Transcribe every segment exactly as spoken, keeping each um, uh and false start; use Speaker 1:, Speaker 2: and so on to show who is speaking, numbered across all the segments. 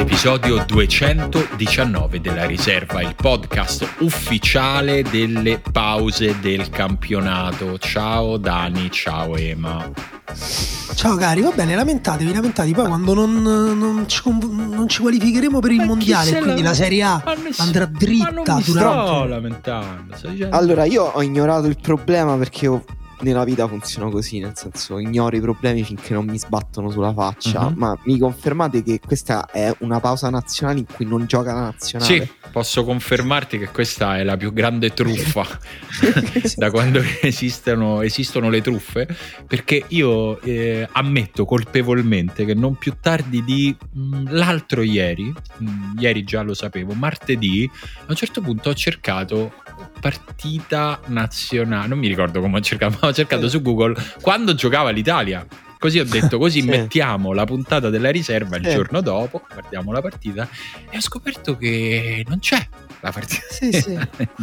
Speaker 1: Episodio duecentodiciannove della Riserva, il podcast ufficiale delle pause del campionato. Ciao Dani, ciao Ema.
Speaker 2: Ciao cari, va bene, lamentatevi, lamentatevi, poi quando non, non, ci, non ci qualificheremo per il
Speaker 1: Ma
Speaker 2: mondiale, quindi la, la Serie A andrà dritta.
Speaker 1: Ma non mi
Speaker 2: durante...
Speaker 1: sto lamentando, sto dicendo...
Speaker 3: Allora, io ho ignorato il problema perché io nella vita funziono così, nel senso ignoro i problemi finché non mi sbattono sulla faccia. Uh-huh. Ma mi confermate che questa è una pausa nazionale in cui non gioca la nazionale?
Speaker 1: Sì, posso confermarti che questa è la più grande truffa da quando esistono, esistono le truffe, perché io eh, ammetto colpevolmente che non più tardi di mh, l'altro ieri, mh, ieri già lo sapevo, martedì, a un certo punto ho cercato partita nazionale, non mi ricordo come ho cercato, ma ho cercato su Google quando giocava l'Italia, così ho detto così sì. Mettiamo la puntata della riserva il sì. giorno dopo, guardiamo la partita e ho scoperto che non c'è la partita.
Speaker 3: Sì sì.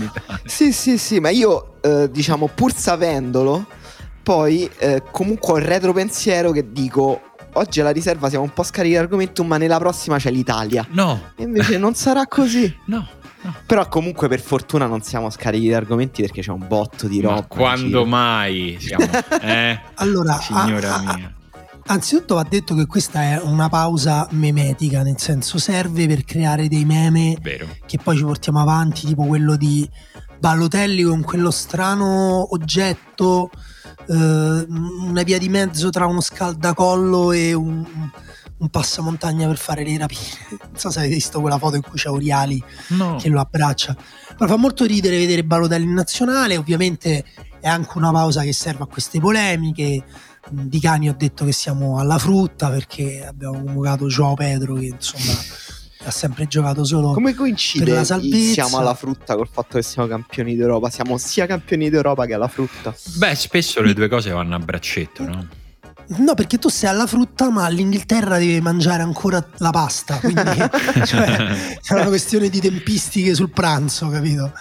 Speaker 3: sì sì sì, ma io eh, diciamo pur sapendolo poi eh, comunque ho il retropensiero che dico oggi alla riserva siamo un po' scarichi d'argomento, ma nella prossima c'è l'Italia.
Speaker 1: No.
Speaker 3: E invece non sarà così.
Speaker 1: No. No.
Speaker 3: Però comunque per fortuna non siamo scarichi di argomenti perché c'è un botto di roba.
Speaker 1: Ma quando mai siamo eh?
Speaker 2: Allora,
Speaker 1: signora
Speaker 2: a, a,
Speaker 1: mia.
Speaker 2: Anzitutto va detto che questa è una pausa memetica, nel senso serve per creare dei meme
Speaker 1: Vero.
Speaker 2: Che poi ci portiamo avanti, tipo quello di Balotelli con quello strano oggetto, eh, una via di mezzo tra uno scaldacollo e un un passamontagna per fare le rapine. Non so se avete visto quella foto in cui c'è Oriali
Speaker 1: no.
Speaker 2: che lo abbraccia. Ma fa molto ridere vedere Balotelli in nazionale. Ovviamente è anche una pausa che serve a queste polemiche. Di Cani ho detto che siamo alla frutta perché abbiamo convocato João Pedro che insomma ha sempre giocato solo
Speaker 3: come coincide
Speaker 2: per la salvezza.
Speaker 3: Siamo alla frutta col fatto che siamo campioni d'Europa. Siamo sia campioni d'Europa che alla frutta.
Speaker 1: Beh, spesso le due cose vanno a braccetto, no?
Speaker 2: No, perché tu sei alla frutta, ma l'Inghilterra deve mangiare ancora la pasta, quindi cioè, è una questione di tempistiche sul pranzo, capito?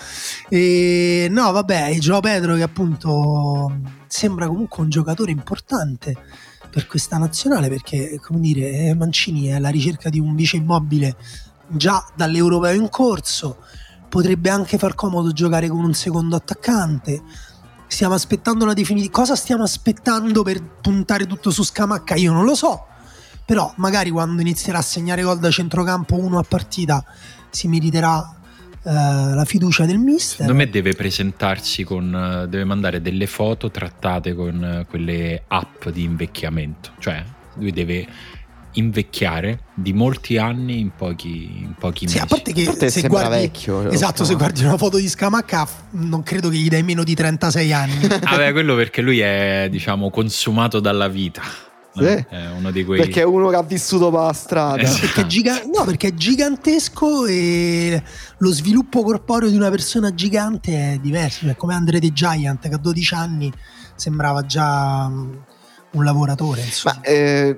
Speaker 2: E no, vabbè, João Pedro che appunto sembra comunque un giocatore importante per questa nazionale, perché come dire, Mancini è alla ricerca di un vice immobile già dall'Europeo in corso, potrebbe anche far comodo giocare con un secondo attaccante. Stiamo aspettando una definitiva. Cosa stiamo aspettando per puntare tutto su Scamacca? Io non lo so. Però magari quando inizierà a segnare gol da centrocampo uno a partita si meriterà eh, la fiducia del mister.
Speaker 1: Secondo me deve presentarsi con deve mandare delle foto trattate con quelle app di invecchiamento. Cioè lui deve invecchiare di molti anni in pochi, in pochi mesi.
Speaker 2: Sì, a parte che
Speaker 3: parte
Speaker 2: se guardi
Speaker 3: vecchio,
Speaker 2: esatto, se guardi una foto di Scamacca non credo che gli dai meno di trentasei anni.
Speaker 1: Vabbè, quello perché lui è, diciamo, consumato dalla vita.
Speaker 3: Sì.
Speaker 1: È uno di quei...
Speaker 3: Perché è uno che ha vissuto per la strada.
Speaker 1: Esatto.
Speaker 2: Perché è giga... No, perché è gigantesco e lo sviluppo corporeo di una persona gigante è diverso. Cioè, come Andre the Giant che a dodici anni sembrava già un lavoratore, insomma.
Speaker 3: Ma eh...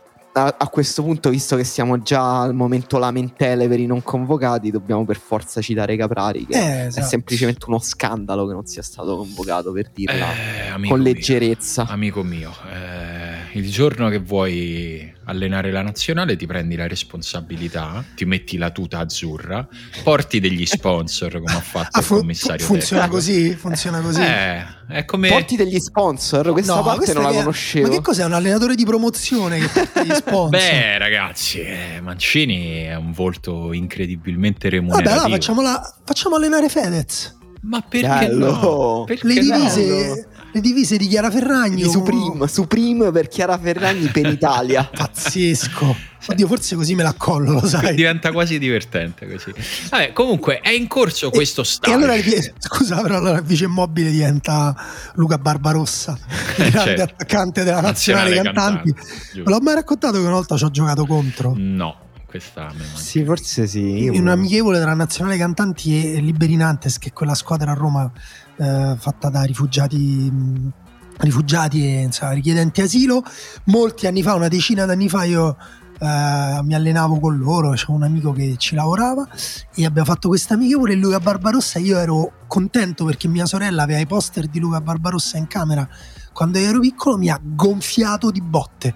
Speaker 3: a questo punto, visto che siamo già al momento lamentele per i non convocati, dobbiamo per forza citare Caprari, che
Speaker 2: eh, esatto.
Speaker 3: è semplicemente uno scandalo che non sia stato convocato, per dirla
Speaker 1: eh,
Speaker 3: con leggerezza.
Speaker 1: Mio, amico mio, eh, il giorno che vuoi allenare la nazionale ti prendi la responsabilità, ti metti la tuta azzurra, porti degli sponsor come ha fatto
Speaker 2: ah,
Speaker 1: il commissario.
Speaker 2: Funziona
Speaker 1: tecnico.
Speaker 2: così? Funziona così?
Speaker 1: Eh, è come...
Speaker 3: Porti degli sponsor? Questa
Speaker 2: no,
Speaker 3: parte non la
Speaker 2: che...
Speaker 3: conoscevo.
Speaker 2: Ma che cos'è? Un allenatore di promozione che porta gli sponsor?
Speaker 1: Beh ragazzi, eh, Mancini è un volto incredibilmente remunerativo.
Speaker 2: Vabbè, allora facciamo, la... facciamo allenare Fedez.
Speaker 1: Ma perché
Speaker 3: Bello.
Speaker 1: no? Perché
Speaker 2: le divise,
Speaker 1: no?
Speaker 2: le divise di Chiara Ferragni
Speaker 3: di Supreme, Supreme per Chiara Ferragni per Italia.
Speaker 2: Pazzesco. Oddio, forse così me la collo, lo sai.
Speaker 1: Diventa quasi divertente così. Vabbè, comunque è in corso questo
Speaker 2: e,
Speaker 1: stage.
Speaker 2: E allora scusa, però allora il vice immobile diventa Luca Barbarossa, il grande
Speaker 1: certo.
Speaker 2: attaccante della nazionale, nazionale cantanti. cantanti. Me l'ho mai raccontato che una volta ci ho giocato contro?
Speaker 1: No. Questa
Speaker 3: sì, forse sì.
Speaker 2: In un amichevole tra Nazionale Cantanti e Liberi Nantes, che è quella squadra a Roma eh, fatta da rifugiati rifugiati e insomma, richiedenti asilo. Molti anni fa, una decina d'anni fa, io eh, mi allenavo con loro, c'è un amico che ci lavorava e abbiamo fatto questa amichevole e Luca Barbarossa. Io ero contento perché mia sorella aveva i poster di Luca Barbarossa in camera quando io ero piccolo, mi ha gonfiato di botte.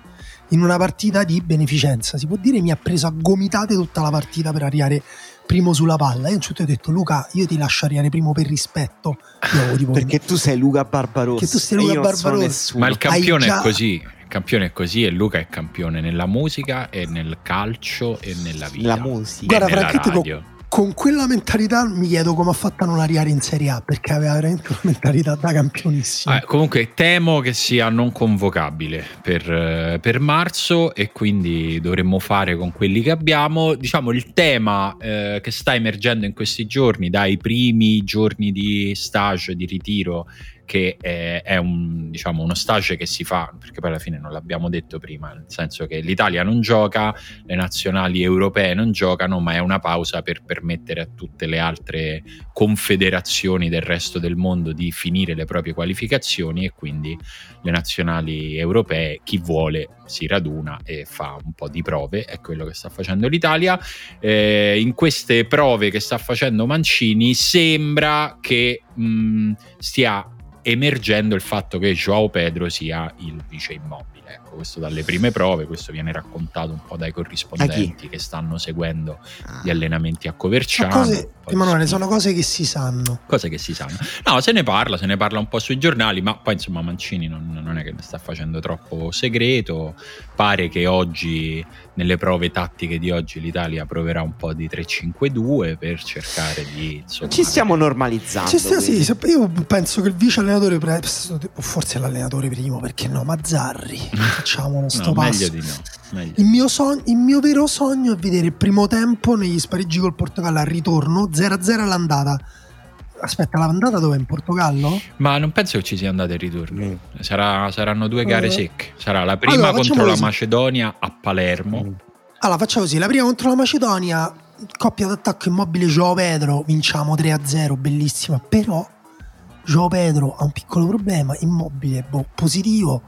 Speaker 2: in una partita di beneficenza, si può dire, mi ha preso a gomitate tutta la partita per arrivare primo sulla palla. Io un certo ho detto: Luca, io ti lascio arrivare primo per rispetto. Io, tipo,
Speaker 3: perché tu sei Luca Barbarossa.
Speaker 2: Che tu sei Luca Barbarossa.
Speaker 1: Ma il campione
Speaker 2: già...
Speaker 1: è così. Il campione è così e Luca è campione nella musica e nel calcio e nella vita.
Speaker 3: La musica.
Speaker 2: Guarda,
Speaker 1: e nella
Speaker 2: Franchetti,
Speaker 1: radio.
Speaker 2: Con, con quella mentalità mi chiedo come ha fatto a non arrivare in Serie A, perché aveva veramente una mentalità da campionissimo.
Speaker 1: Eh, comunque temo che sia non convocabile per, eh, per marzo, e quindi dovremmo fare con quelli che abbiamo. Diciamo il tema eh, che sta emergendo in questi giorni, dai primi giorni di stage, di ritiro, che è, è un, diciamo, uno stage che si fa, perché poi alla fine non l'abbiamo detto prima, nel senso che l'Italia non gioca, le nazionali europee non giocano, ma è una pausa per permettere a tutte le altre confederazioni del resto del mondo di finire le proprie qualificazioni, e quindi le nazionali europee, chi vuole si raduna e fa un po' di prove. È quello che sta facendo l'Italia. Eh, in queste prove che sta facendo Mancini sembra che mh, stia emergendo il fatto che João Pedro sia il vice Immobile. Ecco, questo dalle prime prove, questo viene raccontato un po' dai corrispondenti che stanno seguendo gli allenamenti a Coverciano.
Speaker 2: Sono cose, Emanuele, sono cose che si sanno.
Speaker 1: Cose che si sanno. No, se ne parla, se ne parla un po' sui giornali, ma poi insomma Mancini non, non è che ne sta facendo troppo segreto. Pare che oggi, nelle prove tattiche di oggi, l'Italia proverà un po' di tre cinque due per cercare di, insomma,
Speaker 3: ci stiamo normalizzando.
Speaker 2: Ci stia, sì, io penso che il vice allenatore, pre- forse l'allenatore primo, perché no, Mazzarri, facciamo uno sto
Speaker 1: no,
Speaker 2: passo.
Speaker 1: meglio di no, meglio.
Speaker 2: Il mio, sogno, il mio vero sogno è vedere il primo tempo negli spareggi col Portogallo al ritorno zero a zero all'andata. Aspetta, l'andata dove? In Portogallo?
Speaker 1: Ma non penso che ci sia andata e ritorno.
Speaker 3: Mm.
Speaker 1: Sarà, saranno due gare
Speaker 2: uh,
Speaker 1: secche. Sarà la prima
Speaker 2: allora,
Speaker 1: contro la
Speaker 2: così.
Speaker 1: Macedonia a Palermo.
Speaker 3: Mm.
Speaker 2: Allora facciamo così: la prima contro la Macedonia, coppia d'attacco Immobile João Pedro, vinciamo tre a zero, bellissima. Però João Pedro ha un piccolo problema, Immobile boh, positivo,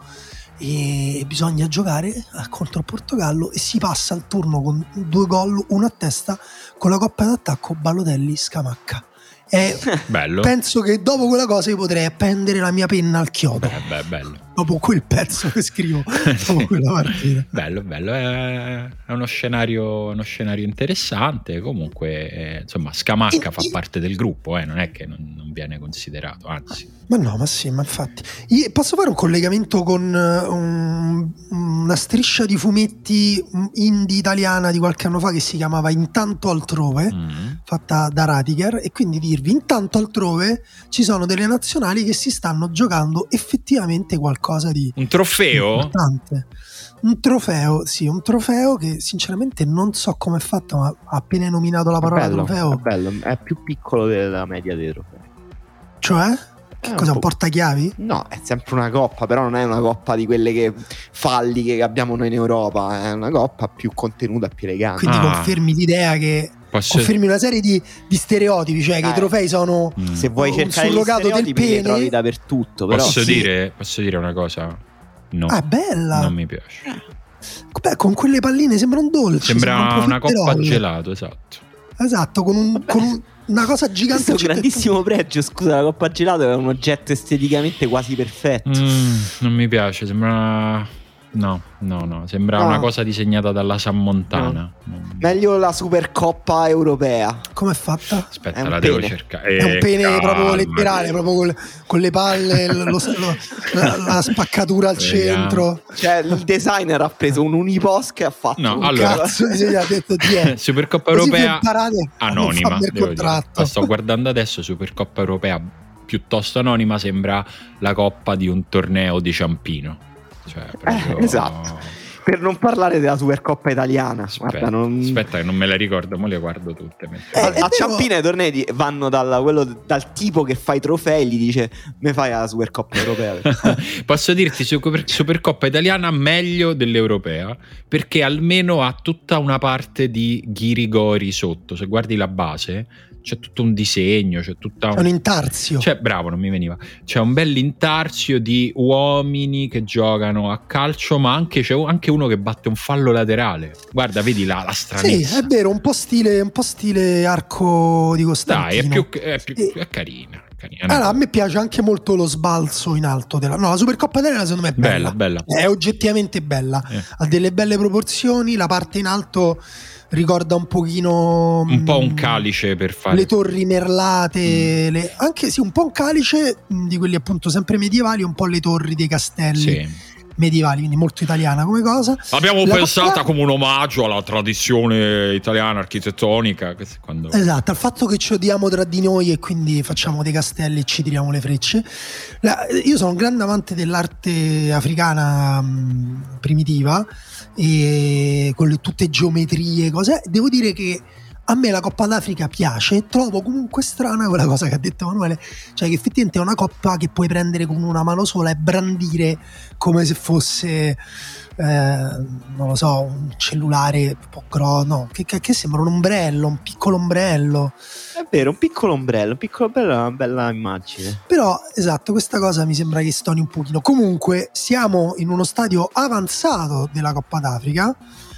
Speaker 2: e bisogna giocare contro il Portogallo e si passa il turno con due gol, uno a testa, con la coppia d'attacco Balotelli Scamacca. E
Speaker 1: bello.
Speaker 2: Penso che dopo quella cosa io potrei appendere la mia penna al chiodo.
Speaker 1: Beh, beh, bello.
Speaker 2: Dopo quel pezzo che scrivo dopo quella partita.
Speaker 1: Bello, bello, è, è uno scenario, uno scenario interessante. Comunque, eh, insomma, Scamacca
Speaker 2: e,
Speaker 1: fa
Speaker 2: e...
Speaker 1: parte del gruppo, eh, non è che non, non viene considerato, anzi.
Speaker 2: Ma no, ma sì, ma infatti. Io posso fare un collegamento con um, una striscia di fumetti indie italiana di qualche anno fa che si chiamava Intanto Altrove, mm. fatta da Ratiger, e quindi dirvi: intanto altrove ci sono delle nazionali che si stanno giocando effettivamente qualcosa di
Speaker 1: un trofeo
Speaker 2: importante. Un trofeo, sì, un trofeo che sinceramente non so come è fatto, ma appena hai nominato la parola
Speaker 3: è bello,
Speaker 2: trofeo,
Speaker 3: è bello, è più piccolo della media dei trofei.
Speaker 2: Cioè? Che
Speaker 3: è
Speaker 2: cosa,
Speaker 3: un,
Speaker 2: un portachiavi?
Speaker 3: No, è sempre una coppa, però non è una coppa di quelle che falliche che abbiamo noi in Europa, è una coppa più contenuta, più elegante.
Speaker 2: Quindi
Speaker 1: ah.
Speaker 2: confermi l'idea che
Speaker 1: Posso...
Speaker 2: confermi una serie di, di stereotipi, cioè eh. che i trofei sono
Speaker 3: mm. se vuoi cercare il stereotipi li trovi dappertutto, però
Speaker 1: posso,
Speaker 3: sì.
Speaker 1: dire, posso dire una cosa? No,
Speaker 2: ah, è bella.
Speaker 1: Non mi piace.
Speaker 2: Beh, con quelle palline sembra un dolce,
Speaker 1: sembra,
Speaker 2: sembra un
Speaker 1: una coppa gelato, esatto.
Speaker 2: Esatto, con, un, con un, una cosa gigante.
Speaker 3: Questo è un grandissimo pregio, scusa, la coppa gelato è un oggetto esteticamente quasi perfetto.
Speaker 1: Mm, non mi piace, sembra... No, no, no, sembra no. una cosa disegnata dalla Sammontana.
Speaker 3: No. Meglio la Supercoppa europea.
Speaker 2: Com'è fatta?
Speaker 1: Aspetta, la devo cercare.
Speaker 2: È un pene
Speaker 1: calma.
Speaker 2: proprio letterale, proprio con, con le palle, lo, lo, la, la spaccatura al Vediamo. centro.
Speaker 3: Cioè, il designer ha preso un unipost che ha fatto
Speaker 1: no,
Speaker 3: un
Speaker 1: allora,
Speaker 2: cazzo di ha detto è.
Speaker 1: Supercoppa europea anonima. La sto guardando adesso, Supercoppa europea piuttosto anonima, sembra la coppa di un torneo di Ciampino. Cioè, proprio...
Speaker 3: eh, esatto, per non parlare della Supercoppa italiana.
Speaker 1: Aspetta,
Speaker 3: Guarda, non...
Speaker 1: aspetta che non me la ricordo, ma le guardo tutte.
Speaker 3: Eh, a a Ciampino i tornei vanno dalla, quello, dal tipo che fa i trofei, gli dice: me fai la Supercoppa europea.
Speaker 1: Posso dirti, Super, Supercoppa italiana meglio dell'europea, perché almeno ha tutta una parte di ghirigori sotto. Se guardi la base c'è tutto un disegno, c'è tutta un...
Speaker 2: un intarsio.
Speaker 1: Cioè, bravo, non mi veniva. C'è un bel intarsio di uomini che giocano a calcio, ma anche c'è anche uno che batte un fallo laterale. Guarda, vedi la, la stranezza.
Speaker 2: Sì, è vero, un po' stile, un po' stile Arco di Costantino.
Speaker 1: Dai, è più, è più e... è carina.
Speaker 2: Allora, a me piace anche molto lo sbalzo in alto della... No, la Supercoppa italiana secondo me è bella,
Speaker 1: bella, bella.
Speaker 2: È oggettivamente bella, eh. Ha delle belle proporzioni, la parte in alto ricorda un pochino
Speaker 1: un po' un calice per fare
Speaker 2: le torri merlate, mm. le... anche sì, un po' un calice di quelli appunto sempre medievali, un po' le torri dei castelli. Sì. Medievali, quindi molto italiana come cosa.
Speaker 1: L'abbiamo
Speaker 2: la
Speaker 1: pensata
Speaker 2: Coppa...
Speaker 1: come un omaggio alla tradizione italiana architettonica. Quando...
Speaker 2: Esatto, al fatto che ci odiamo tra di noi e quindi facciamo dei castelli e ci tiriamo le frecce. La... Io sono un grande amante dell'arte africana mh, primitiva e con le, tutte geometrie, cose. Devo dire che a me la Coppa d'Africa piace, trovo comunque strana quella cosa che ha detto Emanuele, cioè che effettivamente è una coppa che puoi prendere con una mano sola e brandire come se fosse eh, non lo so, un cellulare un po' grosso, no, che, che sembra un ombrello, un piccolo ombrello.
Speaker 3: È vero, un piccolo ombrello, un piccolo ombrello è una bella immagine.
Speaker 2: Però, esatto, questa cosa mi sembra che stoni un pochino. Comunque, siamo in uno stadio avanzato della Coppa d'Africa,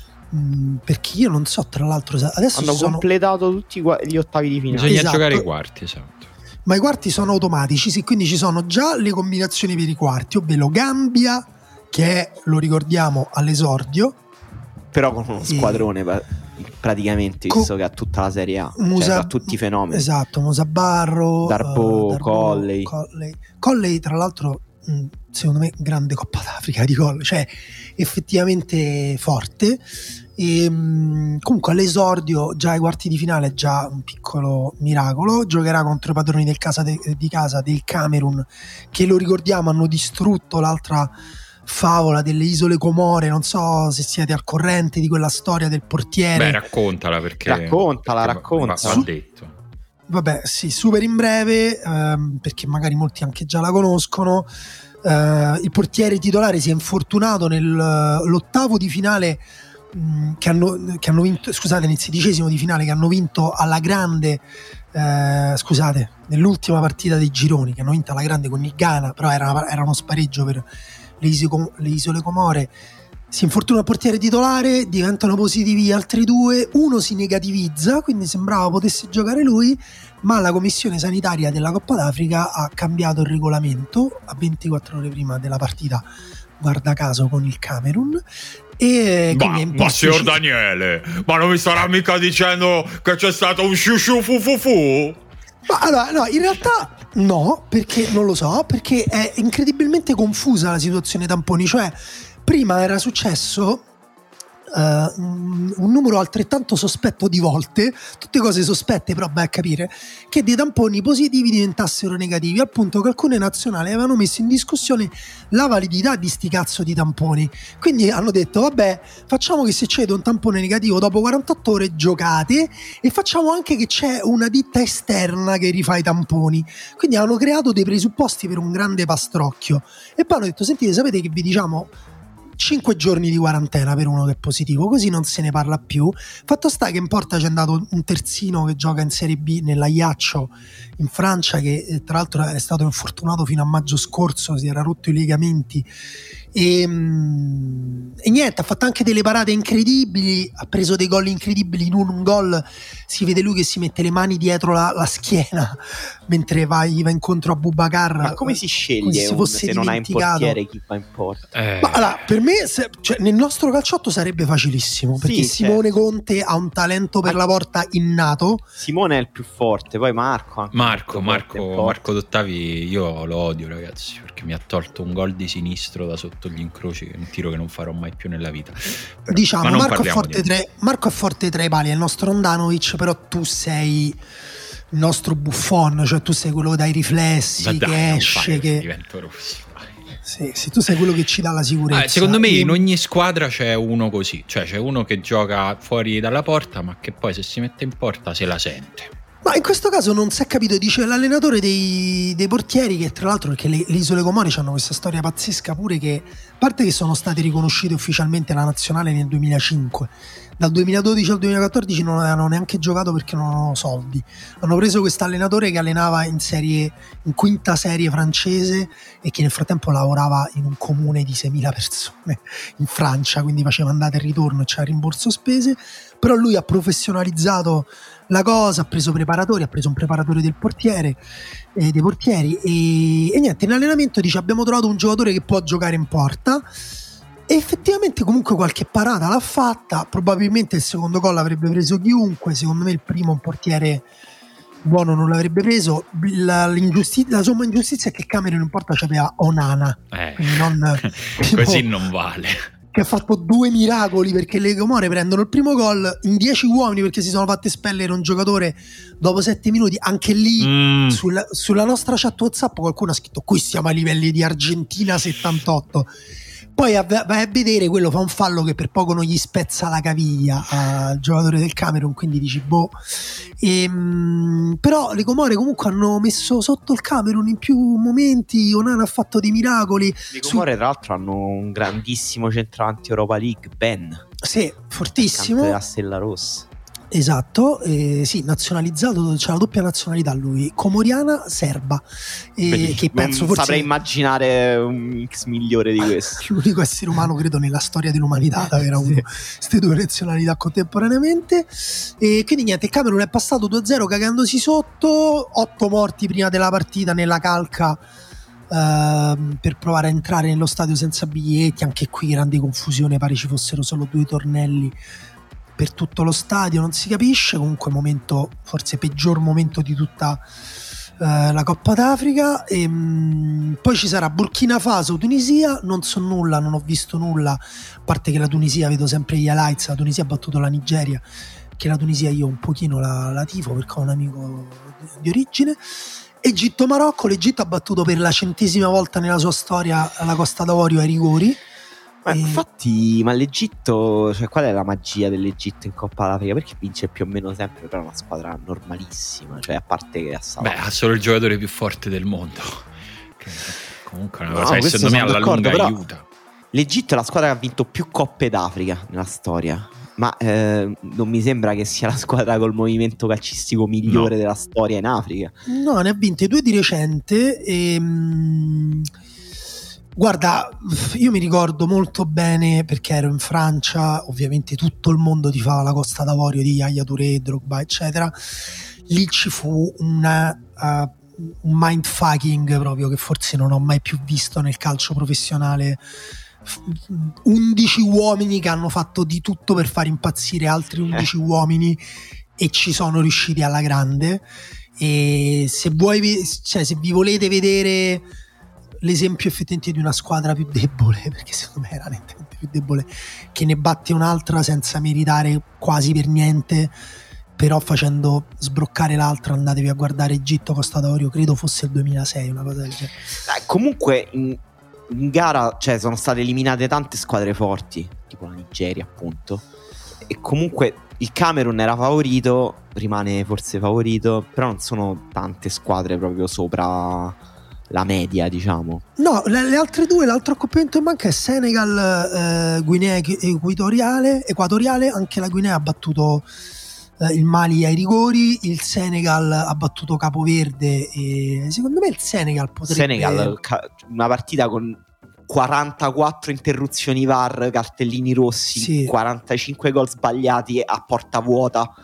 Speaker 2: perché io non so, tra l'altro adesso
Speaker 3: hanno
Speaker 2: sono...
Speaker 3: completato tutti gli ottavi di finale.
Speaker 1: Bisogna
Speaker 2: esatto.
Speaker 1: giocare i quarti, esatto.
Speaker 2: Ma i quarti sono automatici, sì, quindi ci sono già le combinazioni per i quarti, ovvero Gambia, che è, lo ricordiamo, all'esordio,
Speaker 3: però con uno squadrone e... praticamente, visto co... che ha tutta la Serie A, Musa... cioè ha tutti i fenomeni.
Speaker 2: Esatto, Musa Barro,
Speaker 3: Darbo,
Speaker 2: uh, Darbo
Speaker 3: Colley.
Speaker 2: Colley. Colley, tra l'altro, mh, secondo me grande Coppa d'Africa di Colley, cioè effettivamente forte. E, mh, comunque all'esordio già ai quarti di finale è già un piccolo miracolo. Giocherà contro i padroni del casa de, di casa del Camerun, che lo ricordiamo hanno distrutto l'altra favola delle isole Comore. Non so se siete al corrente di quella storia del portiere.
Speaker 1: Beh, raccontala perché
Speaker 3: raccontala,
Speaker 1: perché
Speaker 3: racconta
Speaker 1: va, va detto.
Speaker 2: Vabbè, sì, super in breve, ehm, perché magari molti anche già la conoscono. Uh, il portiere titolare si è infortunato nell'ottavo di finale mh, che, hanno, che hanno vinto, scusate, nel sedicesimo di finale che hanno vinto alla grande, uh, scusate, nell'ultima partita dei gironi che hanno vinto alla grande con il Ghana, però era, era uno spareggio per le isole, le isole Comore. Si infortuna il portiere titolare, diventano positivi altri due, uno si negativizza, quindi sembrava potesse giocare lui, ma la commissione sanitaria della Coppa d'Africa ha cambiato il regolamento a ventiquattro ore prima della partita, guarda caso, con il Camerun. E
Speaker 1: ma, ma signor Daniele, ma non mi starà mica dicendo che c'è stato un sciusciu fu fu fu?
Speaker 2: Ma allora, no, in realtà no, perché non lo so, perché è incredibilmente confusa la situazione tamponi, cioè prima era successo uh, un, un numero altrettanto sospetto di volte, tutte cose sospette però vai a capire, che dei tamponi positivi diventassero negativi, al punto che alcune nazionali avevano messo in discussione la validità di sti cazzo di tamponi. Quindi hanno detto vabbè, facciamo che se c'è un tampone negativo dopo quarantotto ore giocate, e facciamo anche che c'è una ditta esterna che rifà i tamponi. Quindi hanno creato dei presupposti per un grande pastrocchio, e poi hanno detto sentite, sapete che vi diciamo cinque giorni di quarantena per uno che è positivo, così non se ne parla più. Fatto sta che in porta c'è andato un terzino che gioca in Serie B nell'Ajaccio in Francia, che tra l'altro è stato infortunato fino a maggio scorso, si era rotto i legamenti e, e niente, ha fatto anche delle parate incredibili, ha preso dei gol incredibili. In un, un gol si vede lui che si mette le mani dietro la, la schiena mentre va, va incontro a Boubacar.
Speaker 3: Ma come si sceglie se, un, se non hai in portiere chi va in porta?
Speaker 2: Eh. Ma allora, per me se, cioè, nel nostro calciotto sarebbe facilissimo, perché sì, Simone certo. Conte ha un talento per la porta innato.
Speaker 3: Simone è il più forte, poi Marco anche
Speaker 1: Marco Marco, Marco Dottavi io lo odio, ragazzi, perché mi ha tolto un gol di sinistro da sotto gli incroci, un tiro che non farò mai più nella vita. Però,
Speaker 2: diciamo Marco è, forte tra, Marco è forte tra i pali, è il nostro Ondanovic, però tu sei il nostro Buffon, cioè tu sei quello che dà i riflessi, dai, che esce, che
Speaker 1: divento rosso.
Speaker 2: Sì, sì, tu sei quello che ci dà la sicurezza.
Speaker 1: Ah, secondo me in ogni squadra c'è uno così, cioè c'è uno che gioca fuori dalla porta, ma che poi se si mette in porta se la sente.
Speaker 2: Ma in questo caso non si è capito, dice l'allenatore dei, dei portieri, che tra l'altro perché le, le isole Comori hanno questa storia pazzesca pure, che a parte che sono state riconosciute ufficialmente la nazionale nel duemilacinque, dal duemiladodici al duemilaquattordici non avevano neanche giocato perché non avevano soldi. Hanno preso questo allenatore che allenava in serie, in quinta serie francese, e che nel frattempo lavorava in un comune di seimila persone in Francia, quindi faceva andata e ritorno e c'era rimborso spese. Però lui ha professionalizzato la cosa, ha preso preparatori, ha preso un preparatore del portiere, eh, dei portieri e, e niente, in allenamento dice abbiamo trovato un giocatore che può giocare in porta e effettivamente comunque qualche parata l'ha fatta, probabilmente il secondo gol l'avrebbe preso chiunque, secondo me il primo un portiere buono non l'avrebbe preso. La, l'ingiustizia, la somma ingiustizia è che il Camerun in porta c'aveva Onana,
Speaker 1: eh,
Speaker 2: non,
Speaker 1: così
Speaker 2: tipo,
Speaker 1: non vale,
Speaker 2: che ha fatto due miracoli perché le Comore prendono il primo gol in dieci uomini perché si sono fatte espellere un giocatore dopo sette minuti. Anche lì
Speaker 1: mm.
Speaker 2: sulla, sulla nostra chat WhatsApp qualcuno ha scritto qui siamo a livelli di Argentina settantotto. Poi vai a vedere, quello fa un fallo che per poco non gli spezza la caviglia al giocatore del Camerun, quindi dici boh. E, mh, però le Comore comunque hanno messo sotto il Camerun in più momenti. Onana ha fatto dei miracoli.
Speaker 3: Le Comore su... tra l'altro hanno un grandissimo centravanti Europa League, Ben.
Speaker 2: Sì, fortissimo.
Speaker 3: Della Stella Rossa.
Speaker 2: Esatto, eh, sì, nazionalizzato, c'ha la doppia nazionalità lui, comoriana, serba, eh, che penso
Speaker 3: non
Speaker 2: forse
Speaker 3: saprei immaginare un mix migliore di questo.
Speaker 2: L'unico essere umano credo nella storia dell'umanità ad aver avuto queste due nazionalità contemporaneamente. E quindi niente, il Camerun è passato due a zero cagandosi sotto, otto morti prima della partita nella calca uh, per provare a entrare nello stadio senza biglietti. Anche qui grande confusione, pare ci fossero solo due tornelli per tutto lo stadio, non si capisce. Comunque momento, forse peggior momento di tutta uh, la Coppa d'Africa. E, mh, poi ci sarà Burkina Faso, Tunisia, non so nulla, non ho visto nulla, a parte che la Tunisia, vedo sempre gli highlights, la Tunisia ha battuto la Nigeria, che la Tunisia io un pochino la, la tifo perché ho un amico di origine. Egitto-Marocco, l'Egitto ha battuto per la centesima volta nella sua storia la Costa d'Avorio ai rigori.
Speaker 3: Ma infatti, ma l'Egitto, cioè qual è la magia dell'Egitto in Coppa d'Africa? Perché vince più o meno sempre, però è una squadra normalissima, cioè a parte che ha Salah.
Speaker 1: Beh, ha solo il giocatore più forte del mondo, che comunque è una cosa
Speaker 3: no,
Speaker 1: che secondo me alla lunga aiuta.
Speaker 3: L'Egitto è la squadra che ha vinto più Coppe d'Africa nella storia, ma eh, non mi sembra che sia la squadra col movimento calcistico migliore no. della storia in Africa.
Speaker 2: No, ne ha vinte due di recente e... Mh... Guarda, io mi ricordo molto bene perché ero in Francia, ovviamente tutto il mondo tifava la Costa d'Avorio di Yaya Touré, Drogba eccetera. Lì ci fu una, uh, un mindfucking proprio che forse non ho mai più visto nel calcio professionale. undici uomini che hanno fatto di tutto per far impazzire altri undici eh. uomini e ci sono riusciti alla grande. E se vuoi, cioè se vi volete vedere l'esempio effettivamente di una squadra più debole, perché secondo me era nettamente più debole, che ne batte un'altra senza meritare quasi per niente, però facendo sbroccare l'altra, andatevi a guardare Egitto Costa d'Avorio, credo fosse il duemilasei, una cosa del genere.
Speaker 3: Eh, comunque in, in gara, cioè, sono state eliminate tante squadre forti, tipo la Nigeria appunto, e comunque il Camerun era favorito, rimane forse favorito, però non sono tante squadre proprio sopra la media, diciamo.
Speaker 2: No, le, le altre due, l'altro accoppiamento che manca è Senegal, eh, Guinea Equatoriale, Equatoriale, anche la Guinea ha battuto eh, il Mali ai rigori, il Senegal ha battuto Capoverde e secondo me il Senegal potrebbe...
Speaker 3: Senegal, una partita con quarantaquattro interruzioni V A R, cartellini rossi, sì. quarantacinque gol sbagliati a porta vuota.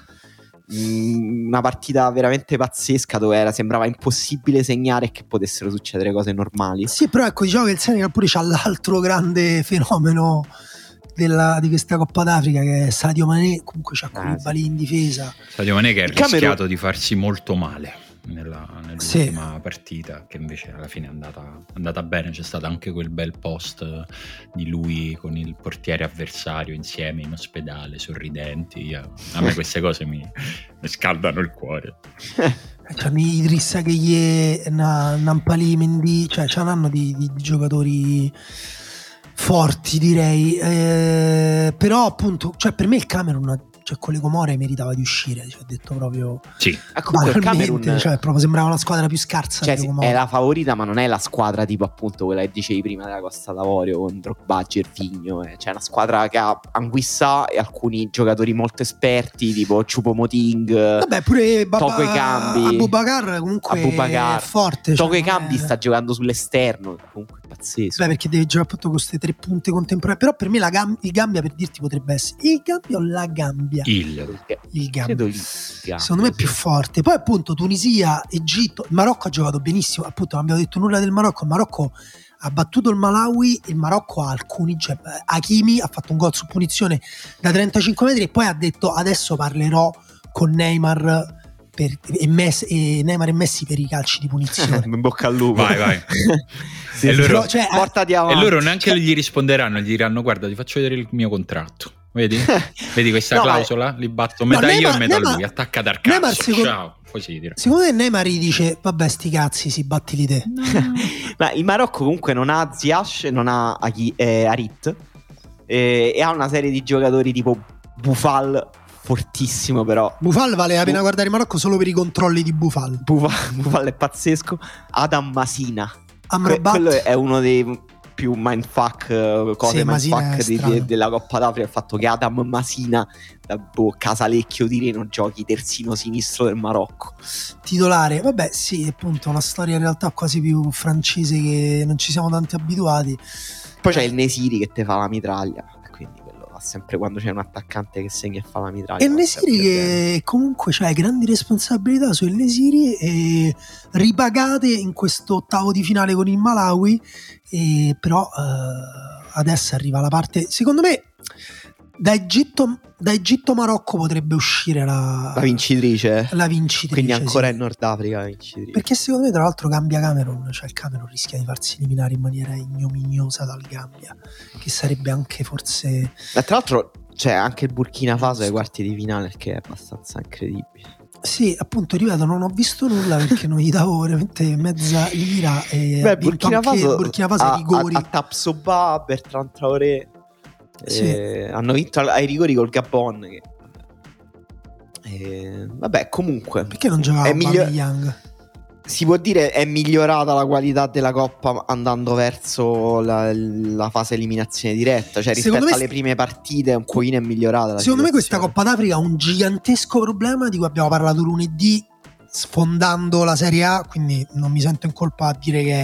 Speaker 3: Una partita veramente pazzesca dove era, sembrava impossibile segnare e che potessero succedere cose normali.
Speaker 2: Sì, però ecco, diciamo che il Senegal pure c'ha l'altro grande fenomeno della, di questa Coppa d'Africa che è Sadio Mané, comunque c'ha Koulibaly ah, sì. in difesa.
Speaker 1: Sadio Mané che ha rischiato Camerun... di farsi molto male nella, nell'ultima sì. partita, che invece alla fine è andata, andata bene. C'è stato anche quel bel post di lui con il portiere avversario insieme in ospedale, sorridenti. A me queste cose mi, mi scaldano il cuore.
Speaker 2: C'hanno Idrissa Gueye, Nampali, Mendy, cioè ce n'hanno di, di, di giocatori forti, direi, eh, però appunto, cioè per me il Camerun, cioè con le Comore meritava di uscire, cioè, ho detto proprio
Speaker 1: sì.
Speaker 3: Comunque il Camerun,
Speaker 2: cioè proprio sembrava una squadra più scarsa,
Speaker 3: cioè, è la favorita, ma non è la squadra tipo appunto quella che dicevi prima della Costa d'Avorio con Drogba, Gervinho, eh. Cioè una squadra che ha Anguissa e alcuni giocatori molto esperti tipo Choupo-Moting,
Speaker 2: vabbè pure Baba,
Speaker 3: Toko Ekambi,
Speaker 2: Aboubakar comunque Aboubakar. È forte,
Speaker 3: Toko
Speaker 2: cioè,
Speaker 3: Ekambi
Speaker 2: è...
Speaker 3: sta giocando sull'esterno, comunque è pazzesco.
Speaker 2: Beh, perché deve giocare appunto con queste tre punte contemporanee, però per me la Gam- il Gambia, per dirti, potrebbe essere il Gambia o la Gambia, Gambia.
Speaker 1: Il,
Speaker 2: il Gambia.
Speaker 3: Credo il
Speaker 2: Secondo me è più forte. Poi appunto Tunisia, Egitto, il Marocco ha giocato benissimo. Appunto non abbiamo detto nulla del Marocco. Il Marocco ha battuto il Malawi. Il Marocco ha alcuni, cioè Hakimi ha fatto un gol su punizione da trentacinque metri e poi ha detto adesso parlerò con Neymar per, e, Messi, e Neymar e Messi per i calci di punizione.
Speaker 3: In bocca al lupo.
Speaker 1: Vai, vai.
Speaker 3: Sì,
Speaker 1: e, loro,
Speaker 2: però, cioè,
Speaker 3: portati
Speaker 1: e
Speaker 3: avanti.
Speaker 1: loro neanche
Speaker 2: Cioè,
Speaker 1: gli risponderanno, gli diranno guarda ti faccio vedere il mio contratto, vedi? Vedi questa
Speaker 3: No,
Speaker 1: clausola? Li batto metà
Speaker 2: No,
Speaker 1: io
Speaker 2: Neymar-
Speaker 1: e metà
Speaker 2: Neymar-
Speaker 1: lui, attacca dal
Speaker 2: Neymar,
Speaker 1: cazzo,
Speaker 2: secondo-
Speaker 1: ciao, così dirà.
Speaker 2: Secondo me Neymar gli dice vabbè sti cazzi, si battili te.
Speaker 3: Ma il Marocco comunque non ha Ziyech, non ha Aki- eh, Harit eh, e ha una serie di giocatori tipo Boufal, fortissimo però.
Speaker 2: Boufal vale la pena guardare il Marocco solo per i controlli di Boufal.
Speaker 3: Boufal, Boufal è pazzesco. Adam Masina, Que-
Speaker 2: Amrabat,
Speaker 3: quello è uno dei più mindfuck, eh, cose
Speaker 2: Sì, Masina
Speaker 3: mindfuck
Speaker 2: è
Speaker 3: di-
Speaker 2: strano.
Speaker 3: di- della Coppa d'Africa. Il fatto che Adam Masina da boh, Casalecchio di Reno giochi terzino sinistro del Marocco.
Speaker 2: titolare, vabbè sì, appunto una storia in realtà quasi più francese che non ci siamo tanti abituati.
Speaker 3: Poi c'è il Nesiri che te fa la mitraglia, quindi quello fa sempre quando c'è un attaccante che segna e fa la mitraglia.
Speaker 2: E
Speaker 3: va
Speaker 2: Nesiri
Speaker 3: sempre bene.
Speaker 2: che comunque ha grandi responsabilità su Nesiri e ripagate in questo ottavo di finale con il Malawi, e però eh, adesso arriva la parte, secondo me da Egitto da Egitto Marocco potrebbe uscire la,
Speaker 3: La vincitrice,
Speaker 2: la vincitrice,
Speaker 3: quindi ancora
Speaker 2: sì.
Speaker 3: in Nord Africa la vincitrice.
Speaker 2: Perché secondo me tra l'altro Gambia Camerun, cioè il Camerun rischia di farsi eliminare in maniera ignominiosa dal Gambia, che sarebbe anche forse
Speaker 3: Ma tra l'altro c'è anche il Burkina Faso ai quarti di finale, che è abbastanza incredibile.
Speaker 2: sì, appunto, ripeto, non ho visto nulla perché non gli davo veramente mezza lira e
Speaker 3: Beh,
Speaker 2: ha vinto
Speaker 3: Burkina
Speaker 2: anche
Speaker 3: Faso,
Speaker 2: il Burkina Faso
Speaker 3: a,
Speaker 2: ai rigori.
Speaker 3: a, a Tapsoba, Bertrand Traoré
Speaker 2: Sì.
Speaker 3: eh, hanno vinto ai rigori col Gabon che, eh, vabbè, comunque
Speaker 2: Perché non giocava
Speaker 3: è miglior-
Speaker 2: Aubameyang?
Speaker 3: si può dire è migliorata la qualità della Coppa andando verso la, la fase eliminazione diretta, cioè
Speaker 2: Secondo
Speaker 3: rispetto
Speaker 2: me-
Speaker 3: alle prime partite un pochino è migliorata la
Speaker 2: Secondo me questa
Speaker 3: situazione.
Speaker 2: Coppa d'Africa ha un gigantesco problema di cui abbiamo parlato lunedì sfondando la Serie A, quindi non mi sento in colpa a dire che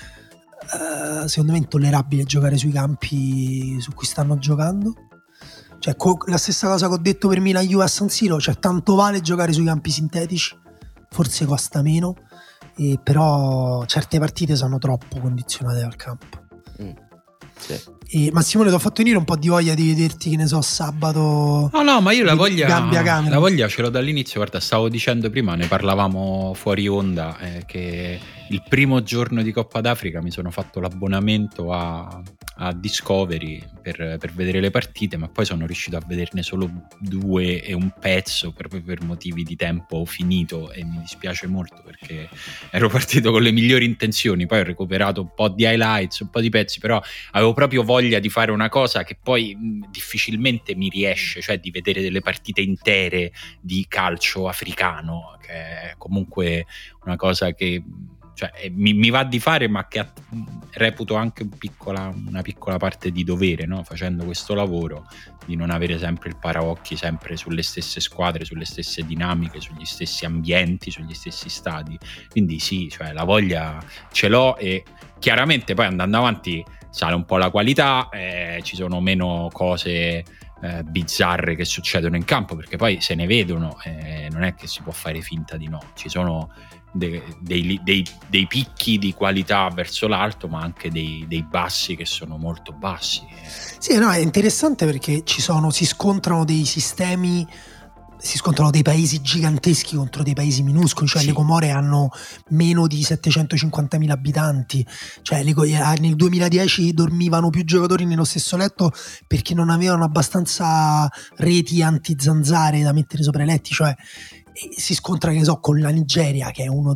Speaker 2: eh, secondo me è intollerabile giocare sui campi su cui stanno giocando. Cioè co- la stessa cosa che ho detto per Milan Juve a San Siro, cioè tanto vale giocare sui campi sintetici, forse costa meno, e però certe partite sono troppo condizionate dal campo.
Speaker 3: Mm, sì.
Speaker 2: E, ma Simone, ti ho fatto venire un po' di voglia di vederti, che ne so, sabato.
Speaker 1: No, no, ma io la
Speaker 2: di
Speaker 1: voglia,
Speaker 2: Gambia Camerun.
Speaker 1: la voglia ce l'ho dall'inizio. Guarda, stavo dicendo prima, ne parlavamo fuori onda, eh, che il primo giorno di Coppa d'Africa mi sono fatto l'abbonamento a, a Discovery per, per vedere le partite, ma poi sono riuscito a vederne solo due e un pezzo proprio per motivi di tempo finito, e mi dispiace molto perché ero partito con le migliori intenzioni. Poi ho recuperato un po' di highlights, un po' di pezzi, però avevo proprio voglia di fare una cosa che poi mh, difficilmente mi riesce, cioè di vedere delle partite intere di calcio africano, che è comunque una cosa che cioè, eh, mi, mi va di fare, ma che att- reputo anche un piccola, una piccola parte di dovere, no? Facendo questo lavoro, di non avere sempre il paraocchi sempre sulle stesse squadre, sulle stesse dinamiche, sugli stessi ambienti, sugli stessi stadi. Quindi sì, cioè la voglia ce l'ho, e chiaramente poi andando avanti sale un po' la qualità, eh, ci sono meno cose eh, bizzarre che succedono in campo, perché poi se ne vedono, eh, non è che si può fare finta di no, ci sono de- dei, dei, dei picchi di qualità verso l'alto, ma anche dei, dei bassi che sono molto bassi.
Speaker 2: Sì, no, è interessante perché ci sono, si scontrano dei sistemi, si scontrano dei paesi giganteschi contro dei paesi minuscoli, cioè
Speaker 1: Sì.
Speaker 2: le Comore hanno meno di settecentocinquantamila abitanti, cioè le, nel duemiladieci dormivano più giocatori nello stesso letto perché non avevano abbastanza reti anti-zanzare da mettere sopra i letti, cioè si scontra, che ne so, con la Nigeria, che è una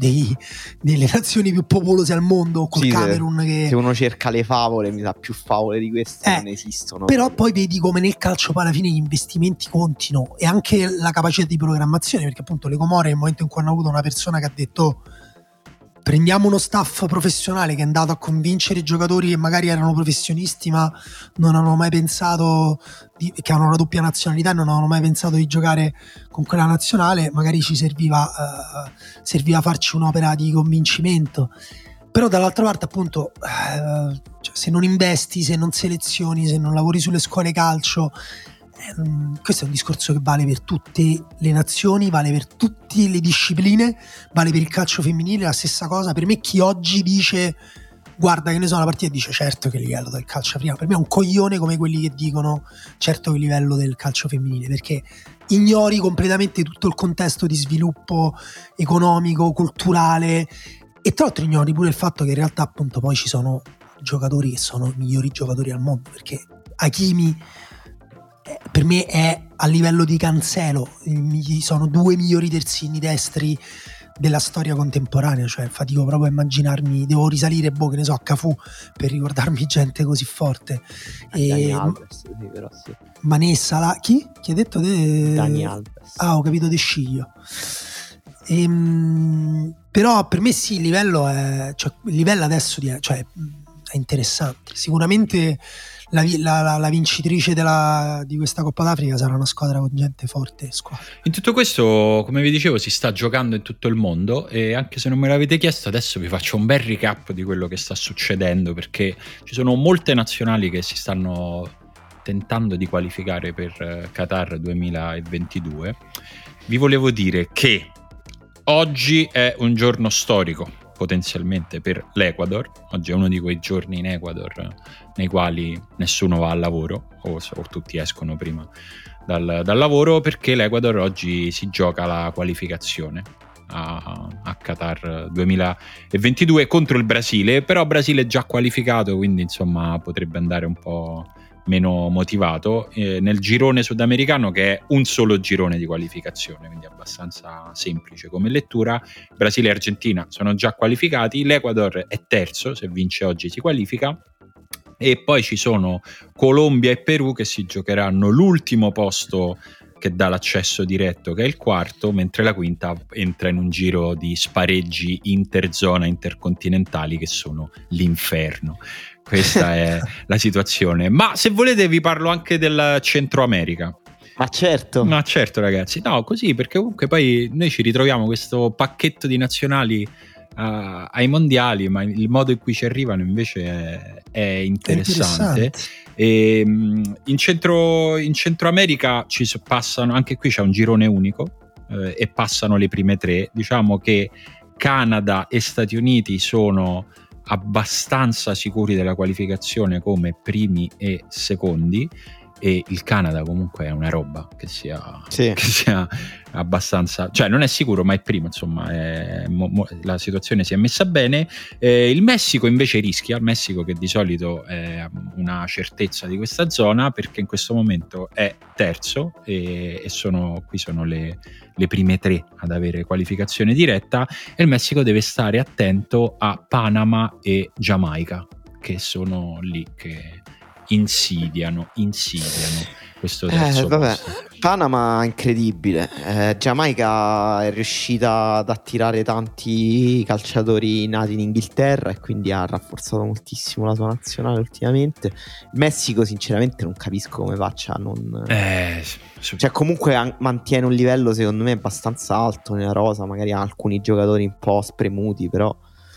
Speaker 2: delle nazioni più popolose al mondo, col
Speaker 3: Sì,
Speaker 2: Camerun
Speaker 3: se,
Speaker 2: che...
Speaker 3: se uno cerca le favole, mi sa più favole di queste
Speaker 2: Eh,
Speaker 3: non esistono.
Speaker 2: Però poi vedi come nel calcio poi alla fine gli investimenti contino, e anche la capacità di programmazione, perché appunto le Comore, nel momento in cui hanno avuto una persona che ha detto prendiamo uno staff professionale che è andato a convincere i giocatori che magari erano professionisti ma non hanno mai pensato di, che hanno una doppia nazionalità e non hanno mai pensato di giocare con quella nazionale, magari ci serviva uh, serviva farci un'opera di convincimento. Però dall'altra parte appunto uh, cioè, se non investi, se non selezioni, se non lavori sulle scuole calcio, ehm, questo è un discorso che vale per tutte le nazioni, vale per tutte le discipline, vale per il calcio femminile, la stessa cosa. Per me chi oggi dice guarda che ne so la partita dice certo che il livello del calcio prima, per me è un coglione come quelli che dicono certo che il livello del calcio femminile, perché ignori completamente tutto il contesto di sviluppo economico, culturale, e tra l'altro ignori pure il fatto che in realtà appunto poi ci sono giocatori che sono i migliori giocatori al mondo, perché Hakimi eh, per me è a livello di Cancelo, sono due migliori terzini destri della storia contemporanea, cioè fatico proprio a immaginarmi, devo risalire boh che ne so a Cafù per ricordarmi gente così forte.
Speaker 3: E Dani Alves, sì, però sì.
Speaker 2: Manessa, la... chi? Chi ha detto? De...
Speaker 3: Dani Alves.
Speaker 2: Ah, ho capito De Sciglio. Ehm, però per me sì, il livello è, cioè, il livello adesso di, cioè, è interessante. Sicuramente la, la, la vincitrice della, di questa Coppa d'Africa sarà una squadra con gente forte. Squadra.
Speaker 1: In tutto questo, come vi dicevo, si sta giocando in tutto il mondo, e anche se non me l'avete chiesto, adesso vi faccio un bel recap di quello che sta succedendo, perché ci sono molte nazionali che si stanno tentando di qualificare per Qatar duemilaventidue. Vi volevo dire che oggi è un giorno storico potenzialmente per l'Ecuador. Oggi è uno di quei giorni in Ecuador nei quali nessuno va al lavoro o, o tutti escono prima dal, dal lavoro, perché l'Ecuador oggi si gioca la qualificazione a, a Qatar duemilaventidue contro il Brasile. Però Brasile è già qualificato, quindi insomma potrebbe andare un po' meno motivato eh, nel girone sudamericano, che è un solo girone di qualificazione, quindi abbastanza semplice come lettura. Brasile e Argentina sono già qualificati, l'Ecuador è terzo, se vince oggi si qualifica, e poi ci sono Colombia e Perù che si giocheranno l'ultimo posto che dà l'accesso diretto, che è il quarto, mentre la quinta entra in un giro di spareggi interzona intercontinentali che sono l'inferno. Questa è la situazione. Ma se volete vi parlo anche del Centro America.
Speaker 3: Ma certo.
Speaker 1: Ma certo ragazzi, no così, perché comunque poi noi ci ritroviamo questo pacchetto di nazionali uh, ai mondiali, ma il modo in cui ci arrivano invece è, è interessante. È interessante. E, in, centro, in Centro America ci passano, anche qui c'è un girone unico eh, e passano le prime tre. Diciamo che Canada e Stati Uniti sono abbastanza sicuri della qualificazione come primi e secondi, e il Canada comunque è una roba che sia,
Speaker 3: sì.
Speaker 1: che sia abbastanza, cioè non è sicuro ma è primo, insomma è, mo, mo, la situazione si è messa bene. Eh, il Messico invece rischia, il Messico che di solito è una certezza di questa zona, perché in questo momento è terzo e, e sono, qui sono le, le prime tre ad avere qualificazione diretta, e il Messico deve stare attento a Panama e Giamaica, che sono lì che insidiano, insidiano questo terzo
Speaker 3: eh, vabbè.
Speaker 1: posto.
Speaker 3: Panama incredibile, eh, Giamaica è riuscita ad attirare tanti calciatori nati in Inghilterra e quindi ha rafforzato moltissimo la sua nazionale ultimamente. Messico sinceramente non capisco come faccia a non...
Speaker 1: Eh,
Speaker 3: cioè comunque an- mantiene un livello secondo me abbastanza alto nella rosa, magari ha alcuni giocatori un po' spremuti, però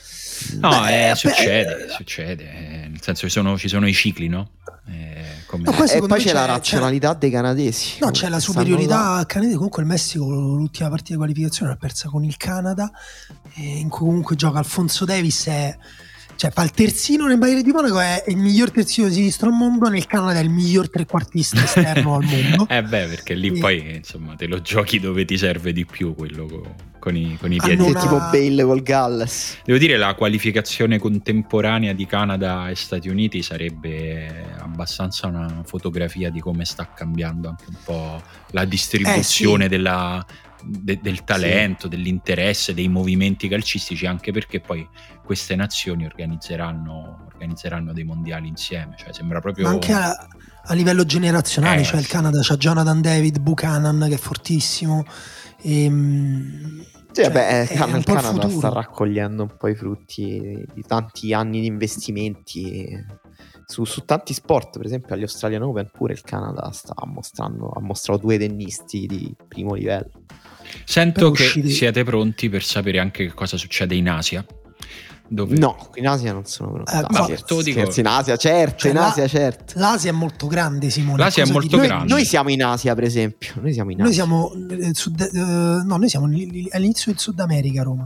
Speaker 1: no,
Speaker 3: beh,
Speaker 1: eh, succede,
Speaker 3: beh,
Speaker 1: succede, eh, nel senso che sono, ci sono i cicli, no? Eh, come...
Speaker 2: no poi
Speaker 3: e poi c'è, c'è la
Speaker 2: c'è,
Speaker 3: razionalità
Speaker 2: c'è,
Speaker 3: dei canadesi.
Speaker 2: No, c'è la superiorità canadese. Comunque il Messico l'ultima partita di qualificazione l'ha persa con il Canada, eh, in cui comunque gioca Alfonso Davis, è, cioè fa il terzino nel Bayern di Monaco, è il miglior terzino di sinistro al mondo, nel Canada è il miglior trequartista esterno al mondo.
Speaker 1: Eh beh, perché lì e... poi insomma te lo giochi dove ti serve di più, quello con, con i, con i piedi.
Speaker 3: Una... tipo Bale col Galles.
Speaker 1: Devo dire, la qualificazione contemporanea di Canada e Stati Uniti sarebbe abbastanza una fotografia di come sta cambiando anche un po' la distribuzione eh, sì. della... De, del talento, sì. dell'interesse, dei movimenti calcistici, anche perché poi queste nazioni organizzeranno organizzeranno dei mondiali insieme, cioè sembra proprio...
Speaker 2: Ma anche a, a livello generazionale, eh, cioè il Canada c'ha Jonathan David, Buchanan che è fortissimo, e,
Speaker 3: sì, cioè, vabbè, è il Canada sta raccogliendo un po' i frutti di tanti anni di investimenti su, su tanti sport. Per esempio agli Australian Open pure il Canada sta mostrando, ha mostrato due tennisti di primo livello.
Speaker 1: Sento che usciti. Siete pronti per sapere anche che cosa succede in Asia, Dove?
Speaker 3: No, in Asia non sono pronti.
Speaker 2: Eh,
Speaker 3: No,
Speaker 2: ma-
Speaker 3: scherzo,
Speaker 1: dico-
Speaker 3: scherzo, in Asia certo,
Speaker 2: Cioè,
Speaker 3: in
Speaker 2: la-
Speaker 3: Asia certo.
Speaker 2: L'Asia è molto grande, Simone.
Speaker 1: L'Asia è
Speaker 2: Cosa
Speaker 1: molto
Speaker 2: di-
Speaker 1: grande.
Speaker 3: Noi, noi siamo in Asia, per esempio. Noi siamo in Asia.
Speaker 2: Noi siamo eh, sud, eh, no, noi siamo lì- lì- all'inizio del Sud America, Roma.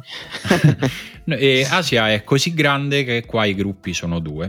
Speaker 1: No, e Asia è così grande che qua i gruppi sono due,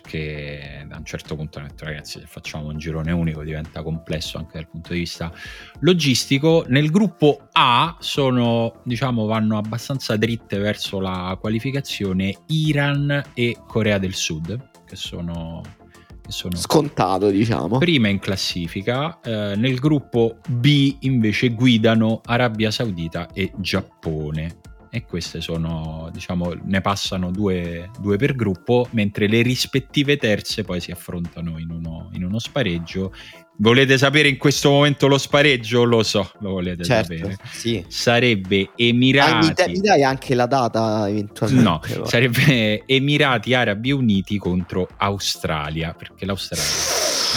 Speaker 1: perché da un certo punto hanno detto ragazzi, se facciamo un girone unico diventa complesso anche dal punto di vista logistico. Nel gruppo A sono, diciamo, vanno abbastanza dritte verso la qualificazione Iran e Corea del Sud, che sono, che sono
Speaker 3: Scontato, diciamo.
Speaker 1: prima in classifica. Eh, nel gruppo B invece guidano Arabia Saudita e Giappone, e queste sono, diciamo, ne passano due, due per gruppo, mentre le rispettive terze poi si affrontano in uno, in uno spareggio. Volete sapere in questo momento lo spareggio? Lo so, lo volete
Speaker 3: Certo,
Speaker 1: sapere.
Speaker 3: sì.
Speaker 1: Sarebbe
Speaker 3: Ah, mi,
Speaker 1: Emirati
Speaker 3: dai, mi dai anche la data eventualmente?
Speaker 1: No,
Speaker 3: però.
Speaker 1: sarebbe Emirati Arabi Uniti contro Australia, perché l'Australia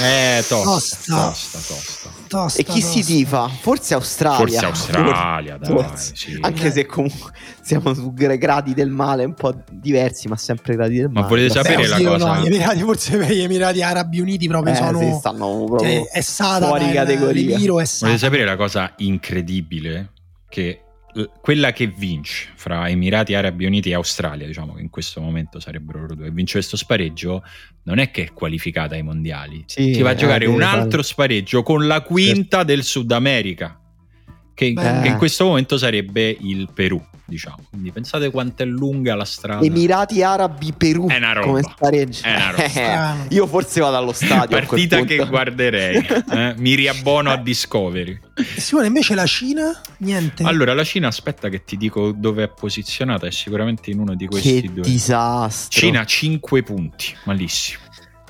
Speaker 1: è tosta,
Speaker 2: Tosta.
Speaker 1: tosta, tosta.
Speaker 2: Tosta,
Speaker 3: E chi si
Speaker 2: tosta.
Speaker 3: tifa? Forse Australia.
Speaker 1: Forse Australia, dai,
Speaker 3: Forse.
Speaker 1: sì.
Speaker 3: Anche se comunque siamo su gra- gradi del male un po' diversi, ma sempre gradi del
Speaker 1: Ma
Speaker 3: male.
Speaker 1: volete
Speaker 3: Però-
Speaker 1: sapere
Speaker 2: Beh,
Speaker 1: la
Speaker 2: oddio,
Speaker 1: cosa-
Speaker 2: no, gli Emirati, forse gli Emirati Arabi Uniti proprio
Speaker 3: Eh,
Speaker 2: sono
Speaker 3: sì, stanno proprio
Speaker 2: cioè, è Satana,
Speaker 3: fuori
Speaker 2: il-
Speaker 3: categoria.
Speaker 2: l'Emiro è Satana.
Speaker 1: Volete sapere la cosa incredibile? Che l- quella che vince fra Emirati Arabi Uniti e Australia, diciamo che in questo momento sarebbero loro due, e vince questo spareggio, non è che è qualificata ai mondiali,
Speaker 3: Sì,
Speaker 1: si va a
Speaker 3: eh,
Speaker 1: giocare
Speaker 3: deve
Speaker 1: un
Speaker 3: fare-
Speaker 1: altro spareggio con la quinta del Sud America, che,
Speaker 2: Beh.
Speaker 1: che in questo momento sarebbe il Perù, diciamo. Quindi pensate quanto è lunga la strada.
Speaker 3: Emirati Arabi Perù
Speaker 1: È una roba.
Speaker 3: come spareggio.
Speaker 1: È una roba.
Speaker 2: Strano.
Speaker 3: Io forse vado allo stadio a quel
Speaker 1: Partita
Speaker 3: punto.
Speaker 1: che guarderei, eh? Mi riabbono a Discovery.
Speaker 2: Simone, invece la Cina niente.
Speaker 1: Allora, la Cina, aspetta che ti dico dove è posizionata, è sicuramente in uno di questi
Speaker 3: Che
Speaker 1: due.
Speaker 3: disastro.
Speaker 1: Cina cinque punti, malissimo.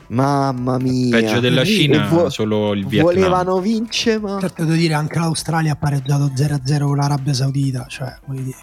Speaker 3: Mamma mia.
Speaker 1: Peggio della
Speaker 2: E
Speaker 1: Cina
Speaker 3: vo-
Speaker 1: solo il Vietnam.
Speaker 3: Volevano vincere, ma
Speaker 2: Certo, devo dire anche l'Australia ha pareggiato zero a zero con l'Arabia Saudita, cioè voglio dire,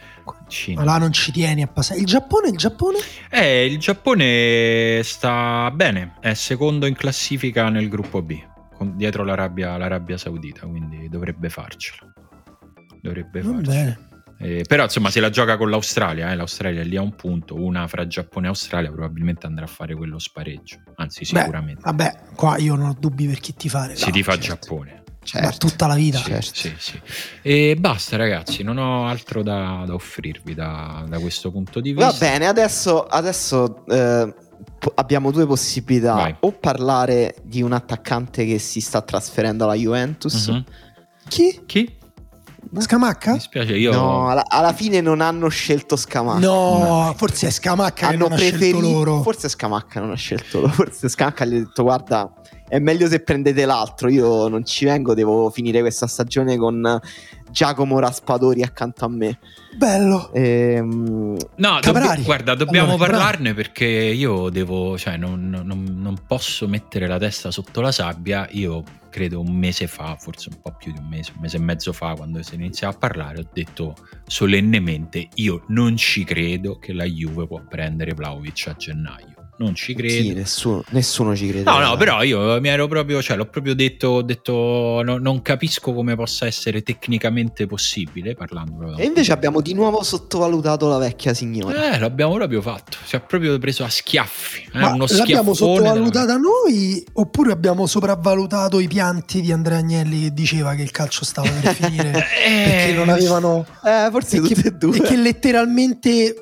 Speaker 1: Cina.
Speaker 2: ma là non ci tieni a passare. Il Giappone, il Giappone?
Speaker 1: Eh, il Giappone sta bene, è secondo in classifica nel gruppo B, con- dietro l'Arabia, l'Arabia Saudita, quindi dovrebbe farcela. Dovrebbe
Speaker 2: Va
Speaker 1: farcela.
Speaker 2: bene.
Speaker 1: Eh, però insomma se la gioca con l'Australia, eh, l'Australia è lì a un punto, una fra Giappone e Australia probabilmente andrà a fare quello spareggio, anzi
Speaker 2: Beh,
Speaker 1: sicuramente.
Speaker 2: vabbè, qua io non ho dubbi per chi tifare.
Speaker 1: si
Speaker 2: no,
Speaker 1: tifa
Speaker 2: certo.
Speaker 1: Giappone.
Speaker 3: certo.
Speaker 2: Ma tutta la vita.
Speaker 1: Sì,
Speaker 3: Certo.
Speaker 1: sì, sì. E basta ragazzi, non ho altro da, da offrirvi da, da questo punto di vista.
Speaker 3: Va bene, adesso, adesso eh, po- abbiamo due possibilità.
Speaker 1: Vai.
Speaker 3: O parlare di un attaccante che si sta trasferendo alla Juventus.
Speaker 1: Mhm.
Speaker 2: Chi?
Speaker 1: Chi?
Speaker 2: Scamacca?
Speaker 1: Mi spiace, io
Speaker 3: No, alla, alla fine non hanno scelto Scamacca.
Speaker 2: No, forse è Scamacca che
Speaker 3: Hanno
Speaker 2: non ha scelto
Speaker 3: preferito
Speaker 2: loro.
Speaker 3: Forse Scamacca non ha scelto loro. Forse Scamacca gli ha detto guarda, è meglio se prendete l'altro, io non ci vengo, devo finire questa stagione con Giacomo Raspadori accanto a me.
Speaker 2: Bello.
Speaker 3: Ehm,
Speaker 1: No,
Speaker 2: Caprari.
Speaker 1: dobbi- guarda, dobbiamo
Speaker 2: Allora, Caprari.
Speaker 1: parlarne perché io devo, cioè, non, non- non posso mettere la testa sotto la sabbia. Io credo un mese fa, forse un po' più di un mese, un mese e mezzo fa, quando si iniziava a parlare, ho detto solennemente: io non ci credo che la Juve può prendere Vlahovic a gennaio. Non ci
Speaker 3: sì,
Speaker 1: credo.
Speaker 3: nessuno, nessuno ci crede.
Speaker 1: No, no, però io mi ero proprio, cioè, l'ho proprio detto, ho detto, no- non capisco come possa essere tecnicamente possibile, parlando proprio da
Speaker 3: E
Speaker 1: un
Speaker 3: invece
Speaker 1: punto-
Speaker 3: abbiamo di nuovo sottovalutato la vecchia signora.
Speaker 1: Eh, l'abbiamo proprio fatto. Si è proprio preso a schiaffi. Eh,
Speaker 2: Ma
Speaker 1: uno
Speaker 2: l'abbiamo
Speaker 1: schiaffone
Speaker 2: sottovalutata noi oppure abbiamo sopravvalutato i pianti di Andrea Agnelli che diceva che il calcio stava per finire
Speaker 1: Eh,
Speaker 2: perché non avevano
Speaker 3: Eh, forse
Speaker 2: e
Speaker 3: tutte
Speaker 2: che,
Speaker 3: e due.
Speaker 2: e che letteralmente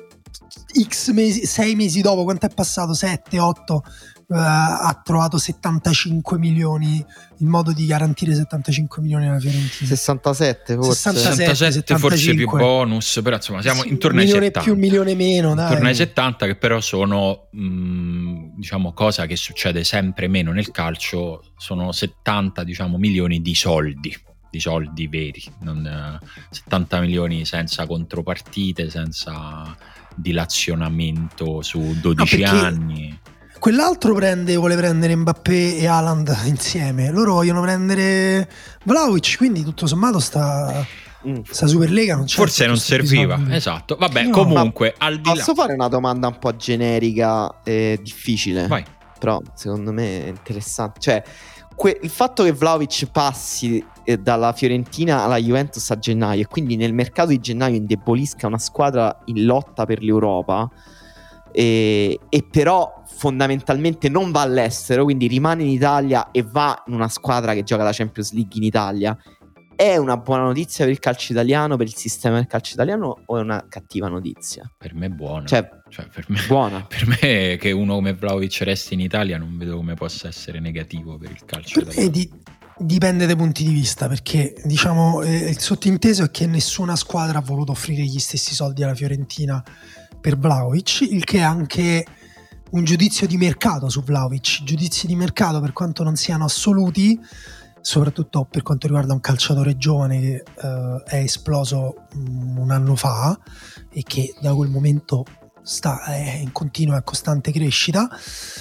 Speaker 2: X mesi, sei mesi dopo, quanto è passato? sette, otto, ha trovato settantacinque milioni, il modo di garantire settantacinque milioni alla Fiorentina.
Speaker 3: sessantasette forse.
Speaker 2: sessantasette.
Speaker 1: sessantasette forse più
Speaker 2: settantacinque.
Speaker 1: bonus, però insomma siamo
Speaker 2: Sì,
Speaker 1: intorno ai
Speaker 2: milione
Speaker 1: settanta.
Speaker 2: più, milione meno, dai.
Speaker 1: Intorno ai settanta, che però sono, mh, diciamo, cosa che succede sempre meno nel calcio, sono settanta, diciamo, milioni di soldi, di soldi veri, non, eh, settanta milioni senza contropartite, senza dilazionamento su dodici
Speaker 2: perché-
Speaker 1: anni.
Speaker 2: Quell'altro prende, vuole prendere Mbappé e Haaland insieme. Loro vogliono prendere Vlahovic, quindi tutto sommato sta,
Speaker 3: Mm.
Speaker 2: sta Superlega non c'è.
Speaker 1: Forse non
Speaker 2: tutto sti
Speaker 1: serviva,
Speaker 2: bisogni.
Speaker 1: esatto. Vabbè,
Speaker 2: No.
Speaker 1: comunque, al di là...
Speaker 3: Posso fare una domanda un po' generica e difficile?
Speaker 1: Vai.
Speaker 3: Però secondo me è interessante. Cioè, que- il fatto che Vlahovic passi eh, dalla Fiorentina alla Juventus a gennaio e quindi nel mercato di gennaio indebolisca una squadra in lotta per l'Europa, e, e però fondamentalmente non va all'estero, quindi rimane in Italia e va in una squadra che gioca la Champions League in Italia, è una buona notizia per il calcio italiano, per il sistema del calcio italiano, o è una cattiva notizia?
Speaker 1: Per me è buona.
Speaker 3: Cioè,
Speaker 1: cioè per me,
Speaker 3: buona.
Speaker 1: Per me che uno come Vlahovic resti in Italia non vedo come possa essere negativo per il calcio
Speaker 2: per
Speaker 1: italiano.
Speaker 2: Me di, dipende dai punti di vista, perché diciamo eh, il sottinteso è che nessuna squadra ha voluto offrire gli stessi soldi alla Fiorentina per Vlahovic, il che è anche un giudizio di mercato su Vlahovic. Giudizi di mercato, per quanto non siano assoluti, soprattutto per quanto riguarda un calciatore giovane che uh, è esploso um, un anno fa e che da quel momento sta è in continua e costante crescita,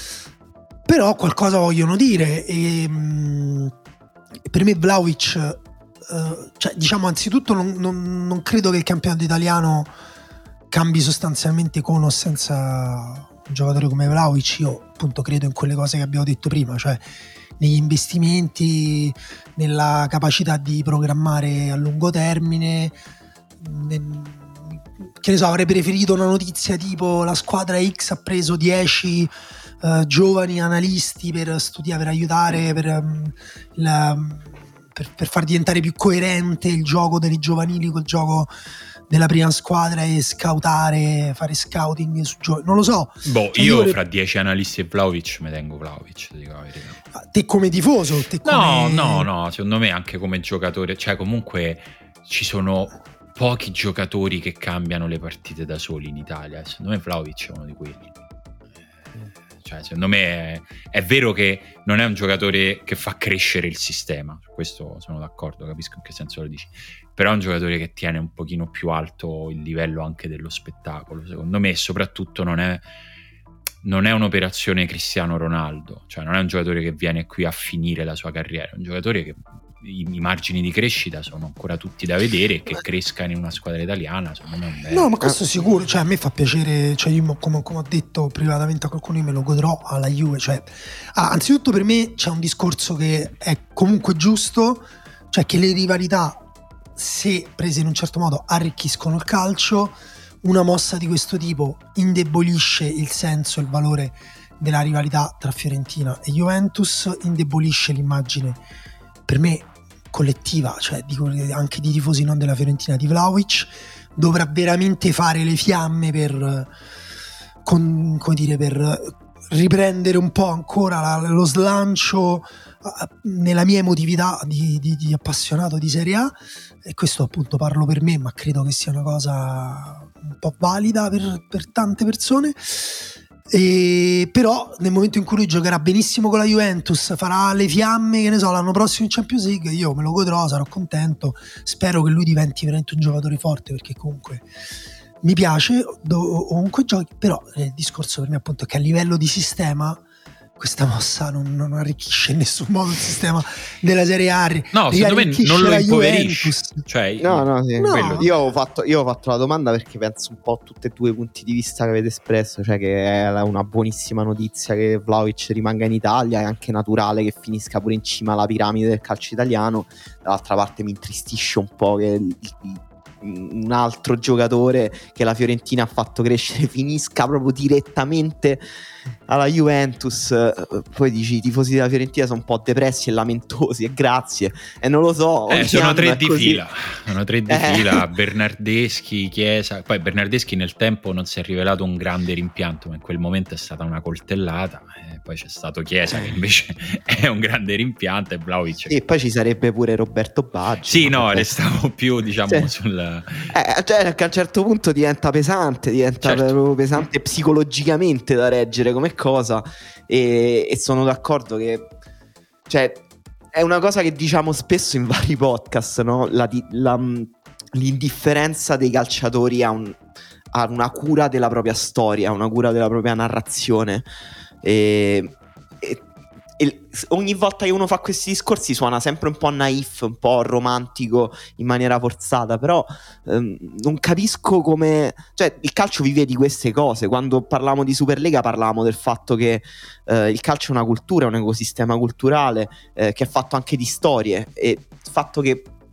Speaker 2: però qualcosa vogliono dire. E um, per me Vlahovic uh, cioè, diciamo, anzitutto non, non, non credo che il campionato italiano cambi sostanzialmente con o senza un giocatore come Vlahovic. Io appunto credo in quelle cose che abbiamo detto prima, cioè negli investimenti, nella capacità di programmare a lungo termine. Nel, che ne so, avrei preferito una notizia tipo la squadra X ha preso dieci uh, giovani analisti per studiare, per aiutare, per, um, la, per, per far diventare più coerente il gioco delle giovanili col gioco della prima squadra e scoutare, fare scouting su giochi. Non lo so.
Speaker 1: Boh,
Speaker 2: cioè,
Speaker 1: io
Speaker 2: io
Speaker 1: fra dieci analisti e Vlahovic mi tengo Vlahovic, dico la verità.
Speaker 2: Te come tifoso? Te come...
Speaker 1: No, no, no, secondo me anche come giocatore, cioè comunque ci sono pochi giocatori che cambiano le partite da soli in Italia. Secondo me Vlahovic è uno di quelli. Cioè, secondo me è, è vero che non è un giocatore che fa crescere il sistema, su questo sono d'accordo, capisco in che senso lo dici, però è un giocatore che tiene un pochino più alto il livello anche dello spettacolo, secondo me, e soprattutto non è, non è un'operazione Cristiano Ronaldo, cioè non è un giocatore che viene qui a finire la sua carriera, è un giocatore che i, i margini di crescita sono ancora tutti da vedere, e che cresca in una squadra italiana secondo me è un bel...
Speaker 2: No, ma questo sicuro, cioè a me fa piacere, cioè io come, come ho detto privatamente a qualcuno, io me lo godrò alla Juve, cioè ah, anzitutto per me c'è un discorso che è comunque giusto, cioè che le rivalità, se prese in un certo modo, arricchiscono il calcio. Una mossa di questo tipo indebolisce il senso e il valore della rivalità tra Fiorentina e Juventus, indebolisce l'immagine, per me, collettiva, cioè dico anche di tifosi non della Fiorentina, di Vlahovic. Dovrà veramente fare le fiamme per, con, come dire, per riprendere un po' ancora la, lo slancio nella mia emotività di, di, di appassionato di Serie A, e questo appunto parlo per me, ma credo che sia una cosa un po' valida per, per tante persone. E però nel momento in cui lui giocherà benissimo con la Juventus, farà le fiamme, che ne so, l'anno prossimo in Champions League, io me lo godrò, sarò contento, spero che lui diventi veramente un giocatore forte, perché comunque mi piace ovunque giochi. Però il discorso per me appunto è che a livello di sistema questa mossa non, non arricchisce in nessun modo il sistema della Serie A.
Speaker 1: No, secondo me non lo impoverisce. Cioè,
Speaker 3: no, no, sì.
Speaker 2: no.
Speaker 3: Io ho fatto, io ho fatto la domanda perché penso un po' a tutti e due i punti di vista che avete espresso, cioè che è una buonissima notizia che Vlahovic rimanga in Italia, è anche naturale che finisca pure in cima alla piramide del calcio italiano. Dall'altra parte mi intristisce un po' che il, il, un altro giocatore che la Fiorentina ha fatto crescere finisca proprio direttamente alla Juventus. Poi dici i tifosi della Fiorentina sono un po' depressi e lamentosi, e grazie, e non lo so,
Speaker 1: eh, sono tre di
Speaker 3: così.
Speaker 1: fila sono tre di
Speaker 3: eh.
Speaker 1: fila Bernardeschi, Chiesa. Poi Bernardeschi nel tempo non si è rivelato un grande rimpianto, ma in quel momento è stata una coltellata, e poi c'è stato Chiesa che invece è un grande rimpianto, e Vlahovic,
Speaker 3: e poi ci sarebbe pure Roberto Baggio.
Speaker 1: sì, no, restavo più diciamo sì. sul
Speaker 3: eh, cioè che a un certo punto diventa pesante, diventa certo. proprio pesante psicologicamente da reggere come cosa, e, e sono d'accordo che, cioè, è una cosa che diciamo spesso in vari podcast, no? La, la, l'indifferenza dei calciatori a, un, a una cura della propria storia, a una cura della propria narrazione, e, e, e ogni volta che uno fa questi discorsi suona sempre un po' naif, un po' romantico in maniera forzata, però ehm, non capisco come, cioè il calcio vive di queste cose. Quando parlavamo di Superlega parlavamo del fatto che eh, il calcio è una cultura, è un ecosistema culturale eh, che è fatto anche di storie, e il fatto che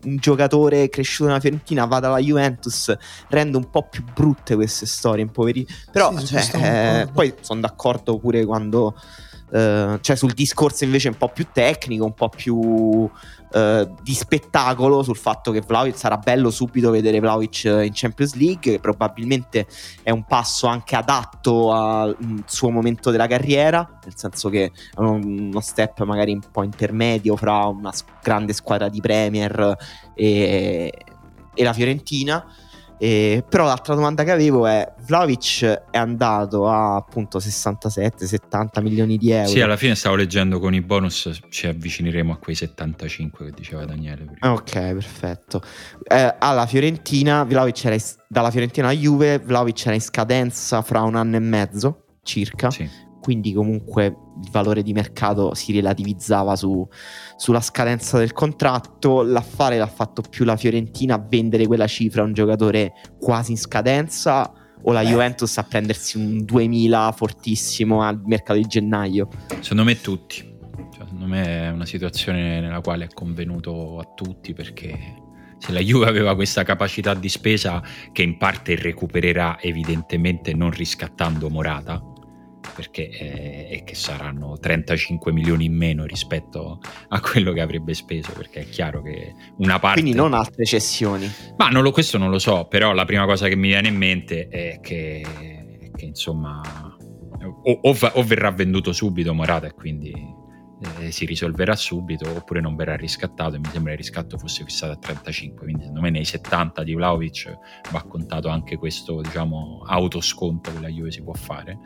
Speaker 3: un giocatore cresciuto nella Fiorentina vada alla Juventus rende un po' più brutte queste storie, impoveri. Però
Speaker 2: Sì,
Speaker 3: cioè, eh, poi sono d'accordo pure quando Uh, cioè sul discorso invece un po' più tecnico, un po' più uh, di spettacolo, sul fatto che Vlahovic sarà bello subito vedere Vlahovic in Champions League, che probabilmente è un passo anche adatto al suo momento della carriera, nel senso che è uno step magari un po' intermedio fra una grande squadra di Premier e, e la Fiorentina. Eh, però l'altra domanda che avevo è: Vlahovic è andato a appunto sessantasette settanta milioni di euro.
Speaker 1: Sì, alla fine stavo leggendo con i bonus ci avvicineremo a quei settantacinque che diceva Daniele prima.
Speaker 3: Ok, perfetto. Eh, alla Fiorentina Vlahovic era in, dalla Fiorentina alla Juve Vlahovic era in scadenza fra un anno e mezzo circa,
Speaker 1: sì.
Speaker 3: Quindi comunque il valore di mercato si relativizzava su, sulla scadenza del contratto. L'affare l'ha fatto più la Fiorentina a vendere quella cifra a un giocatore quasi in scadenza, o la Beh. Juventus a prendersi un duemila fortissimo al mercato di gennaio?
Speaker 1: Secondo me tutti, cioè, secondo me è una situazione nella quale è convenuto a tutti, perché se la Juve aveva questa capacità di spesa, che in parte recupererà evidentemente non riscattando Morata, perché è, è che saranno trentacinque milioni in meno rispetto a quello che avrebbe speso, perché è chiaro che una parte...
Speaker 3: Quindi non altre cessioni?
Speaker 1: Ma non lo, questo non lo so, però la prima cosa che mi viene in mente è che, che insomma o, o, o verrà venduto subito Morata e quindi eh, si risolverà subito, oppure non verrà riscattato, e mi sembra che il riscatto fosse fissato a trentacinque, quindi secondo me nei settanta di Vlahovic va contato anche questo, diciamo, autosconto che la Juve si può fare,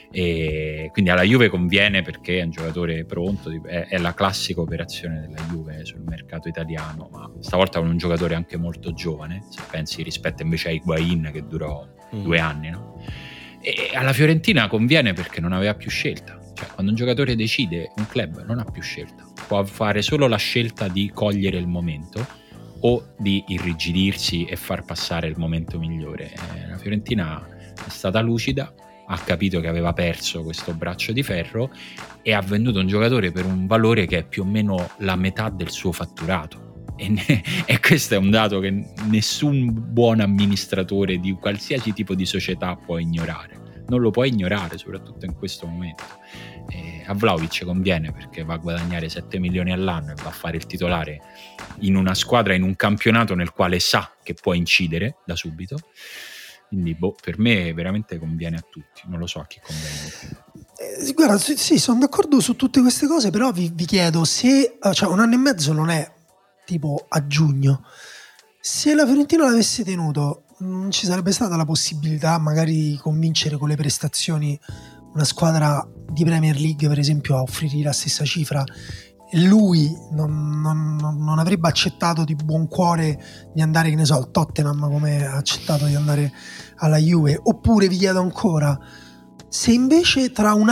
Speaker 1: e quindi alla Juve conviene perché è un giocatore pronto, è, è la classica operazione della Juve sul mercato italiano, ma stavolta con un giocatore anche molto giovane, se pensi, rispetto invece a Higuain che durò mm. due anni, no? E alla Fiorentina conviene perché non aveva più scelta. Cioè, quando un giocatore decide, un club non ha più scelta, può fare solo la scelta di cogliere il momento o di irrigidirsi e far passare il momento migliore. Eh, la Fiorentina è stata lucida, ha capito che aveva perso questo braccio di ferro e ha venduto un giocatore per un valore che è più o meno la metà del suo fatturato. E, ne, e questo è un dato che nessun buon amministratore di qualsiasi tipo di società può ignorare. Non lo puoi ignorare, soprattutto in questo momento. Eh, a Vlahovic conviene perché va a guadagnare sette milioni all'anno e va a fare il titolare in una squadra, in un campionato nel quale sa che può incidere da subito. Quindi boh, per me veramente conviene a tutti, non lo so a chi conviene.
Speaker 2: Eh, guarda, sì, sì, sono d'accordo su tutte queste cose, però vi, vi chiedo se, cioè, un anno e mezzo non è tipo a giugno. Se la Fiorentina l'avesse tenuto, non ci sarebbe stata la possibilità magari di convincere con le prestazioni una squadra di Premier League, per esempio, a offrirgli la stessa cifra, e lui non, non, non avrebbe accettato di buon cuore di andare, che ne so, al Tottenham, come ha accettato di andare alla Juve? Oppure vi chiedo ancora, se invece tra un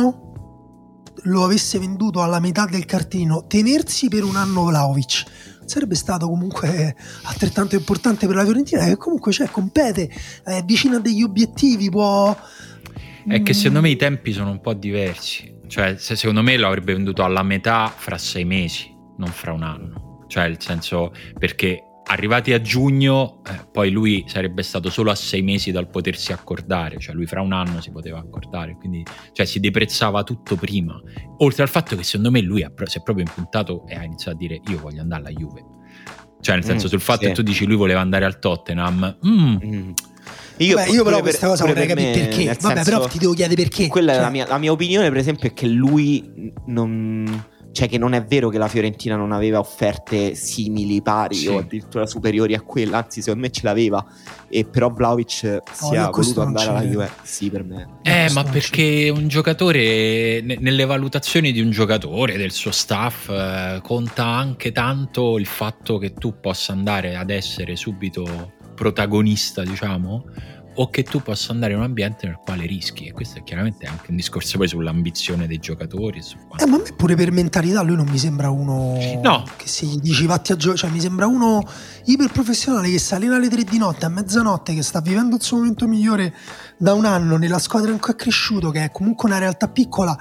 Speaker 2: anno lo avesse venduto alla metà del cartino, tenersi per un anno Vlahovic sarebbe stato comunque altrettanto importante per la Fiorentina, che comunque cioè, compete, è vicino a degli obiettivi, può...
Speaker 1: È che secondo me i tempi sono un po' diversi, cioè se secondo me lo avrebbe venduto alla metà fra sei mesi, non fra un anno, cioè nel senso, perché arrivati a giugno eh, poi lui sarebbe stato solo a sei mesi dal potersi accordare, cioè lui fra un anno si poteva accordare, quindi cioè si deprezzava tutto prima, oltre al fatto che secondo me lui ha, si è proprio impuntato e ha iniziato a dire io voglio andare alla Juve, cioè nel senso mm, sul fatto sì. che tu dici lui voleva andare al Tottenham, mm, mm.
Speaker 2: Io, Vabbè, io però questa cosa vorrei capire perché. Vabbè, senso, però ti devo chiedere perché.
Speaker 3: Quella
Speaker 2: cioè.
Speaker 3: è la mia, la mia opinione, per esempio, è che lui non... Cioè che non è vero che la Fiorentina non aveva offerte simili, pari sì. o addirittura superiori a quella, anzi secondo me ce l'aveva, e però Vlahovic oh, sia voluto andare alla Juve. Sì, per me.
Speaker 1: Eh, ma perché un giocatore, nelle valutazioni di un giocatore, del suo staff, eh, conta anche tanto il fatto che tu possa andare ad essere subito protagonista, diciamo, o che tu possa andare in un ambiente nel quale rischi, e questo è chiaramente anche un discorso poi sull'ambizione dei giocatori, su
Speaker 2: eh, ma a me pure per mentalità lui non mi sembra uno
Speaker 1: no.
Speaker 2: che se gli dici vatti a giocare, cioè mi sembra uno iper professionale che si allena alle tre di notte, a mezzanotte, che sta vivendo il suo momento migliore da un anno nella squadra in cui è cresciuto, che è comunque una realtà piccola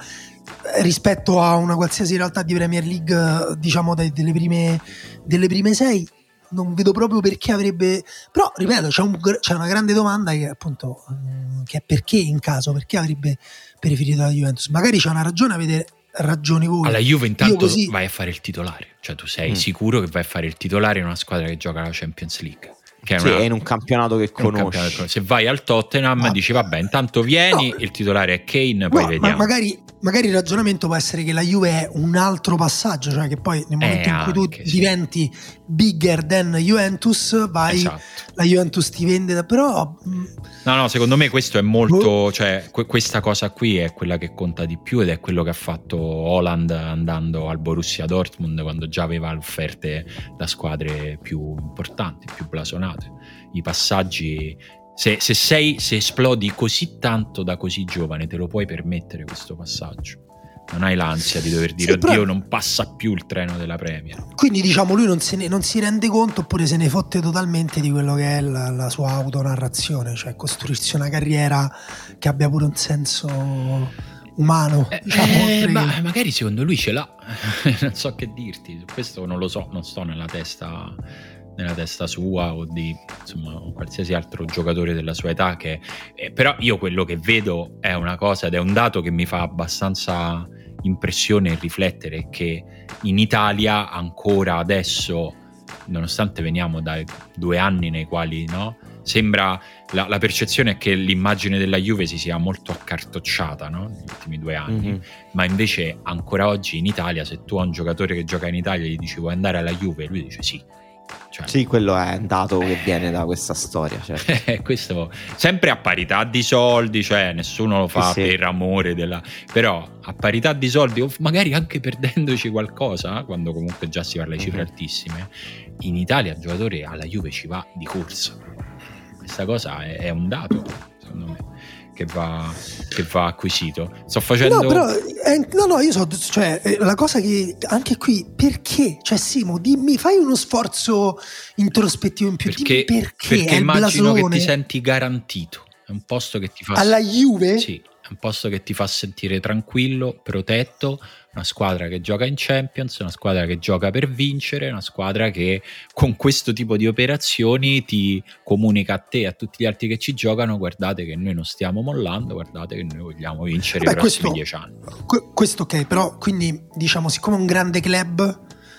Speaker 2: rispetto a una qualsiasi realtà di Premier League, diciamo delle prime, delle prime sei. non vedo proprio perché avrebbe, però ripeto c'è, un, c'è una grande domanda che appunto che è perché in caso, perché avrebbe preferito la Juventus. Magari c'è una ragione, avete ragione voi.
Speaker 1: Alla Juve intanto
Speaker 2: così...
Speaker 1: vai a fare il titolare, cioè tu sei
Speaker 3: mm.
Speaker 1: sicuro che vai a fare il titolare in una squadra che gioca la Champions League, che è,
Speaker 3: sì,
Speaker 1: una,
Speaker 3: è in un campionato che conosci.
Speaker 1: Campionato, se vai al Tottenham
Speaker 2: no.
Speaker 1: dici vabbè intanto vieni, no. il titolare è Kane, poi
Speaker 2: no,
Speaker 1: vediamo.
Speaker 2: Ma magari, magari il ragionamento può essere che la Juve è un altro passaggio, cioè che poi nel momento
Speaker 1: eh,
Speaker 2: in cui tu
Speaker 1: anche,
Speaker 2: diventi sì. bigger than Juventus vai,
Speaker 1: esatto.
Speaker 2: la Juventus ti vende, però
Speaker 1: no no secondo me questo è molto, cioè que- questa cosa qui è quella che conta di più ed è quello che ha fatto Haaland andando al Borussia Dortmund quando già aveva offerte da squadre più importanti, più blasonate. I passaggi, se, se sei se esplodi così tanto da così giovane te lo puoi permettere questo passaggio, non hai l'ansia di dover dire sì, oddio però... non passa più il treno della Premier,
Speaker 2: quindi diciamo lui non, se ne, non si rende conto oppure se ne fotte totalmente di quello che è la, la sua autonarrazione, cioè costruirsi una carriera che abbia pure un senso umano,
Speaker 1: eh,
Speaker 2: diciamo,
Speaker 1: eh, ma magari secondo lui ce l'ha non so che dirti, questo non lo so, non sto nella testa nella testa sua o di insomma qualsiasi altro giocatore della sua età che eh, però io quello che vedo è una cosa ed è un dato che mi fa abbastanza impressione e riflettere, che in Italia ancora adesso, nonostante veniamo dai due anni nei quali no sembra la, la percezione è che l'immagine della Juve si sia molto accartocciata, no? Negli ultimi due anni, mm-hmm. ma invece ancora oggi in Italia se tu a un giocatore che gioca in Italia gli dici vuoi andare alla Juve, lui dice sì. Cioè,
Speaker 3: sì, quello è un dato che viene da questa storia, certo.
Speaker 1: Questo sempre a parità di soldi, cioè nessuno lo fa sì, per sì. amore della, però a parità di soldi o magari anche perdendoci qualcosa, quando comunque già si parla di cifre mm-hmm. altissime, in Italia il giocatore alla Juve ci va di corsa. Questa cosa è, è un dato secondo me che va, che va acquisito. Sto facendo
Speaker 2: no però eh, no no io so, cioè eh, la cosa che anche qui perché, cioè Simo dimmi, fai uno sforzo introspettivo in più,
Speaker 1: perché,
Speaker 2: dimmi perché
Speaker 1: perché
Speaker 2: è
Speaker 1: immagino
Speaker 2: blasone.
Speaker 1: Che ti senti garantito, è un posto che ti fa
Speaker 2: alla Juve?
Speaker 1: Sì, è un posto che ti fa sentire tranquillo, protetto, una squadra che gioca in Champions, una squadra che gioca per vincere, una squadra che con questo tipo di operazioni ti comunica a te e a tutti gli altri che ci giocano: guardate che noi non stiamo mollando, guardate che noi vogliamo vincere. Vabbè, i prossimi
Speaker 2: questo,
Speaker 1: dieci anni.
Speaker 2: Que- questo ok, però quindi diciamo siccome è un grande club,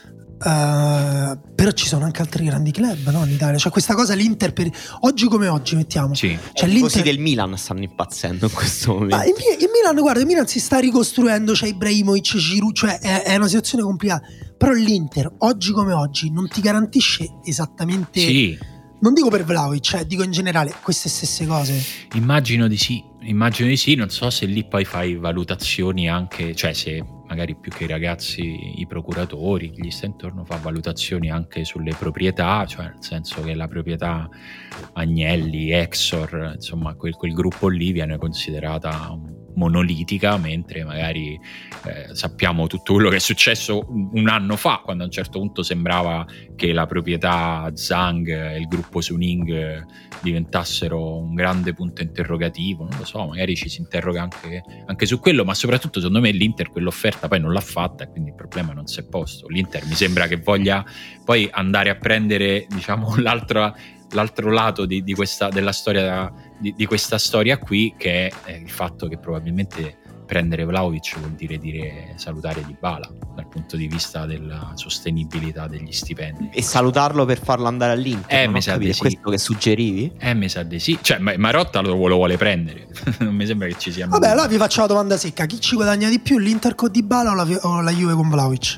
Speaker 2: Uh, però ci sono anche altri grandi club, no, in Italia, cioè questa cosa l'Inter per oggi come oggi mettiamo
Speaker 1: sì.
Speaker 2: cioè,
Speaker 3: i
Speaker 2: l'Inter...
Speaker 3: tifosi del Milan stanno impazzendo in questo momento.
Speaker 2: Ma il, il Milan, guarda, il Milan si sta ricostruendo, c'è Ibrahimovic, Giroud, cioè è, è una situazione complicata, però l'Inter oggi come oggi non ti garantisce esattamente
Speaker 1: sì.
Speaker 2: Non dico per Vlahovic, cioè dico in generale queste stesse cose.
Speaker 1: Immagino di sì, immagino di sì, non so se lì poi fai valutazioni anche, cioè se magari più che i ragazzi, i procuratori, chi gli sta intorno fa valutazioni anche sulle proprietà, cioè nel senso che la proprietà Agnelli, Exor, insomma quel, quel gruppo lì viene considerata monolitica, mentre magari eh, sappiamo tutto quello che è successo un, un anno fa, quando a un certo punto sembrava che la proprietà Zhang e il gruppo Suning diventassero un grande punto interrogativo, non lo so, magari ci si interroga anche, anche su quello, ma soprattutto secondo me l'Inter quell'offerta poi non l'ha fatta e quindi il problema non si è posto. L'Inter mi sembra che voglia poi andare a prendere, diciamo, l'altro, l'altro lato di, di questa, della storia di, di questa storia qui, che è il fatto che probabilmente prendere Vlahovic vuol dire, dire salutare Dybala dal punto di vista della sostenibilità degli stipendi,
Speaker 3: e salutarlo per farlo andare all'Inter.
Speaker 1: Eh, mi sa di
Speaker 3: è
Speaker 1: sì.
Speaker 3: Questo che suggerivi?
Speaker 1: Eh, mi sa di sì. Cioè, Marotta lo, lo vuole prendere. Non mi sembra che ci sia.
Speaker 2: Vabbè, allora vi faccio la domanda secca: chi ci guadagna di più, l'Inter con Dybala o la, o la Juve con Vlahovic?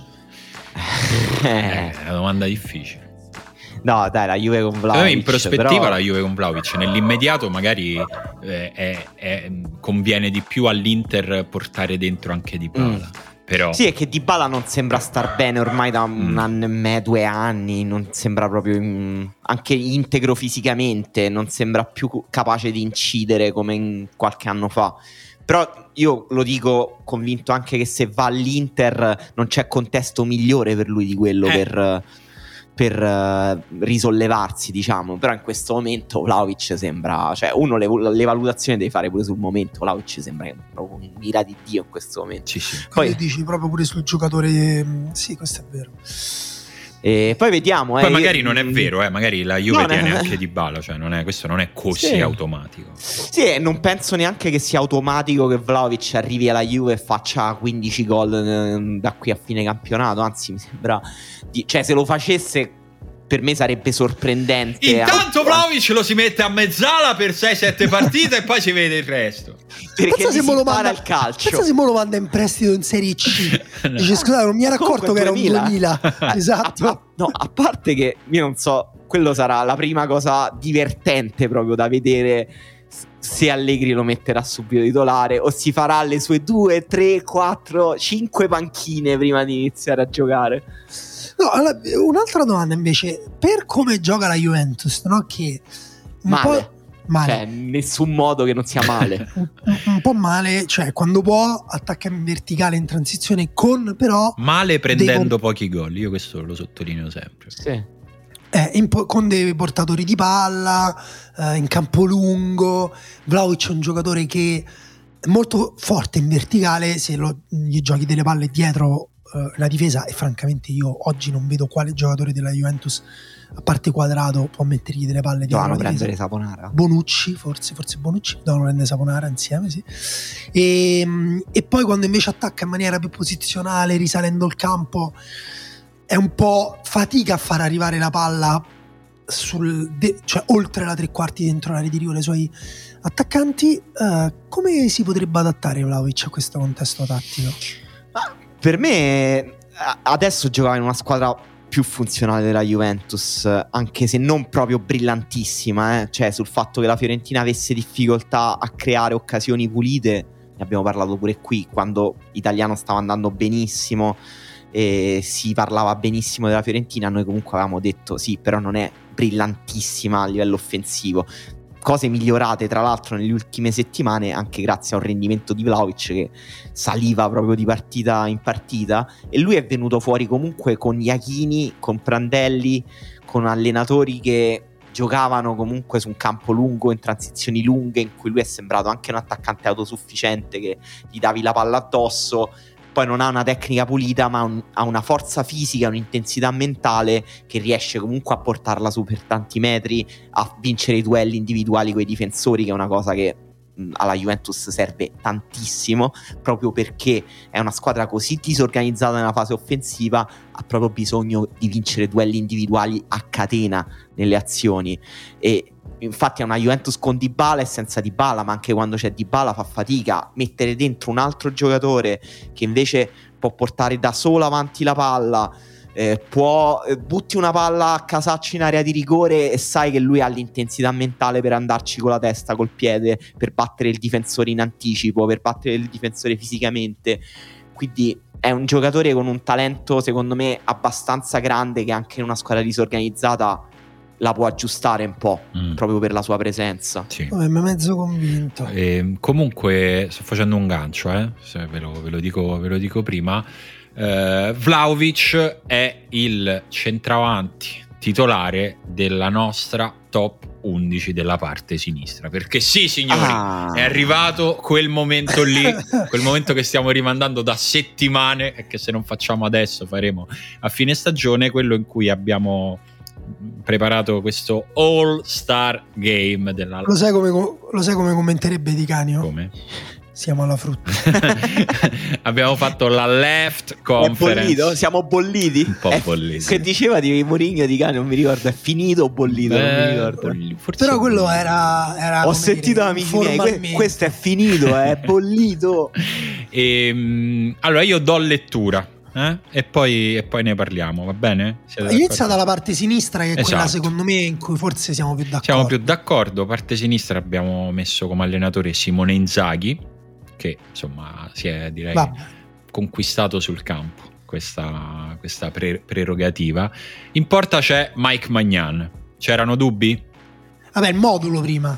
Speaker 1: Eh, è una domanda difficile.
Speaker 3: No, dai, la Juve con Vlahovic.
Speaker 1: In prospettiva però... la Juve con Vlahovic, nell'immediato magari eh, è, è, conviene di più all'Inter portare dentro anche Dybala. Mm. Però... Sì,
Speaker 3: è che Dybala non sembra star bene ormai da un mm. anno e mezzo, due anni, non sembra proprio in, anche integro fisicamente, non sembra più capace di incidere come in qualche anno fa. Però io lo dico convinto anche che se va all'Inter non c'è contesto migliore per lui di quello eh. per... per uh, risollevarsi, diciamo. Però in questo momento Vlahovic sembra, cioè uno le, le valutazioni deve fare pure sul momento. Vlahovic sembra proprio un'ira di Dio in questo momento.
Speaker 1: Sì, sì.
Speaker 2: Poi dici proprio pure sul giocatore, sì, questo è vero.
Speaker 3: E poi vediamo.
Speaker 1: Poi
Speaker 3: eh,
Speaker 1: magari
Speaker 3: io...
Speaker 1: non è vero, eh, magari la Juve
Speaker 3: no,
Speaker 1: tiene
Speaker 3: no,
Speaker 1: anche Dybala, cioè non è, questo non è così
Speaker 3: sì.
Speaker 1: automatico.
Speaker 3: Sì, e non penso neanche che sia automatico che Vlahovic arrivi alla Juve e faccia quindici gol eh, da qui a fine campionato, anzi mi sembra di... cioè se lo facesse per me sarebbe sorprendente.
Speaker 1: Intanto Vlahovic lo si mette a mezzala per sei sette partite e poi si vede il resto.
Speaker 3: Perché si impara il calcio.
Speaker 2: Pensa se mo lo manda in prestito in Serie C. No. Dice scusate, non mi ero accorto che era un duemila. Esatto.
Speaker 3: A, a, no, a parte che io non so, quello sarà la prima cosa divertente proprio da vedere, se Allegri lo metterà subito titolare o si farà le sue due, tre, quattro, cinque panchine prima di iniziare a giocare.
Speaker 2: No, allora, un'altra domanda invece, per come gioca la Juventus, no? Che un
Speaker 3: male.
Speaker 2: po' male.
Speaker 3: Cioè, in nessun modo che non sia male.
Speaker 2: un, un po' male, cioè quando può attacca in verticale in transizione con però
Speaker 1: male prendendo
Speaker 2: dei...
Speaker 1: pochi gol, io questo lo sottolineo sempre.
Speaker 3: Sì.
Speaker 2: Eh, in po- con dei portatori di palla eh, in campo lungo. Vlahovic è un giocatore che è molto forte in verticale, se lo, gli giochi delle palle dietro uh, la difesa, e francamente io oggi non vedo quale giocatore della Juventus a parte Quadrato può mettergli delle palle dietro.
Speaker 3: Dovevano prendere Saponara.
Speaker 2: Bonucci, forse, forse Bonucci dovevano prendere Saponara insieme, sì. E, e poi quando invece attacca in maniera più posizionale, risalendo il campo, è un po' fatica a far arrivare la palla sul de- cioè oltre la tre quarti dentro l'area di rigore ai suoi attaccanti. Uh, come si potrebbe adattare Vlahovic a questo contesto tattico?
Speaker 3: Ma per me adesso giocava in una squadra più funzionale della Juventus, anche se non proprio brillantissima, eh? Cioè sul fatto che la Fiorentina avesse difficoltà a creare occasioni pulite ne abbiamo parlato pure qui, quando Italiano stava andando benissimo e si parlava benissimo della Fiorentina, noi comunque avevamo detto sì, però non è brillantissima a livello offensivo. Cose migliorate tra l'altro nelle ultime settimane anche grazie a un rendimento di Vlahovic che saliva proprio di partita in partita, e lui è venuto fuori comunque con Iachini, con Prandelli, con allenatori che giocavano comunque su un campo lungo, in transizioni lunghe, in cui lui è sembrato anche un attaccante autosufficiente che gli davi la palla addosso. Poi non ha una tecnica pulita, ma un, ha una forza fisica, un'intensità mentale che riesce comunque a portarla su per tanti metri, a vincere i duelli individuali con i difensori, che è una cosa che mh, alla Juventus serve tantissimo, proprio perché è una squadra così disorganizzata nella fase offensiva, ha proprio bisogno di vincere duelli individuali a catena nelle azioni. E infatti è una Juventus con Dybala e senza Dybala, ma anche quando c'è Dybala fa fatica. Mettere dentro un altro giocatore che invece può portare da solo avanti la palla, eh, può eh, butti una palla a casaccio in area di rigore e sai che lui ha l'intensità mentale per andarci con la testa, col piede, per battere il difensore in anticipo, per battere il difensore fisicamente. Quindi è un giocatore con un talento secondo me abbastanza grande, che anche in una squadra disorganizzata la può aggiustare un po', mm. proprio per la sua presenza.
Speaker 1: Sì.
Speaker 2: Oh, mi è mezzo convinto.
Speaker 1: E, comunque sto facendo un gancio, eh? Se ve, lo, ve, lo dico, ve lo dico prima. eh, Vlahovic è il centravanti titolare della nostra top undici della parte sinistra, perché sì signori, ah. è arrivato quel momento lì, quel momento che stiamo rimandando da settimane e che se non facciamo adesso faremo a fine stagione, quello in cui abbiamo preparato questo All Star Game della...
Speaker 2: Lo sai come, lo sai come commenterebbe Di Canio?
Speaker 1: Come?
Speaker 2: Siamo alla frutta.
Speaker 1: Abbiamo fatto la Left Conference.
Speaker 3: È bollito? Siamo bolliti?
Speaker 1: Un po'
Speaker 3: è,
Speaker 1: bolliti.
Speaker 3: Che diceva di Mourinho Di Canio, non mi ricordo, è finito o bollito?
Speaker 1: Beh,
Speaker 3: non mi ricordo.
Speaker 1: Bolli, forse
Speaker 2: però quello era, era
Speaker 3: ho sentito dire, amici miei, que- questo è finito, è bollito.
Speaker 1: E, allora io do lettura. Eh? E, poi, e poi ne parliamo, va bene?
Speaker 2: Inizia dalla parte sinistra, che è
Speaker 1: esatto.
Speaker 2: quella secondo me in cui forse siamo più d'accordo.
Speaker 1: Siamo più d'accordo. Parte sinistra abbiamo messo come allenatore Simone Inzaghi, che insomma si è direi Vabbè. conquistato sul campo questa, questa pre- prerogativa. In porta c'è Mike Maignan. C'erano dubbi?
Speaker 2: Vabbè, il modulo prima.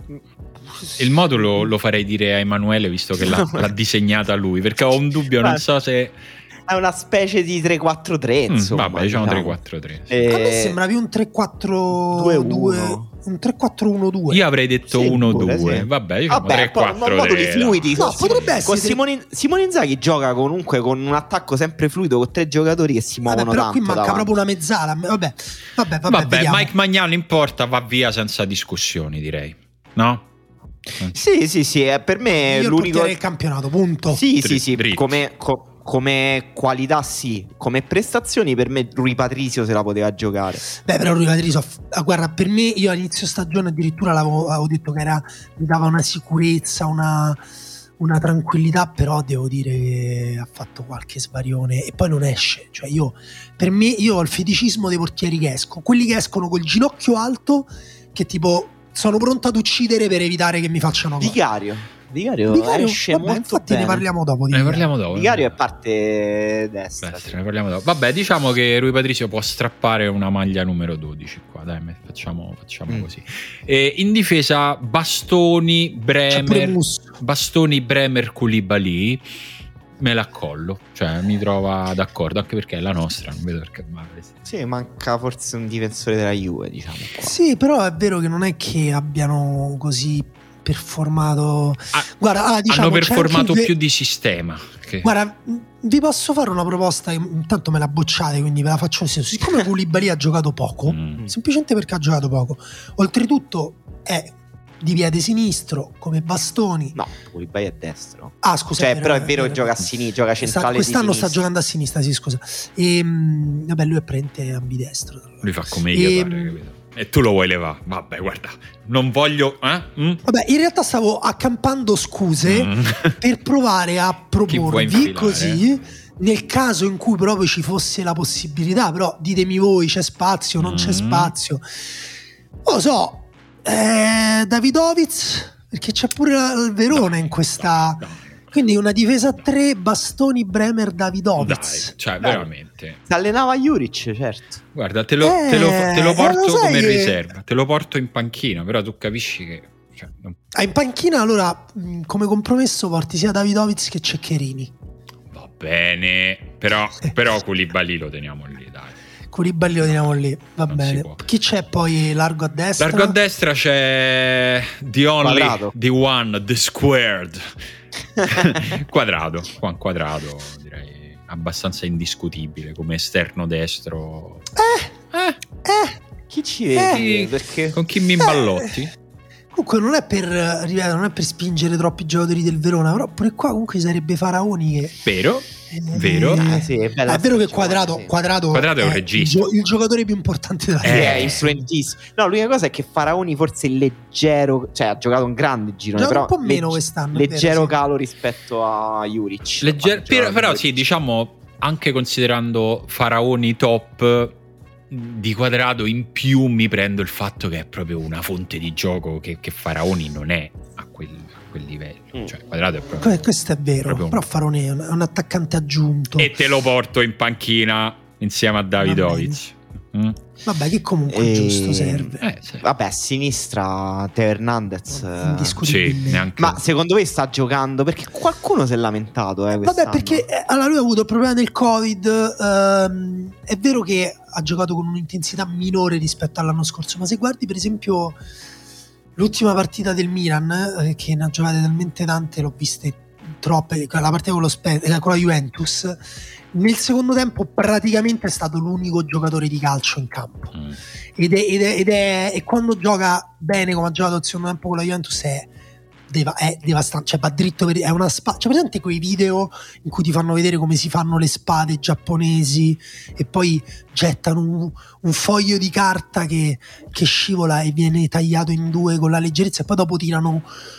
Speaker 1: Il modulo lo farei dire a Emanuele, visto che l'ha, l'ha disegnata lui, perché ho un dubbio, non so se...
Speaker 3: È una specie di tre quattro tre, insomma.
Speaker 1: Mm, vabbè, diciamo, diciamo tre quattro tre.
Speaker 2: Sì. E... A me sembra più un tre quattro due un tre quattro uno due.
Speaker 1: Io avrei detto
Speaker 3: Sì,
Speaker 1: uno
Speaker 3: pure,
Speaker 1: due.
Speaker 3: sì.
Speaker 1: Vabbè, io tre quattro
Speaker 3: moduli fluidi.
Speaker 2: No,
Speaker 3: con-
Speaker 2: potrebbe essere
Speaker 3: con
Speaker 2: tre-
Speaker 3: Simone, Simone Inzaghi gioca comunque con un attacco sempre fluido con tre giocatori che si
Speaker 2: Vabbè,
Speaker 3: muovono
Speaker 2: però
Speaker 3: tanto
Speaker 2: qui manca
Speaker 3: davanti.
Speaker 2: proprio una mezzala. Vabbè, vabbè, vabbè,
Speaker 1: Vabbè,
Speaker 2: vediamo.
Speaker 1: Mike Maignan in porta va via senza discussioni, direi. No?
Speaker 3: Sì, sì, sì, è per me
Speaker 2: Io il
Speaker 3: l'unico
Speaker 2: portiere del campionato, punto.
Speaker 3: Sì,
Speaker 1: Dri-
Speaker 3: sì, sì,
Speaker 1: dritto.
Speaker 3: come, co- come qualità sì, come prestazioni per me Rui Patricio se la poteva giocare.
Speaker 2: Beh, però Rui Patricio, ah, guarda, per me io all'inizio stagione addirittura l'avevo, avevo detto che era, mi dava una sicurezza, una, una tranquillità, però devo dire che ha fatto qualche svarione e poi non esce. Cioè io, per me, io ho il feticismo dei portieri che escono, quelli che escono col ginocchio alto, che tipo sono pronto ad uccidere per evitare che mi facciano gol.
Speaker 3: Vicario. Vicario,
Speaker 2: Vicario,
Speaker 3: esce
Speaker 2: vabbè,
Speaker 3: molto
Speaker 2: infatti
Speaker 3: bene.
Speaker 2: ne parliamo dopo. Di
Speaker 1: Ne
Speaker 2: Vicario.
Speaker 1: parliamo dopo.
Speaker 3: Vicario è parte destra.
Speaker 1: Beh,
Speaker 3: sì.
Speaker 1: ne parliamo dopo. Vabbè, diciamo che Rui Patricio può strappare una maglia numero dodici qua, dai, facciamo, facciamo
Speaker 3: Mm.
Speaker 1: così. E in difesa Bastoni,
Speaker 2: C'è pure
Speaker 1: Bremer,
Speaker 2: Musso.
Speaker 1: Bastoni, Bremer, Koulibaly. Me la collo, cioè mi trova d'accordo, anche perché è la nostra, non vedo perché male.
Speaker 3: Sì, manca forse un difensore della Juve, diciamo qua.
Speaker 2: Sì, però è vero che non è che abbiano così performato.
Speaker 1: Ah,
Speaker 2: Guarda, ah, diciamo,
Speaker 1: hanno
Speaker 2: c'è
Speaker 1: performato
Speaker 2: anche il ve-
Speaker 1: più di sistema. Che...
Speaker 2: Guarda, vi posso fare una proposta, intanto me la bocciate, quindi ve la faccio nel senso. Siccome Koulibaly ha giocato poco,
Speaker 1: Mm.
Speaker 2: semplicemente perché ha giocato poco, oltretutto è di piede sinistro come Bastoni.
Speaker 3: No, Koulibaly è destro.
Speaker 2: Ah, scusa,
Speaker 3: Cioè, però è vero che gioca a sinistra, gioca
Speaker 2: Sta-
Speaker 3: centrale di
Speaker 2: quest'anno sta
Speaker 3: sinistra.
Speaker 2: giocando a sinistra, sì, scusa. E, mh, vabbè, lui è praticamente ambidestro. tra l'altro.
Speaker 1: Lui fa come gli
Speaker 2: E,
Speaker 1: pare, capito? E tu lo vuoi levare? Vabbè, guarda, non voglio... Eh? Mm?
Speaker 2: Vabbè, in realtà stavo accampando scuse
Speaker 1: Mm.
Speaker 2: per provare a
Speaker 1: vuoi
Speaker 2: proporvi
Speaker 1: infilare?
Speaker 2: così, nel caso in cui proprio ci fosse la possibilità, però ditemi voi, c'è spazio, non c'è
Speaker 1: Mm.
Speaker 2: spazio. Non lo so, eh, Davidovic, perché c'è pure il Verona in questa...
Speaker 1: No, no.
Speaker 2: Quindi una difesa a tre, Bastoni, Bremer, Davidovic.
Speaker 1: Dai, cioè,
Speaker 3: Dai.
Speaker 1: veramente.
Speaker 3: Si allenava Juric, certo.
Speaker 1: Guarda, te lo,
Speaker 2: Eh,
Speaker 1: te lo, te lo
Speaker 2: eh,
Speaker 1: porto
Speaker 2: lo sai
Speaker 1: come
Speaker 2: che-
Speaker 1: riserva, te lo porto in panchina, però tu capisci che... Cioè, non
Speaker 2: Ah, in panchina allora, mh, come compromesso, porti sia Davidovic che Ceccherini.
Speaker 1: va bene, però, però Koulibaly lo teniamo lì, dai.
Speaker 2: Koulibaly lo teniamo lì, va
Speaker 1: Non si
Speaker 2: bene.
Speaker 1: può.
Speaker 2: Chi c'è poi largo a destra?
Speaker 1: Largo a destra c'è The Only,
Speaker 3: Quadrato.
Speaker 1: The One, The Squared. Quadrado, Juan Quadrado, direi abbastanza indiscutibile come esterno destro.
Speaker 2: Eh,
Speaker 1: Eh,
Speaker 2: eh.
Speaker 3: Chi ci vedi?
Speaker 1: Eh.
Speaker 3: Perché
Speaker 1: con chi mi imballotti?
Speaker 2: Comunque non è per, ripeto, non è per spingere troppi giocatori del Verona, però pure qua comunque sarebbe Faraoni che...
Speaker 1: Vero?
Speaker 2: eh,
Speaker 1: Vero.
Speaker 3: Ah, sì, è, bella
Speaker 2: è vero che
Speaker 3: stagione,
Speaker 2: Quadrato,
Speaker 3: sì.
Speaker 2: Quadrato,
Speaker 1: Quadrato è un
Speaker 2: il,
Speaker 1: regista.
Speaker 2: gio- il giocatore più importante della
Speaker 3: Sì,
Speaker 1: Eh.
Speaker 3: è influentissimo. No, l'unica cosa è che Faraoni forse è leggero, cioè ha giocato un grande girone,
Speaker 2: Gioca
Speaker 3: però
Speaker 2: un po' meno
Speaker 3: legg-
Speaker 2: quest'anno, è
Speaker 3: leggero
Speaker 2: vero, sì.
Speaker 3: calo rispetto a Juric.
Speaker 1: Legger-
Speaker 3: Quando
Speaker 1: però,
Speaker 3: giocava
Speaker 1: però
Speaker 3: Juric.
Speaker 1: sì, diciamo, anche considerando Faraoni top di Quadrato, in più mi prendo il fatto che è proprio una fonte di gioco che, che Faraoni non è a quel, a quel livello.
Speaker 3: Mm.
Speaker 1: Cioè, Quadrato è proprio...
Speaker 2: Que- Questo è vero,
Speaker 1: Proprio un-
Speaker 2: però Faraoni è un, è un attaccante aggiunto.
Speaker 1: E te lo porto in panchina insieme a Davidovic. Mm?
Speaker 2: Vabbè, che comunque
Speaker 3: E-
Speaker 2: giusto serve.
Speaker 1: Eh, sì.
Speaker 3: Vabbè, a sinistra Teo Hernandez. eh,
Speaker 2: Indiscutibile.
Speaker 1: Sì, neanche...
Speaker 3: Ma secondo voi sta giocando? Perché qualcuno si è lamentato, eh,
Speaker 2: Vabbè,
Speaker 3: quest'anno.
Speaker 2: perché eh, allora lui ha avuto il problema del Covid. ehm, è vero che ha giocato con un'intensità minore rispetto all'anno scorso, ma se guardi per esempio l'ultima partita del Milan, eh, che ne ha giocate talmente tante, l'ho viste troppe, la partita con, lo Spe- eh, con la Juventus, nel secondo tempo praticamente è stato l'unico giocatore di calcio in campo.
Speaker 1: Mm.
Speaker 2: Ed è, ed è- ed è- e quando gioca bene come ha giocato il secondo tempo con la Juventus è, deva- è devastante, cioè va dritto per, è una spada. Cioè, presente quei video in cui ti fanno vedere come si fanno le spade giapponesi e poi gettano un, un foglio di carta che, che scivola e viene tagliato in due con la leggerezza e poi dopo tirano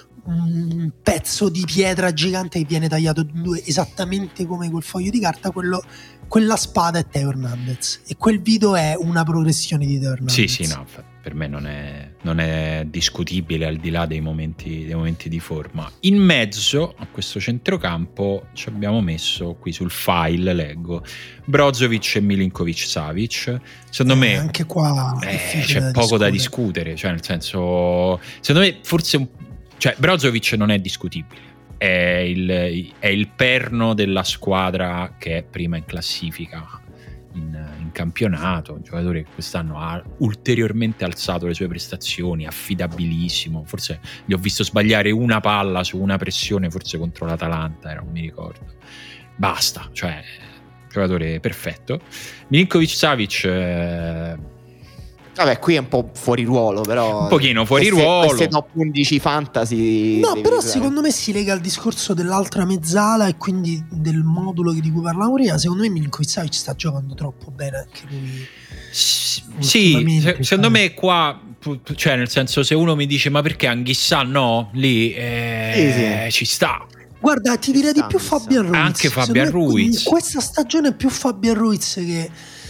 Speaker 2: un pezzo di pietra gigante che viene tagliato in due esattamente come quel foglio di carta. Quello, quella spada è Teo Hernandez e quel video è una progressione di Teo Hernandez.
Speaker 1: Sì, sì, no, per me non è, non è discutibile al di là dei momenti, dei momenti di forma. In mezzo a questo centrocampo ci abbiamo messo qui sul file, leggo, Brozovic e Milinkovic-Savic. Secondo
Speaker 2: Eh,
Speaker 1: me
Speaker 2: anche qua è
Speaker 1: eh,
Speaker 2: difficile
Speaker 1: c'è
Speaker 2: da
Speaker 1: poco da
Speaker 2: discutere.
Speaker 1: discutere, cioè nel senso, secondo me forse un, cioè Brozovic non è discutibile, è il, è il perno della squadra che è prima in classifica in, in campionato, un giocatore che quest'anno ha ulteriormente alzato le sue prestazioni, affidabilissimo, forse gli ho visto sbagliare una palla su una pressione forse contro l'Atalanta, era, non mi ricordo, basta, cioè giocatore perfetto. Milinkovic-Savic eh,
Speaker 3: vabbè, qui è un po' fuori ruolo, però
Speaker 1: un pochino fuori
Speaker 3: queste,
Speaker 1: ruolo,
Speaker 3: queste top undici fantasy.
Speaker 2: No, però secondo me si lega al discorso dell'altra mezzala e quindi del modulo di cui parlavamo prima. Secondo me Milinkovic-Savic sta giocando troppo bene anche lui.
Speaker 1: Sì, se, secondo me qua, cioè nel senso, se uno mi dice ma perché Anghissà no, lì eh, sì, sì. ci sta.
Speaker 2: Guarda, ti direi di più Fabian Ruiz.
Speaker 1: Anche Fabian Ruiz.
Speaker 2: Questa stagione è più Fabian Ruiz che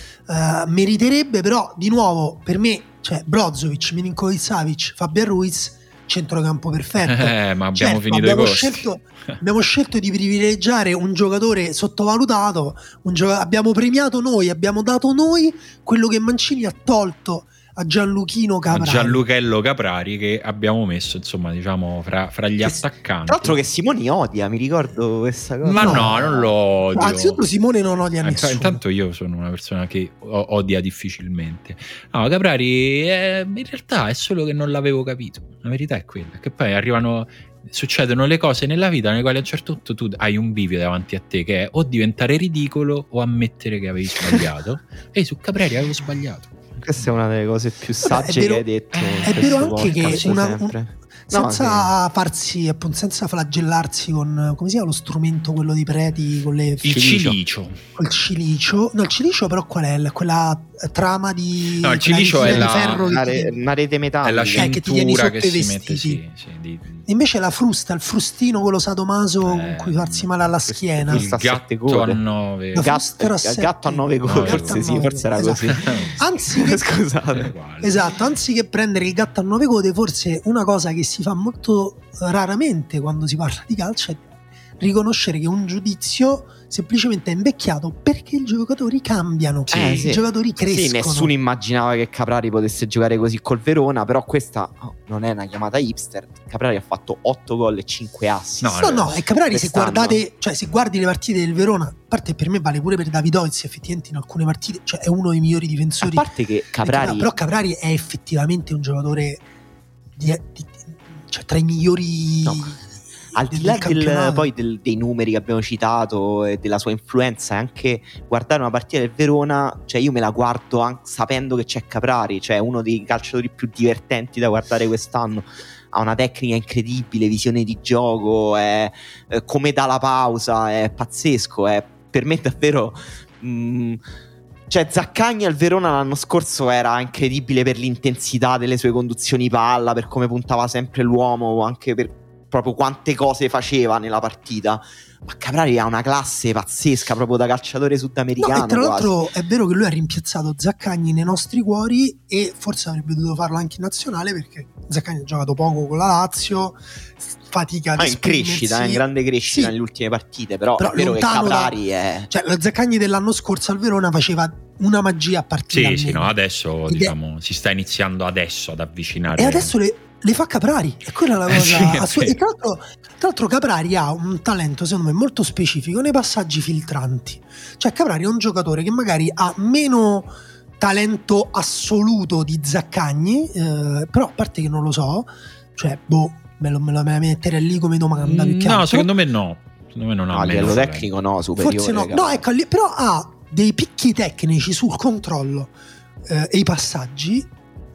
Speaker 2: uh, meriterebbe, però di nuovo per me, cioè Brozovic, Milinkovic-Savic, Fabian Ruiz, centrocampo perfetto.
Speaker 1: Eh, ma abbiamo
Speaker 2: certo,
Speaker 1: finito
Speaker 2: abbiamo
Speaker 1: i costi.
Speaker 2: Scelto, abbiamo scelto di privilegiare un giocatore sottovalutato, un gioc- abbiamo premiato noi, abbiamo dato noi quello che Mancini ha tolto a Gianluchino Caprari, a
Speaker 1: Gianluchello Caprari, che abbiamo messo insomma diciamo fra, fra gli
Speaker 3: che,
Speaker 1: attaccanti.
Speaker 3: Tra l'altro che Simone odia, mi ricordo questa cosa.
Speaker 1: Ma no, no non lo odio.
Speaker 2: Anzitutto Simone non odia nessuno.
Speaker 1: Intanto io sono una persona che odia difficilmente. No, Caprari è, in realtà è solo che non l'avevo capito. La verità è quella, che poi arrivano, succedono le cose nella vita nelle quali a un certo punto tu hai un bivio davanti a te che è o diventare ridicolo o ammettere che avevi sbagliato. E su Caprari avevo sbagliato.
Speaker 3: Questa è una delle cose più sagge vero, che hai detto.
Speaker 2: È vero anche che una, un, senza no, farsi, appunto, senza flagellarsi con, come si chiama lo strumento, quello di Preti, con le
Speaker 1: il cilicio.
Speaker 2: Col cilicio. No, il cilicio però qual è? Quella trama di
Speaker 1: no, il cilicio è la,
Speaker 2: ferro
Speaker 3: una, re, una rete metallica.
Speaker 1: È la cintura eh, che, che si mette, sì, sì, di,
Speaker 2: invece la frusta, il frustino, quello sadomaso eh, con cui farsi male alla schiena.
Speaker 1: Il gatto a nove
Speaker 3: gatto, gatto a nove gol, forse sì, forse era così.
Speaker 2: Anzi che,
Speaker 3: scusate.
Speaker 2: Esatto, anziché prendere il gatto a nove code, forse una cosa che si fa molto raramente quando si parla di calcio è riconoscere che un giudizio semplicemente è invecchiato perché i giocatori cambiano,
Speaker 3: sì,
Speaker 2: i
Speaker 3: sì.
Speaker 2: giocatori crescono.
Speaker 3: Sì, nessuno immaginava che Caprari potesse giocare così col Verona, però questa oh, non è una chiamata hipster. Caprari ha fatto otto gol e cinque assist.
Speaker 2: No, no, no, e Caprari se guardate, cioè se guardi le partite del Verona, a parte per me vale pure per Davidovic, effettivamente in alcune partite, cioè è uno dei migliori difensori.
Speaker 3: A parte che Caprari,
Speaker 2: però Caprari è effettivamente un giocatore di, di, cioè tra i migliori. No.
Speaker 3: Al di là del, poi del, dei numeri che abbiamo citato e della sua influenza, anche guardare una partita del Verona, cioè io me la guardo anche sapendo che c'è Caprari, cioè uno dei calciatori più divertenti da guardare quest'anno. Ha una tecnica incredibile, visione di gioco, è, è come dà la pausa, è pazzesco, è per me davvero mh, cioè Zaccagni al Verona l'anno scorso era incredibile per l'intensità delle sue conduzioni palla, per come puntava sempre l'uomo, anche per proprio quante cose faceva nella partita. Ma Caprari ha una classe pazzesca proprio da calciatore sudamericano.
Speaker 2: No, e tra l'altro quasi. È vero che lui ha rimpiazzato Zaccagni nei nostri cuori e forse avrebbe dovuto farlo anche in nazionale, perché Zaccagni ha giocato poco con la Lazio, fatica ad
Speaker 3: ah, in crescita, in grande crescita sì. nelle ultime partite, però, però è vero che Caprari da, è
Speaker 2: cioè lo Zaccagni dell'anno scorso al Verona faceva una magia a partire.
Speaker 1: Sì, sì, no, adesso Ed diciamo è... si sta iniziando adesso ad avvicinare.
Speaker 2: E adesso le le fa Caprari, e quella è la cosa sì, assolut- e tra l'altro, tra l'altro Caprari ha un talento secondo me molto specifico nei passaggi filtranti. Cioè Caprari è un giocatore che magari ha meno talento assoluto di Zaccagni, eh, però a parte che non lo so, cioè boh, me lo, me lo metterei lì come domanda.
Speaker 1: Mm, no, altro. secondo me no secondo me non ha
Speaker 3: a livello tecnico no, superiore,
Speaker 2: forse no, no ecco, però ha dei picchi tecnici sul controllo eh, e i passaggi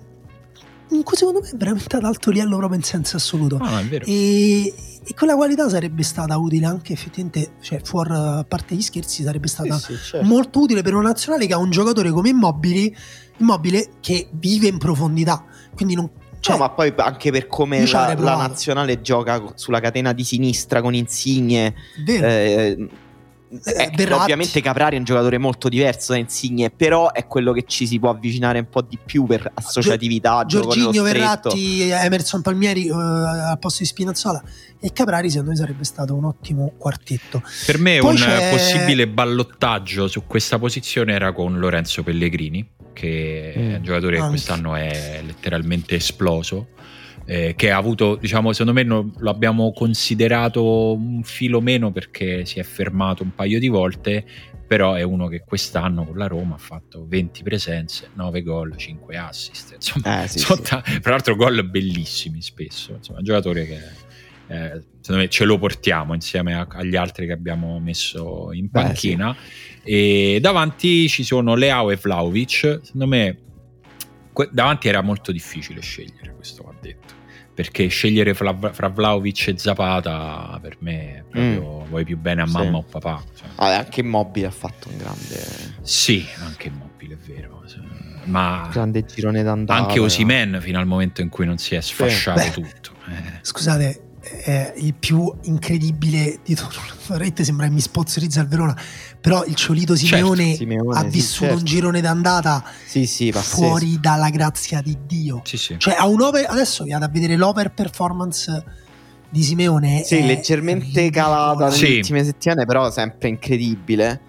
Speaker 2: in cui secondo me è veramente ad alto livello proprio in senso assoluto.
Speaker 1: Ah, è vero.
Speaker 2: E, e quella qualità sarebbe stata utile anche effettivamente, cioè fuori a parte gli scherzi, sarebbe stata
Speaker 3: sì, sì, certo.
Speaker 2: molto utile per una nazionale che ha un giocatore come Immobile, Immobile che vive in profondità, quindi non cioè,
Speaker 3: no, ma poi anche per come la, la nazionale gioca sulla catena di sinistra con Insigne,
Speaker 2: vero.
Speaker 3: Eh, Eh, ovviamente Caprari è un giocatore molto diverso da Insigne, però è quello che ci si può avvicinare un po' di più per associatività.
Speaker 2: Giorginio, Verratti, Emerson Palmieri uh, al posto di Spinazzola e Caprari secondo me sarebbe stato un ottimo quartetto.
Speaker 1: Per me
Speaker 2: Poi
Speaker 1: un
Speaker 2: c'è...
Speaker 1: possibile ballottaggio su questa posizione era con Lorenzo Pellegrini, che mm. è un giocatore che quest'anno è letteralmente esploso. eh, che ha avuto, diciamo, secondo me no, lo abbiamo considerato un filo meno perché si è fermato un paio di volte, però è uno che quest'anno con la Roma ha fatto venti presenze, nove gol, cinque assist, insomma,
Speaker 3: Eh, sì,
Speaker 1: sono
Speaker 3: sì.
Speaker 1: ta- tra l'altro gol bellissimi spesso, insomma, un giocatore che eh, secondo me ce lo portiamo insieme a- agli altri che abbiamo messo in
Speaker 3: Beh,
Speaker 1: panchina. E davanti ci sono Leao e Vlahovic. Secondo me que- davanti era molto difficile scegliere, questo va detto, perché scegliere fra, fra Vlahovic e Zapata per me è proprio
Speaker 3: Mm.
Speaker 1: vuoi più bene a
Speaker 3: Sì.
Speaker 1: mamma o papà, cioè.
Speaker 3: Ah, anche Immobile ha fatto un grande,
Speaker 1: Sì, anche Immobile, è vero, ma
Speaker 3: grande girone d'andata.
Speaker 1: anche Osimhen fino al momento in cui non si è sfasciato
Speaker 2: Beh,
Speaker 1: tutto. Eh.
Speaker 2: Scusate, è il più incredibile di tutto. Veramente sembra che mi sponsorizza il Verona, però il Ciolito Simeone,
Speaker 3: Certo, Simeone,
Speaker 2: ha
Speaker 3: sì,
Speaker 2: vissuto
Speaker 3: certo.
Speaker 2: un girone d'andata
Speaker 3: Sì, sì, pazzesco.
Speaker 2: fuori dalla grazia di Dio.
Speaker 1: Sì, sì.
Speaker 2: Cioè, ha un over, adesso vi vado a vedere l'over performance di Simeone.
Speaker 3: Sì,
Speaker 2: è
Speaker 3: leggermente
Speaker 2: ridicola.
Speaker 3: calata nelle
Speaker 1: Sì.
Speaker 3: ultime settimane, però sempre incredibile.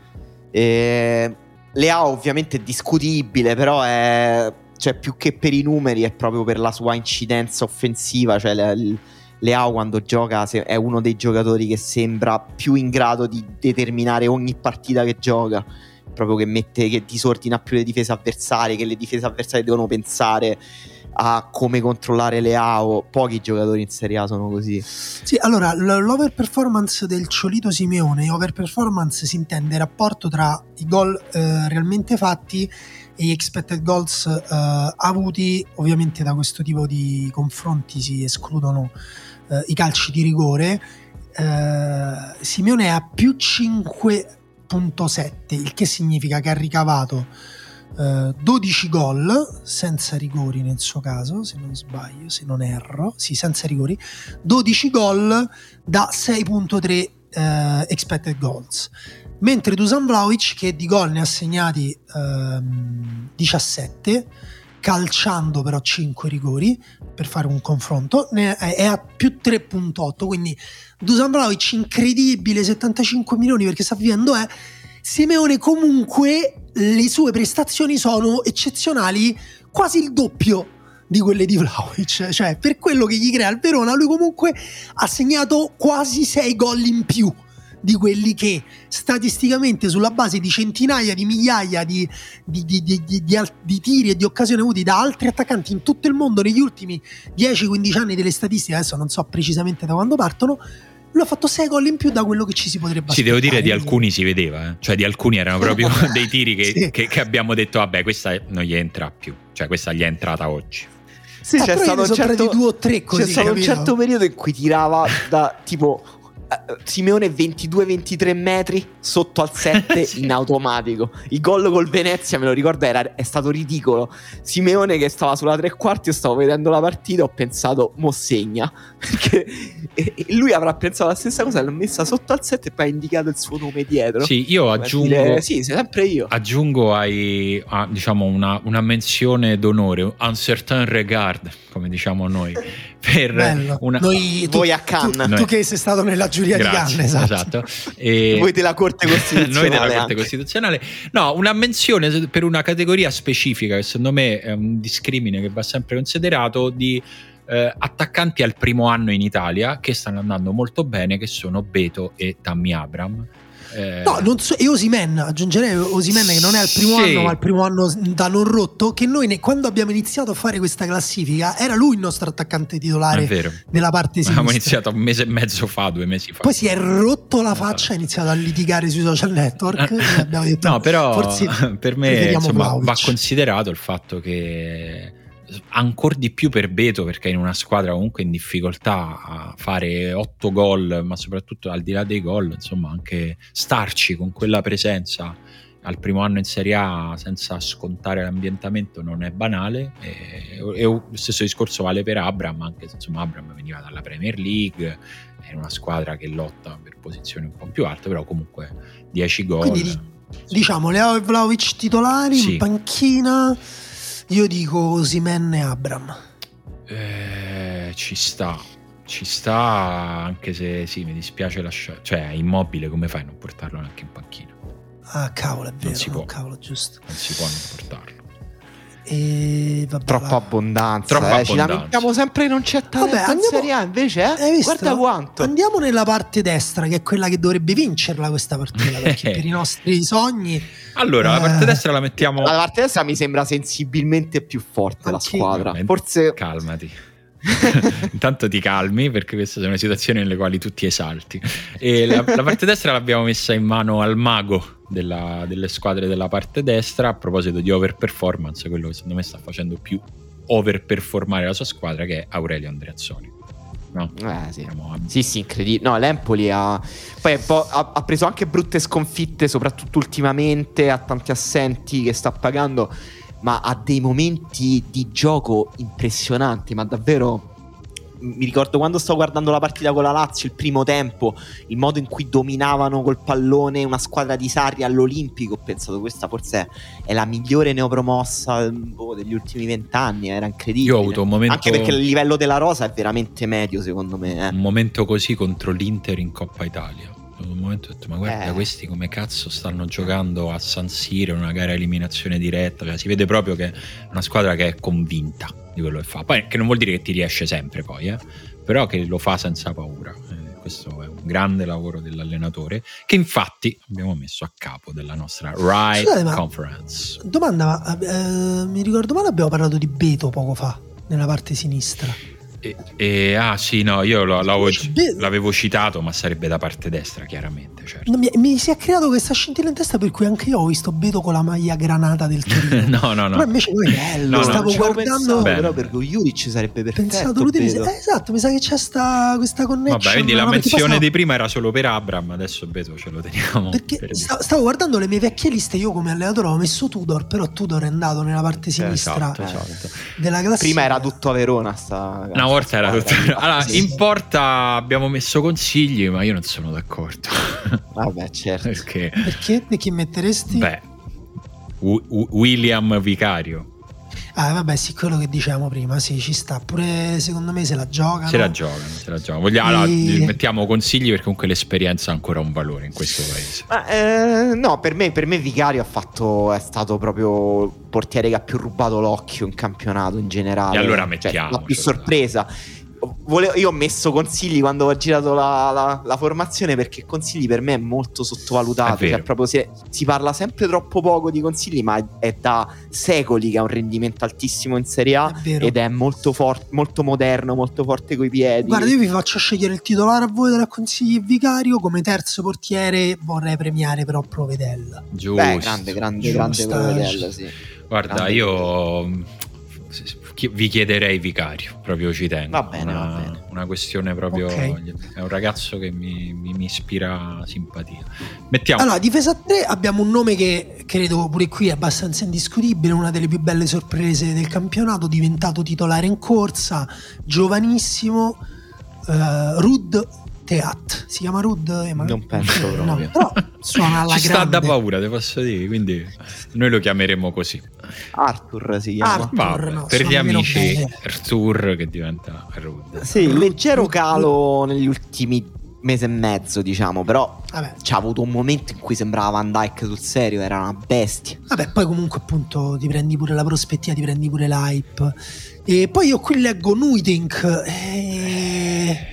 Speaker 3: E Leao ovviamente è discutibile, però è, cioè, più che per i numeri è proprio per la sua incidenza offensiva. Cioè le- Leao quando gioca se- è uno dei giocatori che sembra più in grado di determinare ogni partita che gioca, proprio che mette, che disordina più le difese avversarie, che le difese avversarie devono pensare a come controllare Leao. Pochi giocatori in Serie A sono così.
Speaker 2: Sì, allora l- l'over performance del Ciolito Simeone, over performance si intende il rapporto tra i gol eh, realmente fatti e gli expected goals eh, avuti. Ovviamente da questo tipo di confronti si escludono eh, i calci di rigore. eh, Simeone è a più cinque virgola sette, il che significa che ha ricavato eh, dodici gol senza rigori nel suo caso, se non sbaglio, se non erro, sì, senza rigori, dodici gol da sei virgola tre eh, expected goals, mentre Dusan Vlahovic, che di gol ne ha segnati ehm, diciassette, calciando però cinque rigori, per fare un confronto, ne è, è a più tre virgola otto, quindi Dusan Vlahovic incredibile, settantacinque milioni perché sta vivendo, è Simeone comunque le sue prestazioni sono eccezionali, quasi il doppio di quelle di Vlahovic, cioè per quello che gli crea il Verona lui comunque ha segnato quasi sei gol in più di quelli che statisticamente, sulla base di centinaia di migliaia di, di, di, di, di, di, di tiri e di occasioni avuti da altri attaccanti in tutto il mondo negli ultimi dieci quindici anni delle statistiche, adesso non so precisamente da quando partono, lui ha fatto sei gol in più da quello che ci si potrebbe
Speaker 1: Sì,
Speaker 2: aspettare.
Speaker 1: devo dire di alcuni si vedeva, eh. Cioè di alcuni erano proprio dei tiri che,
Speaker 2: Sì.
Speaker 1: che, che abbiamo detto vabbè, questa non gli entra più, cioè questa gli è entrata oggi.
Speaker 3: Sì,
Speaker 2: Ah,
Speaker 3: c'è
Speaker 2: però
Speaker 3: stato,
Speaker 2: io
Speaker 3: un
Speaker 2: ne so
Speaker 3: certo,
Speaker 2: presi due o tre così,
Speaker 3: c'è stato un
Speaker 2: capito?
Speaker 3: certo periodo in cui tirava da tipo eh, Simeone ventidue ventitré metri sotto al sette
Speaker 1: Sì.
Speaker 3: in automatico. Il gol col Venezia, me lo ricordo, era, è stato ridicolo. Simeone che stava sulla tre quarti, io stavo vedendo la partita, ho pensato mo segna, perché e, e lui avrà pensato la stessa cosa, l'ha messa sotto al sette e poi ha indicato il suo nome dietro.
Speaker 1: Sì, io
Speaker 3: Per
Speaker 1: aggiungo
Speaker 3: dire, sì, sei sempre io.
Speaker 1: aggiungo ai, a, diciamo una, una menzione d'onore, un certain regard, come diciamo noi, per
Speaker 2: Bello.
Speaker 1: una
Speaker 2: Noi, tu,
Speaker 3: Voi a Cannes.
Speaker 2: tu, tu
Speaker 1: Noi-
Speaker 2: che sei stato nella giuria
Speaker 1: Grazie,
Speaker 2: di Cannes, esatto.
Speaker 1: E
Speaker 3: Voi della Corte Costituzionale.
Speaker 1: noi della Corte
Speaker 3: anche.
Speaker 1: Costituzionale. No, una menzione per una categoria specifica che secondo me è un discrimine che va sempre considerato, di eh, attaccanti al primo anno in Italia che stanno andando molto bene, che sono Beto e Tammy Abraham. Eh,
Speaker 2: No, non so, e Osimhen, aggiungerei Osimhen che non è al primo
Speaker 1: Sì.
Speaker 2: anno ma al primo anno da non rotto, che noi ne- quando abbiamo iniziato a fare questa classifica era lui il nostro attaccante
Speaker 1: è
Speaker 2: titolare
Speaker 1: vero.
Speaker 2: della parte sinistra.
Speaker 1: Abbiamo iniziato un mese e mezzo fa, due mesi fa.
Speaker 2: Poi si è rotto la
Speaker 1: Esatto.
Speaker 2: faccia, ha iniziato a litigare sui social network e abbiamo detto
Speaker 1: no, però
Speaker 2: forse
Speaker 1: per me
Speaker 2: preferiamo
Speaker 1: insomma,
Speaker 2: Vlahovic.
Speaker 1: va considerato il fatto che ancora di più per Beto, perché in una squadra comunque in difficoltà a fare otto gol, ma soprattutto al di là dei gol, insomma anche starci con quella presenza al primo anno in Serie A senza scontare l'ambientamento non è banale. E, e lo stesso discorso vale per Abraham, anche se insomma Abraham veniva dalla Premier League, è una squadra che lotta per posizioni un po' più alte, però comunque dieci gol.
Speaker 2: Quindi di- diciamo Leao e Vlahovic titolari,
Speaker 1: Sì.
Speaker 2: in panchina io dico Osimhen e Abraham.
Speaker 1: Eh, ci sta, ci sta, anche se sì, mi dispiace lasciare, cioè è Immobile, come fai a non portarlo neanche in panchina?
Speaker 2: Ah cavolo, è vero,
Speaker 1: si può.
Speaker 2: no, cavolo, giusto.
Speaker 1: Non si può non portarlo.
Speaker 2: E vabbè,
Speaker 3: troppa
Speaker 2: va.
Speaker 3: abbondanza,
Speaker 1: Troppa
Speaker 3: eh.
Speaker 1: abbondanza.
Speaker 3: Ci lamentiamo sempre che non c'è talento
Speaker 2: Vabbè,
Speaker 3: in
Speaker 2: andiamo-
Speaker 3: Serie A, invece eh?
Speaker 2: Hai visto?
Speaker 3: Guarda quanto.
Speaker 2: Andiamo nella parte destra, che è quella che dovrebbe vincerla questa partita, perché per i nostri sogni.
Speaker 1: Allora, la
Speaker 2: eh,
Speaker 1: parte destra la mettiamo.
Speaker 3: La parte destra mi sembra sensibilmente più forte la
Speaker 2: Anche-
Speaker 3: squadra.
Speaker 1: Veramente.
Speaker 3: Forse
Speaker 1: Calmati. Intanto ti calmi, perché queste sono situazioni nelle quali tu ti esalti. E la, la parte destra l'abbiamo messa in mano al mago della- delle squadre della parte destra. A proposito di overperformance, quello che secondo me sta facendo più overperformare la sua squadra, che è Aurelio Andreazzoli. No?
Speaker 3: eh, sì.
Speaker 1: Siamo a-
Speaker 3: Sì, sì, incredibile. No, l'Empoli ha poi è un po'- ha, ha preso anche brutte sconfitte, soprattutto ultimamente, ha tanti assenti che sta pagando, ma ha dei momenti di gioco impressionanti, ma davvero. Mi ricordo quando stavo guardando la partita con la Lazio, il primo tempo, il modo in cui dominavano col pallone una squadra di Sarri all'Olimpico, ho pensato questa forse è la migliore neopromossa boh, degli ultimi vent'anni, era incredibile.
Speaker 1: Io ho avuto un momento,
Speaker 3: Anche perché il livello della rosa è veramente medio, secondo me. Eh.
Speaker 1: un momento così contro l'Inter in Coppa Italia. Un momento ho detto, ma guarda
Speaker 3: Eh.
Speaker 1: questi come cazzo stanno giocando a San Siro, una gara a eliminazione diretta, cioè, si vede proprio che è una squadra che è convinta di quello che fa, poi che non vuol dire che ti riesce sempre poi, eh, però che lo fa senza paura. Eh, questo è un grande lavoro dell'allenatore, che infatti abbiamo messo a capo della nostra Right
Speaker 2: Scusate, ma-
Speaker 1: Conference.
Speaker 2: Domanda, ma eh, mi ricordo male, abbiamo parlato di Beto poco fa, nella parte sinistra.
Speaker 1: E, e- ah sì, no, io lo- l'avevo,
Speaker 2: Be-
Speaker 1: l'avevo citato, ma sarebbe da parte destra, chiaramente, certo.
Speaker 2: No, Mi, mi si è creato questa scintilla in testa, per cui anche io ho visto Beto con la maglia granata del Torino.
Speaker 1: no, no,
Speaker 2: Però
Speaker 1: no.
Speaker 2: invece poi
Speaker 3: Bello,
Speaker 1: No, no.
Speaker 2: stavo
Speaker 3: ci avevo
Speaker 2: guardando,
Speaker 3: pensato,
Speaker 1: Bene.
Speaker 3: però per Juric sarebbe perfetto.
Speaker 2: pensato l'Udinese.
Speaker 3: Beto.
Speaker 2: Eh, esatto, mi sa che c'è sta, questa connection.
Speaker 1: Vabbè, quindi la
Speaker 2: no? Perché poi
Speaker 1: menzione
Speaker 2: stavo-
Speaker 1: di prima era solo per Abram, adesso Beto ce lo teniamo.
Speaker 2: Perché
Speaker 1: per
Speaker 2: sta- stavo guardando le mie vecchie liste, io come allenatore avevo messo Tudor, però Tudor è andato nella parte sinistra
Speaker 1: Esatto, esatto.
Speaker 2: della classifica.
Speaker 3: Prima era tutto a Verona sta,
Speaker 1: Una volta era tutto. Allora,
Speaker 2: Sì,
Speaker 1: in
Speaker 2: sì.
Speaker 1: porta abbiamo messo Consigli, ma io non sono d'accordo.
Speaker 3: Vabbè, certo.
Speaker 1: Perché,
Speaker 2: Perché? E chi metteresti?
Speaker 1: beh, Wi- Wi- William Vicario
Speaker 2: Ah, vabbè, sì, quello che dicevamo prima, sì, ci sta. Pure secondo me se la giocano.
Speaker 1: se la giocano, se la giocano. Vogliamo, allora,
Speaker 2: E-
Speaker 1: mettiamo Consigli perché comunque l'esperienza ha ancora un valore in questo paese.
Speaker 3: Ma, eh, no, per me, per me Vicario ha fatto, è stato proprio il portiere che ha più rubato l'occhio in campionato in generale.
Speaker 1: E allora
Speaker 3: Cioè,
Speaker 1: mettiamocelo,
Speaker 3: la più sorpresa. Volevo- io ho messo Consigli quando ho girato la, la- la formazione, perché Consigli per me è molto sottovalutato.
Speaker 1: È vero.
Speaker 3: Cioè, proprio si, si parla sempre troppo poco di Consigli, ma è, è da secoli che ha un rendimento altissimo in Serie A
Speaker 2: È vero.
Speaker 3: ed è molto forte, molto moderno, molto forte coi piedi.
Speaker 2: Guarda, io vi faccio scegliere il titolare a voi della Consigli e Vicario. Come terzo portiere vorrei premiare però Provedel.
Speaker 1: Giusto.
Speaker 3: Beh, grande, grande, grande
Speaker 2: Giusto.
Speaker 3: Provedel, sì.
Speaker 1: Guarda,
Speaker 3: Grande
Speaker 1: io mh, chi- vi chiederei Vicario, proprio ci tengo.
Speaker 3: Va bene,
Speaker 1: una,
Speaker 3: va bene.
Speaker 1: una questione proprio.
Speaker 2: Ok.
Speaker 1: È un ragazzo che mi, mi- mi ispira simpatia. Mettiamo.
Speaker 2: Allora, difesa tre abbiamo un nome che credo pure qui è abbastanza indiscutibile, una delle più belle sorprese del campionato, diventato titolare in corsa, giovanissimo, eh, Rud Teat. Si chiama Rud? Emanuele?
Speaker 3: Non penso proprio.
Speaker 2: No, però suona alla
Speaker 1: Ci sta
Speaker 2: grande.
Speaker 1: da paura, te posso dire, quindi noi lo chiameremo così.
Speaker 3: Arthur si chiama.
Speaker 2: Arthur.
Speaker 1: Vabbè,
Speaker 2: no,
Speaker 1: per gli
Speaker 2: suona meno
Speaker 1: amici
Speaker 2: bene.
Speaker 1: Arthur che diventa Rud.
Speaker 3: Sì, leggero calo negli ultimi mese e mezzo, diciamo, però
Speaker 2: Vabbè.
Speaker 3: c'ha avuto un momento in cui sembrava Van Dijk sul serio, era una bestia.
Speaker 2: Vabbè, poi comunque appunto ti prendi pure la prospettiva, ti prendi pure l'hype. E poi io qui leggo Nuitink. Eh...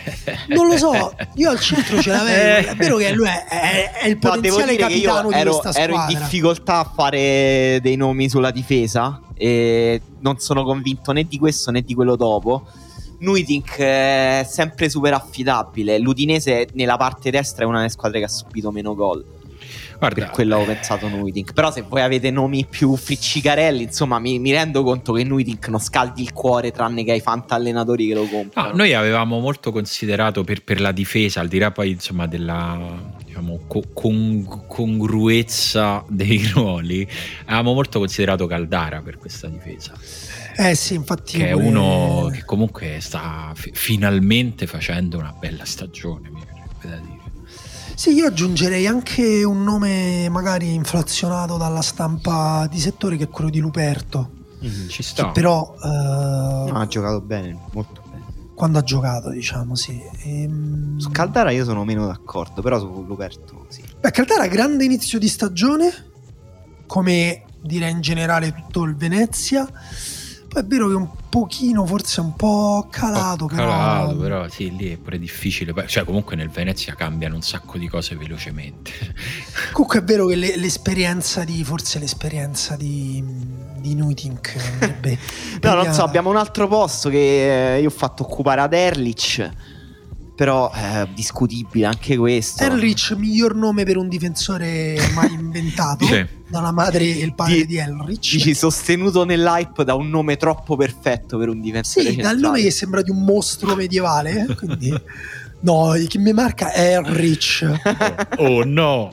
Speaker 2: Non lo so, io al centro ce l'avevo. È vero che lui è, è- è il
Speaker 3: No, devo
Speaker 2: potenziale
Speaker 3: dire che io
Speaker 2: capitano di
Speaker 3: ero,
Speaker 2: questa
Speaker 3: ero in
Speaker 2: squadra.
Speaker 3: difficoltà a fare dei nomi sulla difesa e non sono convinto né di questo né di quello dopo. Nuitink è sempre super affidabile. L'Udinese nella parte destra è una delle squadre che ha subito meno gol.
Speaker 1: Guarda,
Speaker 3: Per quello avevo pensato Nuitink. Però se voi avete nomi più friccicarelli, insomma, mi, mi rendo conto che Nuitink non scaldi il cuore, tranne che ai fanta allenatori che lo comprano.
Speaker 1: ah, noi avevamo molto considerato per, per la difesa, al di là poi insomma della diciamo, co- con- congruezza dei ruoli, avevamo molto considerato Caldara per questa difesa.
Speaker 2: Eh sì, infatti.
Speaker 1: Che è
Speaker 2: pure-
Speaker 1: uno che comunque sta fi- finalmente facendo una bella stagione, mi verrebbe da dire.
Speaker 2: Sì, io aggiungerei anche un nome magari inflazionato dalla stampa di settore, che è quello di Luperto.
Speaker 3: Mhm.
Speaker 1: Ci
Speaker 2: Che
Speaker 1: sta.
Speaker 2: però eh,
Speaker 3: No, ha giocato bene, molto bene.
Speaker 2: quando ha giocato, diciamo, sì. Ehm,
Speaker 3: Su Caldara io sono meno d'accordo, però su Luperto sì.
Speaker 2: Beh, Caldara grande inizio di stagione, come direi in generale tutto il Venezia. Poi è vero che un pochino forse un po' calato,
Speaker 1: un po' calato
Speaker 2: però...
Speaker 1: però sì, lì è pure difficile, cioè comunque nel Venezia cambiano un sacco di cose velocemente.
Speaker 2: Comunque è vero che le, l'esperienza di forse l'esperienza di, di Nuitink beh,
Speaker 3: no non so, abbiamo un altro posto che io ho fatto occupare ad Erlich, però è discutibile anche questo.
Speaker 2: Elrich, miglior nome per un difensore mai inventato, sì. Dalla madre e il padre di, di Elrich.
Speaker 3: Dici sostenuto nell'hype da un nome troppo perfetto per un difensore
Speaker 2: sì,
Speaker 3: centrale.
Speaker 2: Dal nome che sembra di un mostro medievale, quindi no, chi mi marca è Elrich.
Speaker 1: Oh, oh no.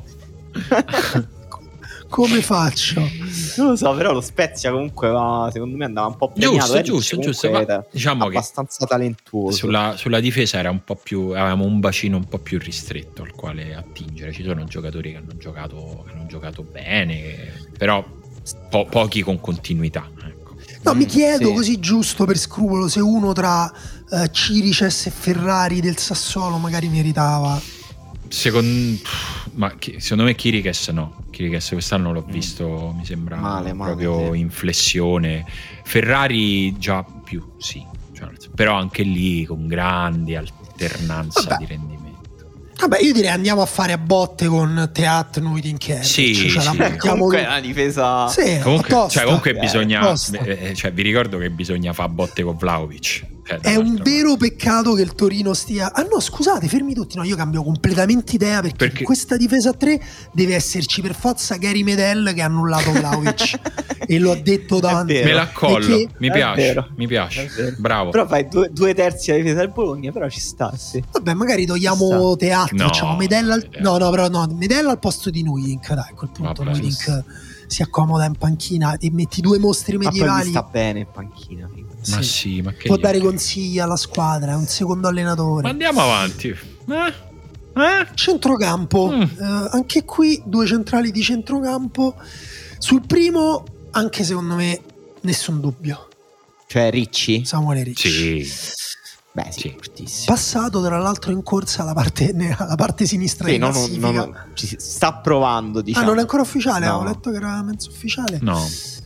Speaker 2: Come faccio?
Speaker 3: Non lo so, però lo Spezia comunque va, secondo me andava un po' premiato.
Speaker 1: Giusto, giusto, giusto. Ma diciamo
Speaker 3: abbastanza
Speaker 1: che
Speaker 3: talentuoso.
Speaker 1: Sulla, sulla difesa era un po' più, avevamo un bacino un po' più ristretto al quale attingere. Ci sono giocatori che hanno giocato, che hanno giocato bene, però po- pochi con continuità. Ecco.
Speaker 2: No, mm, mi chiedo
Speaker 3: sì.
Speaker 2: così giusto per scrupolo se uno tra uh, Cirices e Ferrari del Sassuolo magari meritava.
Speaker 1: Secondo, ma secondo me Chiriches no. Chiriches quest'anno l'ho visto, mm. mi sembra
Speaker 3: male,
Speaker 1: proprio
Speaker 3: male, sì.
Speaker 1: in flessione. Ferrari già più, sì, cioè, però anche lì con grandi alternanza Vabbè. di rendimento.
Speaker 2: Vabbè, io direi andiamo a fare a botte con Teat Nuitink.
Speaker 1: Sì,
Speaker 2: cioè,
Speaker 1: sì.
Speaker 2: La
Speaker 3: comunque è una difesa.
Speaker 2: Sì,
Speaker 1: comunque,
Speaker 2: tosta,
Speaker 1: cioè, comunque
Speaker 2: eh,
Speaker 1: bisogna, eh, cioè, vi ricordo che bisogna fare a botte con Vlahovic. Cioè,
Speaker 2: è un vero parte. peccato che il Torino stia. Ah no, scusate, fermi tutti. No, io cambio completamente idea perché, perché? in questa difesa a tre deve esserci per forza Gary Medel che ha annullato Vlahovic e l'ho detto davanti.
Speaker 1: Me l'accollo, perché... mi piace, mi piace. Bravo.
Speaker 3: Però fai due, due terzi alla difesa del Bologna, però ci sta, sì.
Speaker 2: Vabbè, magari togliamo Teat, no, facciamo Medel al... no, no, però no, Medel al posto di Nuitink, dai, a quel punto Vabbè, Nuitink si accomoda in panchina e metti due mostri medievali.
Speaker 3: Ma poi sta bene in panchina.
Speaker 1: Sì. Ma sì, ma che
Speaker 2: può dare consigli alla squadra, è un secondo allenatore.
Speaker 1: Ma andiamo avanti. Eh? Eh?
Speaker 2: Centrocampo, mm. eh, anche qui due centrali di centrocampo. Sul primo, anche secondo me, nessun dubbio.
Speaker 3: Cioè Ricci?
Speaker 2: Samuele Ricci.
Speaker 1: Sì.
Speaker 3: Beh, sì,
Speaker 1: sì.
Speaker 2: Passato tra l'altro in corsa alla parte, alla parte sinistra sì,
Speaker 3: no, no, no, ci sta provando, diciamo.
Speaker 2: Ah, non è ancora ufficiale?
Speaker 3: No.
Speaker 2: Ho letto che era mezzo ufficiale.
Speaker 1: No.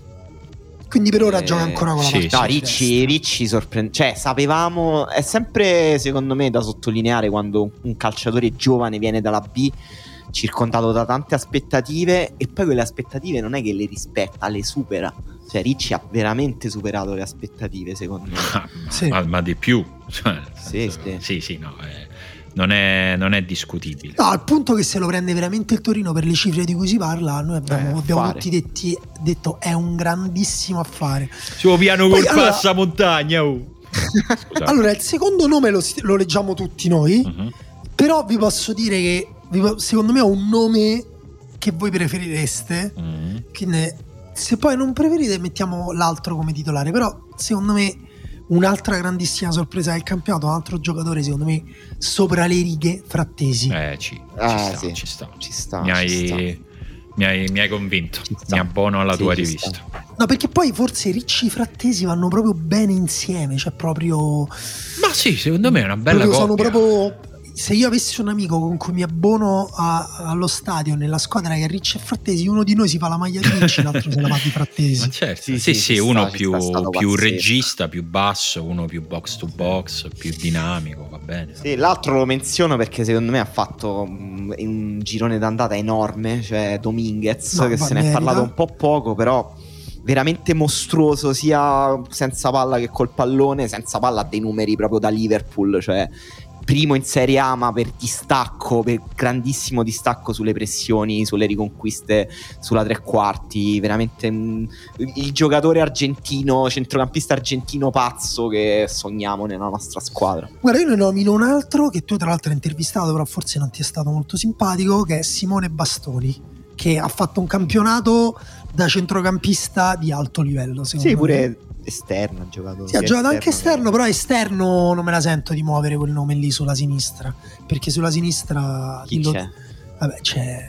Speaker 2: Quindi per ora eh, gioca ancora con la
Speaker 1: sì,
Speaker 2: parte
Speaker 3: no, Ricci, Ricci sorprende, cioè sapevamo, è sempre secondo me da sottolineare quando un calciatore giovane viene dalla B, circondato da tante aspettative, e poi quelle aspettative non è che le rispetta, le supera. Cioè Ricci ha veramente superato le aspettative, secondo me.
Speaker 1: Ah,
Speaker 2: sì.
Speaker 1: ma, ma di più. Cioè,
Speaker 3: sì,
Speaker 1: senso,
Speaker 3: sì,
Speaker 1: sì, sì, no, eh, non, è, non è discutibile.
Speaker 2: No, al punto che se lo prende veramente il Torino per le cifre di cui si parla, noi abbiamo,
Speaker 3: eh,
Speaker 2: abbiamo tutti detti, detto è un grandissimo affare.
Speaker 1: Suo piano col
Speaker 2: allora,
Speaker 1: passamontagna. Oh.
Speaker 2: Allora, il secondo nome lo, lo leggiamo tutti noi, uh-huh. però vi posso dire che secondo me è un nome che voi preferireste, uh-huh. che ne, se poi non preferite mettiamo l'altro come titolare, però secondo me un'altra grandissima sorpresa del campionato, un altro giocatore secondo me sopra le righe, Frattesi.
Speaker 1: Eh ci, ci,
Speaker 3: ah,
Speaker 1: sta,
Speaker 3: sì.
Speaker 1: ci sta,
Speaker 3: ci sta,
Speaker 1: mi,
Speaker 3: ci
Speaker 1: hai,
Speaker 3: sta.
Speaker 1: Mi, hai, mi hai convinto, mi abbono alla
Speaker 3: sì,
Speaker 1: tua rivista.
Speaker 3: Sta.
Speaker 2: No, perché poi forse Ricci e Frattesi vanno proprio bene insieme, cioè proprio.
Speaker 1: Ma sì, secondo me è una bella
Speaker 2: coppia.
Speaker 1: Sono
Speaker 2: proprio. Se io avessi un amico con cui mi abbono a, allo stadio nella squadra che è Ricci e Frattesi, uno di noi si fa la maglia di Ricci, l'altro se la fa di Frattesi.
Speaker 1: Ma certo, sì,
Speaker 3: sì,
Speaker 1: sì,
Speaker 3: sì
Speaker 1: uno
Speaker 3: sta,
Speaker 1: più, più regista, più basso, uno più box to box, più dinamico, va bene.
Speaker 3: Sì, l'altro lo menziono perché secondo me ha fatto um, un girone d'andata enorme, cioè Dominguez, no, che se ne è parlato un po' poco, però veramente mostruoso sia senza palla che col pallone. Senza palla ha dei numeri proprio da Liverpool, cioè primo in Serie A ma per distacco, per grandissimo distacco sulle pressioni, sulle riconquiste, sulla tre quarti, veramente mh, il giocatore argentino, centrocampista argentino pazzo che sogniamo nella nostra squadra.
Speaker 2: Guarda, io ne nomino un altro che tu tra l'altro hai intervistato, però forse non ti è stato molto simpatico, che è Simone Bastoni, che ha fatto un campionato da centrocampista di alto livello, secondo
Speaker 3: sì,
Speaker 2: me.
Speaker 3: pure esterno ha giocato.
Speaker 2: Sì, ha giocato anche esterno, però esterno non me la sento di muovere quel nome lì sulla sinistra, perché sulla sinistra
Speaker 3: chi
Speaker 2: lo...
Speaker 3: c'è?
Speaker 2: Vabbè, c'è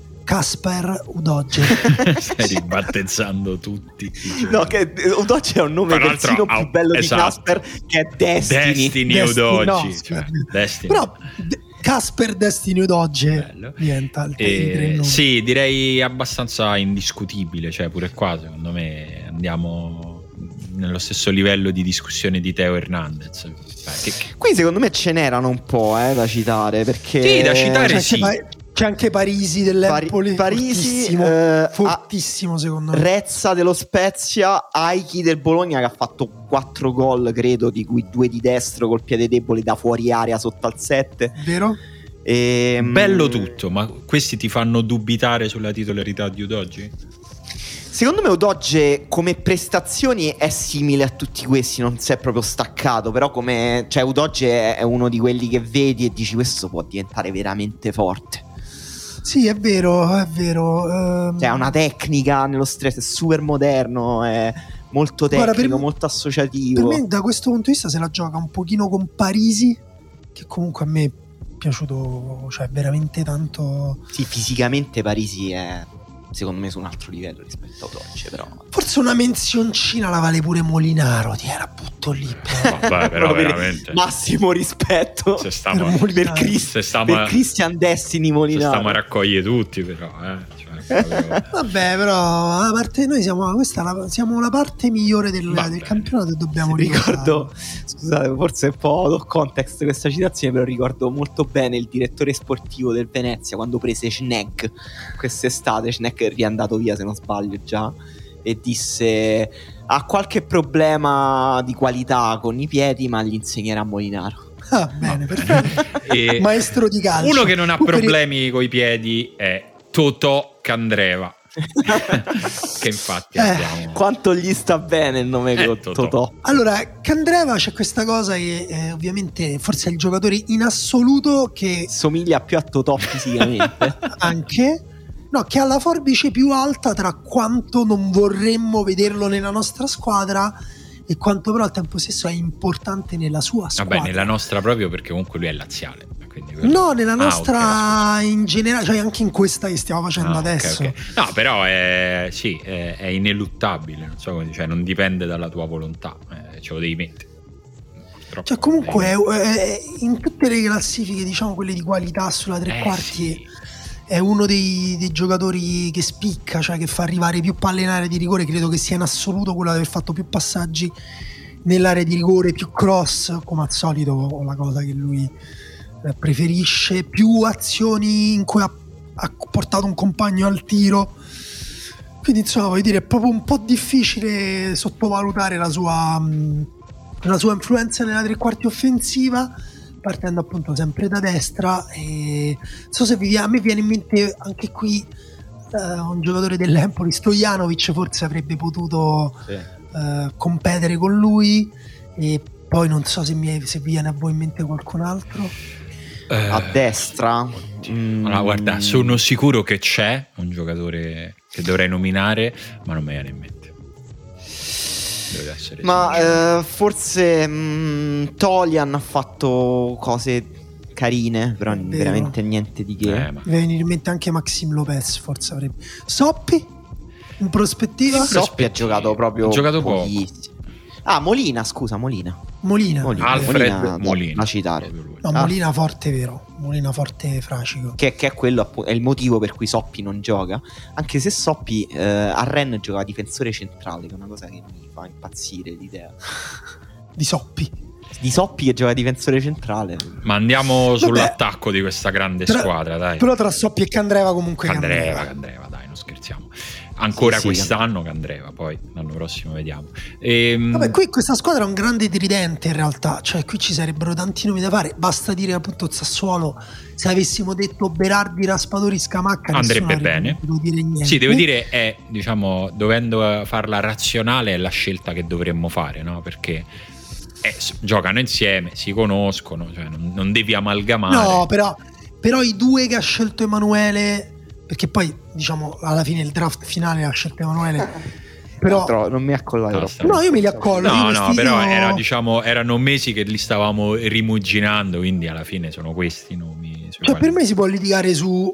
Speaker 2: Kasper Udoge.
Speaker 1: Stai ribattezzando tutti.
Speaker 3: No, che Udoge è un nome persino più bello esatto. di Kasper, che è Destiny.
Speaker 1: Destiny, Destiny Udoge, no, cioè, Destiny.
Speaker 2: Però Casper Destiny Udogie
Speaker 1: Bello.
Speaker 2: diventa il,
Speaker 1: E,
Speaker 2: il
Speaker 1: sì, direi abbastanza indiscutibile, cioè pure qua secondo me andiamo nello stesso livello di discussione di Teo Hernandez. Beh, che, che...
Speaker 3: Qui secondo me ce n'erano un po' eh, da citare, perché
Speaker 1: Sì, da citare
Speaker 2: Cioè,
Speaker 1: sì.
Speaker 2: c'è, c'è anche Parisi dell'Empoli,
Speaker 3: Pari- Parisi,
Speaker 2: fortissimo,
Speaker 3: eh,
Speaker 2: fortissimo secondo me.
Speaker 3: Rezza dello Spezia, Aiki del Bologna che ha fatto quattro gol, credo, di cui due di destro col piede debole da fuori area sotto al sette.
Speaker 2: Vero?
Speaker 3: E,
Speaker 1: Bello tutto, ma questi ti fanno dubitare sulla titolarità di Udogie?
Speaker 3: Secondo me Udogie come prestazioni è simile a tutti questi, non si è proprio staccato, però come, cioè Udogie è uno di quelli che vedi e dici questo può diventare veramente forte.
Speaker 2: Sì, è vero, è vero. ehm,
Speaker 3: Cioè ha una tecnica nello stress, è super moderno, è molto
Speaker 2: Guarda,
Speaker 3: tecnico,
Speaker 2: per-
Speaker 3: molto
Speaker 2: Per
Speaker 3: associativo.
Speaker 2: me da questo punto di vista se la gioca un pochino con Parisi, che comunque a me è piaciuto, cioè veramente tanto.
Speaker 3: Sì, fisicamente Parisi è secondo me su un altro livello rispetto a Udogie, però
Speaker 2: Forse una menzioncina la vale pure Molinaro, ti era butto lì. però.
Speaker 1: Vabbè, però
Speaker 3: Proprio
Speaker 1: veramente.
Speaker 3: massimo rispetto
Speaker 1: Se
Speaker 2: Per
Speaker 1: stiamo,
Speaker 2: Molinaro.
Speaker 3: per, Chris-
Speaker 1: se stiamo,
Speaker 3: per Christian Destiny
Speaker 1: se
Speaker 3: Molinaro.
Speaker 1: stiamo a raccogliere tutti, però, eh. Cioè, proprio-
Speaker 2: Vabbè, però a parte noi siamo questa è la, siamo la parte migliore del,
Speaker 1: Va
Speaker 2: del
Speaker 1: bene.
Speaker 2: campionato e dobbiamo
Speaker 3: Ricordo,
Speaker 2: ricordarlo.
Speaker 3: scusate, forse è un po' out of context questa citazione, però ricordo molto bene il direttore sportivo del Venezia quando prese Schneck quest'estate. Schneck è riandato via, se non sbaglio già, e disse ha qualche problema di qualità con i piedi, ma gli insegnerà Molinaro.
Speaker 2: Ah, bene, perfetto.
Speaker 1: E
Speaker 2: Maestro di calcio.
Speaker 1: uno che non ha
Speaker 2: Tu per-
Speaker 1: problemi coi piedi è Totò Candreva. Che infatti
Speaker 2: Eh,
Speaker 1: abbiamo.
Speaker 3: Quanto gli sta bene il nome
Speaker 1: Eh,
Speaker 3: con
Speaker 1: Totò.
Speaker 3: Totò.
Speaker 2: Allora, Candreva c'è questa cosa che eh, ovviamente forse è il giocatore in assoluto che
Speaker 3: Somiglia più a Totò fisicamente.
Speaker 2: anche no, che ha la forbice più alta tra quanto non vorremmo vederlo nella nostra squadra e quanto però al tempo stesso è importante nella sua squadra.
Speaker 1: Vabbè, nella nostra proprio perché comunque lui è laziale. quindi quello-
Speaker 2: No, nella
Speaker 1: Ah,
Speaker 2: nostra
Speaker 1: ok,
Speaker 2: in generale, cioè anche in questa che stiamo facendo
Speaker 1: Ah, ok,
Speaker 2: adesso.
Speaker 1: ok. No, però è, sì, è, è ineluttabile, non so come dire, cioè non dipende dalla tua volontà, eh, ce lo devi mettere. Purtroppo.
Speaker 2: Cioè comunque
Speaker 1: Eh,
Speaker 2: è- è- in tutte le classifiche, diciamo quelle di qualità sulla tre
Speaker 1: eh,
Speaker 2: quarti,
Speaker 1: sì.
Speaker 2: è uno dei, dei giocatori che spicca, cioè che fa arrivare più palle in area di rigore. Credo che sia in assoluto quello ad aver fatto più passaggi nell'area di rigore, più cross, come al solito la cosa che lui eh, preferisce, più azioni in cui ha, ha portato un compagno al tiro. Quindi insomma, voglio dire, è proprio un po' difficile sottovalutare la sua, mh, la sua influenza nella tre quarti offensiva, partendo appunto sempre da destra. E non so se vi viene, a me viene in mente anche qui eh, un giocatore dell'Empoli, Stojanovic, forse avrebbe potuto
Speaker 3: Sì.
Speaker 2: eh, competere con lui, e poi non so se, mi, se vi viene a voi in mente qualcun altro.
Speaker 1: Eh,
Speaker 3: A destra. Mm.
Speaker 1: Allora, guarda, sono sicuro che c'è un giocatore che dovrei nominare, ma non mi viene in mente. Devo essere sincero.
Speaker 3: Ma eh, forse mm, Tolian ha fatto cose carine, però
Speaker 2: Vero.
Speaker 3: veramente niente di che.
Speaker 1: Eh, ma-
Speaker 2: Mi viene in mente anche Maxim Lopez, forse avrebbe. Soppi in prospettiva.
Speaker 1: In pro-
Speaker 3: Soppi ha giocato proprio
Speaker 1: Ha giocato poco.
Speaker 3: pochissimo. Ah, Molina, scusa, Molina.
Speaker 2: Molina.
Speaker 3: Molina.
Speaker 1: Alfred
Speaker 3: Molina,
Speaker 1: Molina,
Speaker 3: da citare.
Speaker 1: proprio lui.
Speaker 2: No,
Speaker 3: Ah.
Speaker 2: Molina forte, vero. Molina forte fracico.
Speaker 3: Che, che è quello appu- è il motivo per cui Soppi non gioca. Anche se Soppi eh, a Rennes giocava difensore centrale, che è una cosa che mi fa impazzire l'idea.
Speaker 2: Di Soppi.
Speaker 3: Di Soppi che gioca difensore centrale.
Speaker 1: Ma andiamo sull'attacco di questa grande
Speaker 2: Tra-
Speaker 1: squadra, dai.
Speaker 2: Però tra Soppi e Candreva comunque
Speaker 1: Candreva, Candreva, dai, non scherziamo. Ancora
Speaker 3: Sì, sì,
Speaker 1: quest'anno Candreva, poi l'anno prossimo vediamo. Ehm,
Speaker 2: Vabbè, qui questa squadra è un grande tridente in realtà, cioè qui ci sarebbero tanti nomi da fare. Basta dire appunto Sassuolo, se avessimo detto Berardi, Raspadori, Scamacca
Speaker 1: Andrebbe
Speaker 2: nessuno avrebbe
Speaker 1: bene.
Speaker 2: potuto dire niente.
Speaker 1: Sì, devo dire, è, diciamo, dovendo farla razionale, è la scelta che dovremmo fare, no? Perché eh, s- giocano insieme, si conoscono, cioè non, non devi amalgamare.
Speaker 2: No, però, però i due che ha scelto Emanuele, perché poi diciamo alla fine il draft finale ha scelto Emanuele, però
Speaker 3: Tro- non mi accollare
Speaker 1: No,
Speaker 3: troppo.
Speaker 1: sta-
Speaker 2: no, io me li accollo.
Speaker 1: No,
Speaker 2: io
Speaker 1: no,
Speaker 2: questi-
Speaker 1: però
Speaker 2: io-
Speaker 1: era, diciamo, erano mesi che li stavamo rimuginando, quindi alla fine sono questi i nomi. sui
Speaker 2: Cioè
Speaker 1: quali-
Speaker 2: per me si può litigare su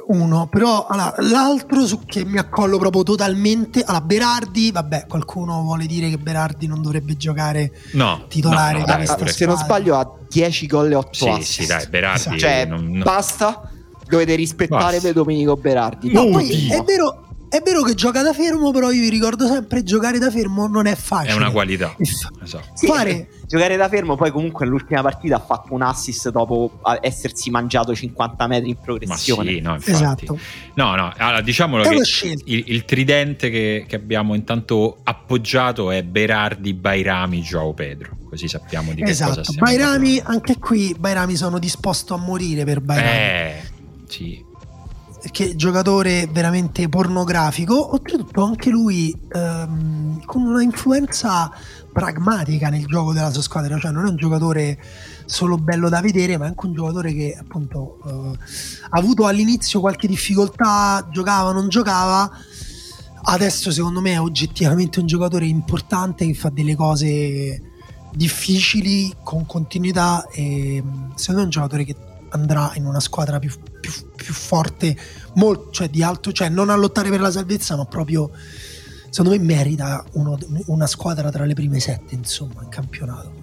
Speaker 2: uno, però allora, l'altro su che mi accollo proprio totalmente, allora Berardi, vabbè, qualcuno vuole dire che Berardi non dovrebbe giocare
Speaker 1: no,
Speaker 2: titolare
Speaker 1: no, no,
Speaker 2: da
Speaker 1: dai,
Speaker 2: questa
Speaker 3: se non sbaglio ha dieci gol e otto
Speaker 1: sì,
Speaker 3: assist.
Speaker 1: sì, dai, Berardi
Speaker 3: cioè
Speaker 1: non, non...
Speaker 3: basta, dovete rispettare
Speaker 1: Basta.
Speaker 3: Domenico Berardi.
Speaker 2: No,
Speaker 3: no,
Speaker 2: poi è vero, è vero che gioca da fermo, però io vi ricordo sempre giocare da fermo non è facile.
Speaker 1: È una qualità.
Speaker 2: Esatto.
Speaker 3: Sì,
Speaker 2: Fare
Speaker 3: giocare da fermo, poi comunque all'ultima partita ha fatto un assist dopo essersi mangiato cinquanta metri in progressione.
Speaker 1: Ma sì, no, infatti.
Speaker 2: Esatto.
Speaker 1: No, no, allora diciamolo
Speaker 2: È
Speaker 1: che
Speaker 2: una scelta.
Speaker 1: il, il tridente che, che abbiamo intanto appoggiato è Berardi, Bairami, João Pedro, così sappiamo di che
Speaker 2: esatto.
Speaker 1: cosa stiamo
Speaker 2: Bairami,
Speaker 1: parlando.
Speaker 2: anche qui Bairami sono disposto a morire per Bairami.
Speaker 1: Eh, sì.
Speaker 2: Che giocatore veramente pornografico, oltretutto anche lui ehm, con una influenza pragmatica nel gioco della sua squadra, cioè non è un giocatore solo bello da vedere, ma è anche un giocatore che appunto eh, ha avuto all'inizio qualche difficoltà, giocava, non giocava, adesso secondo me è oggettivamente un giocatore importante che fa delle cose difficili con continuità e secondo me è un giocatore che andrà in una squadra più, più, più forte, molto, cioè di alto, cioè non a lottare per la salvezza, ma proprio secondo me merita uno, una squadra tra le prime sette, insomma, in campionato.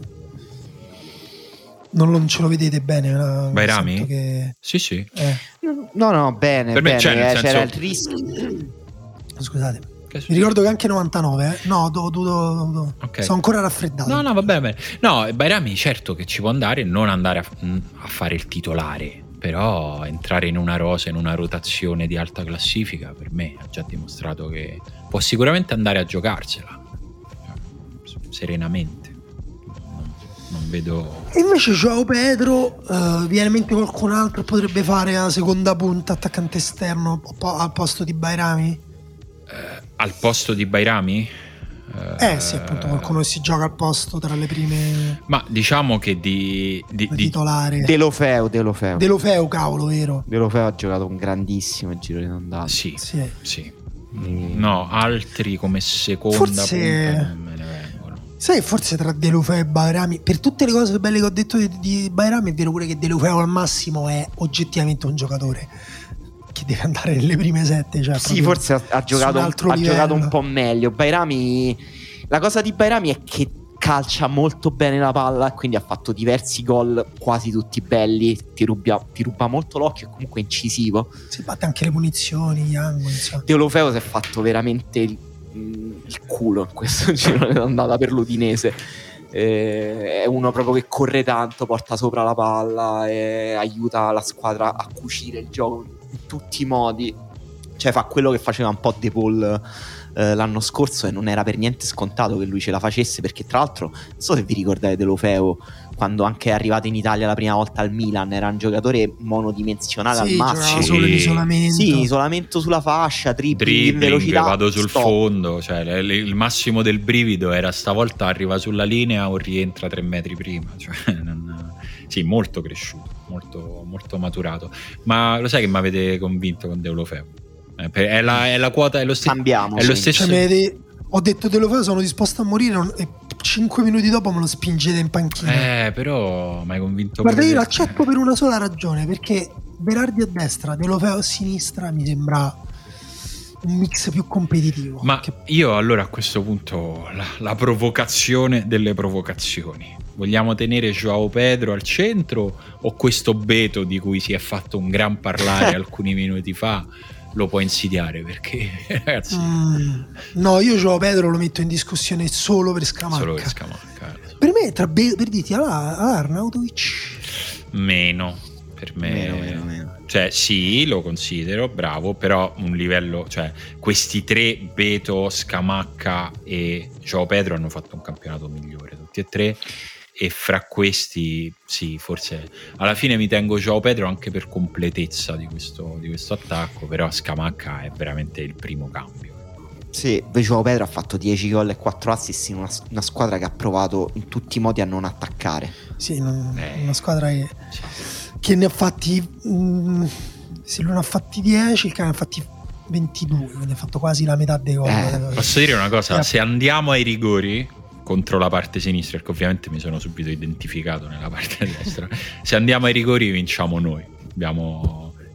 Speaker 2: Non, non ce lo vedete bene? No?
Speaker 1: Bairami?
Speaker 2: Che,
Speaker 1: sì, sì.
Speaker 2: Eh.
Speaker 3: No, no, bene,
Speaker 1: per
Speaker 3: bene,
Speaker 1: me, cioè, nel
Speaker 3: eh,
Speaker 1: senso...
Speaker 3: c'era il rischio.
Speaker 2: Scusate. Mi ricordo che anche novantanove, eh? No, do, do, do, do.
Speaker 1: Okay.
Speaker 2: Sono ancora raffreddato.
Speaker 1: No, no, va bene. No, Bairami certo che ci può andare, non andare a, a fare il titolare, però entrare in una rosa, in una rotazione di alta classifica, per me ha già dimostrato che può sicuramente andare a giocarsela serenamente. Non, non vedo.
Speaker 2: E invece João Pedro, uh, viene in mente qualcun altro potrebbe fare la seconda punta, attaccante esterno al posto di Bairami?
Speaker 1: Eh, al posto di Bairami?
Speaker 2: Eh, eh sì, appunto, qualcuno che si gioca al posto tra le prime.
Speaker 1: Ma diciamo che di, di, di
Speaker 2: titolare
Speaker 3: Delofeu, Delofeu.
Speaker 2: Delofeu, cavolo, vero?
Speaker 3: Delofeu ha giocato un grandissimo giro di andata.
Speaker 1: Sì,
Speaker 2: sì.
Speaker 1: sì. Mm. No, altri come seconda
Speaker 2: forse...
Speaker 1: punta non me ne vengono.
Speaker 2: Sai, forse tra Delofeu e Bairami, per tutte le cose belle che ho detto di, di Bairami, è vero pure che Delofeu al massimo è oggettivamente un giocatore che deve andare nelle prime sette, cioè
Speaker 3: sì, forse ha, ha, giocato, un, ha giocato un po' meglio. Bairami, la cosa di Bairami è che calcia molto bene la palla, quindi ha fatto diversi gol, quasi tutti belli. Ti ruba, ti ruba molto l'occhio, è comunque incisivo.
Speaker 2: Si batte anche le punizioni, gli angoli.
Speaker 3: Deulofeu si è fatto veramente il, il culo in questo giro d'andata per l'Udinese. Eh, è uno proprio che corre tanto, porta sopra la palla e aiuta la squadra a cucire il gioco in tutti i modi, cioè fa quello che faceva un po' De Paul eh, l'anno scorso, e non era per niente scontato che lui ce la facesse, perché tra l'altro non so se vi ricordate Deulofeu, quando anche è arrivato in Italia la prima volta al Milan era un giocatore monodimensionale,
Speaker 2: sì,
Speaker 3: al massimo,
Speaker 2: solo l'isolamento.
Speaker 3: sì, isolamento sulla fascia, dribbling, in velocità,
Speaker 1: vado sul
Speaker 3: stop.
Speaker 1: fondo, cioè il massimo del brivido era stavolta arriva sulla linea o rientra tre metri prima, cioè non... sì, molto cresciuto, molto, molto maturato. Ma lo sai che mi avete convinto con Deulofeu? Eh, è, la, è la quota, è lo, st-
Speaker 3: Cambiamo,
Speaker 1: è lo
Speaker 3: sì.
Speaker 1: stesso.
Speaker 2: Cioè, avete... ho detto Deulofeu, sono disposto a morire, non... e cinque minuti dopo me lo spingete in panchina.
Speaker 1: Eh, però mi hai convinto.
Speaker 2: Guarda, io
Speaker 1: perché...
Speaker 2: l'accetto per una sola ragione, perché Berardi a destra, Deulofeu a sinistra mi sembra un mix più competitivo.
Speaker 1: Ma
Speaker 2: che...
Speaker 1: io allora a questo punto la, la provocazione delle provocazioni, vogliamo tenere João Pedro al centro o questo Beto di cui si è fatto un gran parlare alcuni minuti fa lo può insidiare? Perché ragazzi
Speaker 2: mm, no, io João Pedro lo metto in discussione solo per Scamacca,
Speaker 1: solo per Scamacca.
Speaker 2: Per me tra Be- per dirti allora, allora Arnautovic
Speaker 1: meno per me
Speaker 3: meno, meno, meno.
Speaker 1: Cioè sì, lo considero bravo, però un livello, cioè questi tre, Beto, Scamacca e João Pedro, hanno fatto un campionato migliore tutti e tre, e fra questi sì, forse alla fine mi tengo João Pedro anche per completezza di questo, di questo attacco, però Scamacca è veramente il primo cambio.
Speaker 3: Sì, João Pedro ha fatto dieci gol e quattro assist in una, una squadra che ha provato in tutti i modi a non attaccare.
Speaker 2: Sì, non,
Speaker 1: eh,
Speaker 2: una squadra che,
Speaker 1: sì.
Speaker 2: che ne ha fatti mh, se lui ne ha fatti dieci, il cane ne ha fatti ventidue, quindi ha fatto quasi la metà dei gol.
Speaker 1: Eh, posso dire una cosa,
Speaker 2: eh.
Speaker 1: se andiamo ai rigori contro la parte sinistra, perché ovviamente mi sono subito identificato nella parte destra, se andiamo ai rigori vinciamo noi. Abbiamo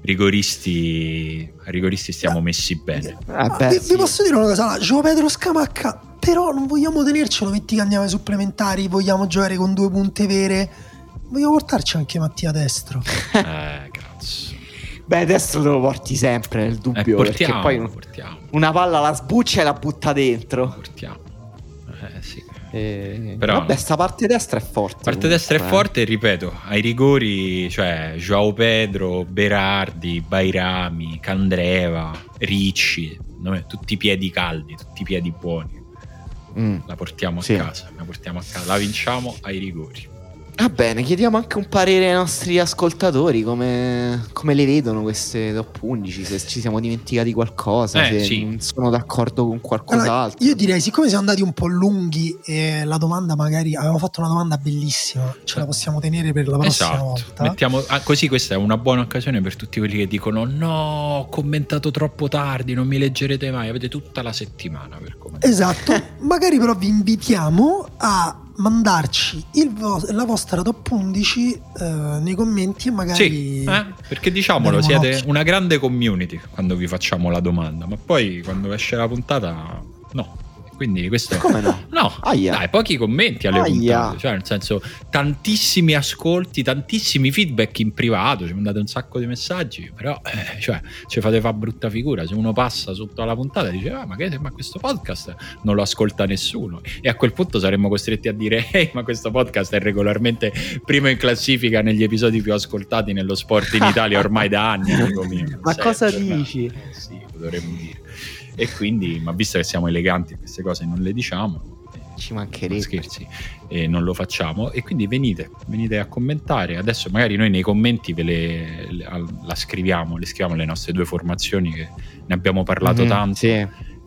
Speaker 1: rigoristi, a rigoristi stiamo messi bene.
Speaker 3: Ah,
Speaker 2: Ma
Speaker 3: beh,
Speaker 2: vi,
Speaker 3: sì.
Speaker 2: vi posso dire una cosa, Gio Pedro Scamacca, però non vogliamo tenercelo, metti che andiamo ai supplementari, vogliamo giocare con due punte vere, vogliamo portarci anche Mattia Destro.
Speaker 1: Eh, cazzo.
Speaker 3: Beh, destro te lo porti sempre nel dubbio,
Speaker 1: Eh, portiamo,
Speaker 3: perché poi
Speaker 1: portiamo,
Speaker 3: una palla la sbuccia e la butta dentro.
Speaker 1: portiamo. Eh, sì.
Speaker 3: E...
Speaker 1: Però-
Speaker 3: Vabbè, sta parte destra è forte.
Speaker 1: Parte destra è
Speaker 3: comunque,
Speaker 1: forte e ripeto, ai rigori, cioè Joao Pedro, Berardi, Bairami, Candreva, Ricci, no? Tutti i piedi caldi, tutti i piedi buoni.
Speaker 3: eh. Mm.
Speaker 1: La portiamo a
Speaker 3: Sì.
Speaker 1: casa, la portiamo a casa, la vinciamo ai rigori.
Speaker 3: Va bene, chiediamo anche un parere ai nostri ascoltatori, come, come le vedono queste top undici, se ci siamo dimenticati qualcosa,
Speaker 1: Eh,
Speaker 3: se
Speaker 1: sì.
Speaker 3: non sono d'accordo con qualcos'altro.
Speaker 2: Allora, io direi, siccome siamo andati un po' lunghi e la domanda magari, avevamo fatto una domanda bellissima, ce la possiamo tenere per la prossima
Speaker 1: Esatto,
Speaker 2: volta.
Speaker 1: mettiamo, ah, così questa è una buona occasione per tutti quelli che dicono no, ho commentato troppo tardi, non mi leggerete mai, avete tutta la settimana per commentare.
Speaker 2: Esatto, magari però vi invitiamo a mandarci il vo- la vostra top undici eh, nei commenti e magari
Speaker 1: Sì, eh, perché diciamolo,
Speaker 2: daremo un
Speaker 1: siete
Speaker 2: occhio.
Speaker 1: una grande community quando vi facciamo la domanda, ma poi quando esce la puntata no. Quindi questo
Speaker 3: Come no?
Speaker 1: No,
Speaker 3: Aia.
Speaker 1: dai, pochi commenti alle
Speaker 3: Aia.
Speaker 1: puntate, cioè nel senso tantissimi ascolti, tantissimi feedback in privato, ci mandate un sacco di messaggi, però eh, cioè ci fate fa brutta figura, se uno passa sotto alla puntata e dice ah, ma, che, ma questo podcast non lo ascolta nessuno, e a quel punto saremmo costretti a dire ehi, ma questo podcast è regolarmente primo in classifica negli episodi più ascoltati nello sport in Italia ormai da anni, amico mio.
Speaker 3: Ma
Speaker 1: Sei
Speaker 3: cosa
Speaker 1: aggiornato.
Speaker 3: dici?
Speaker 1: Eh, sì, lo dovremmo dire. E quindi, ma visto che siamo eleganti, queste cose non le diciamo,
Speaker 3: Ci
Speaker 1: non
Speaker 3: mancherebbe.
Speaker 1: scherzi, e non lo facciamo, e quindi venite, venite a commentare. Adesso magari noi nei commenti ve le, le- al- la scriviamo, le scriviamo le nostre due formazioni che ne abbiamo parlato
Speaker 3: Mhm,
Speaker 1: tanto.
Speaker 3: sì.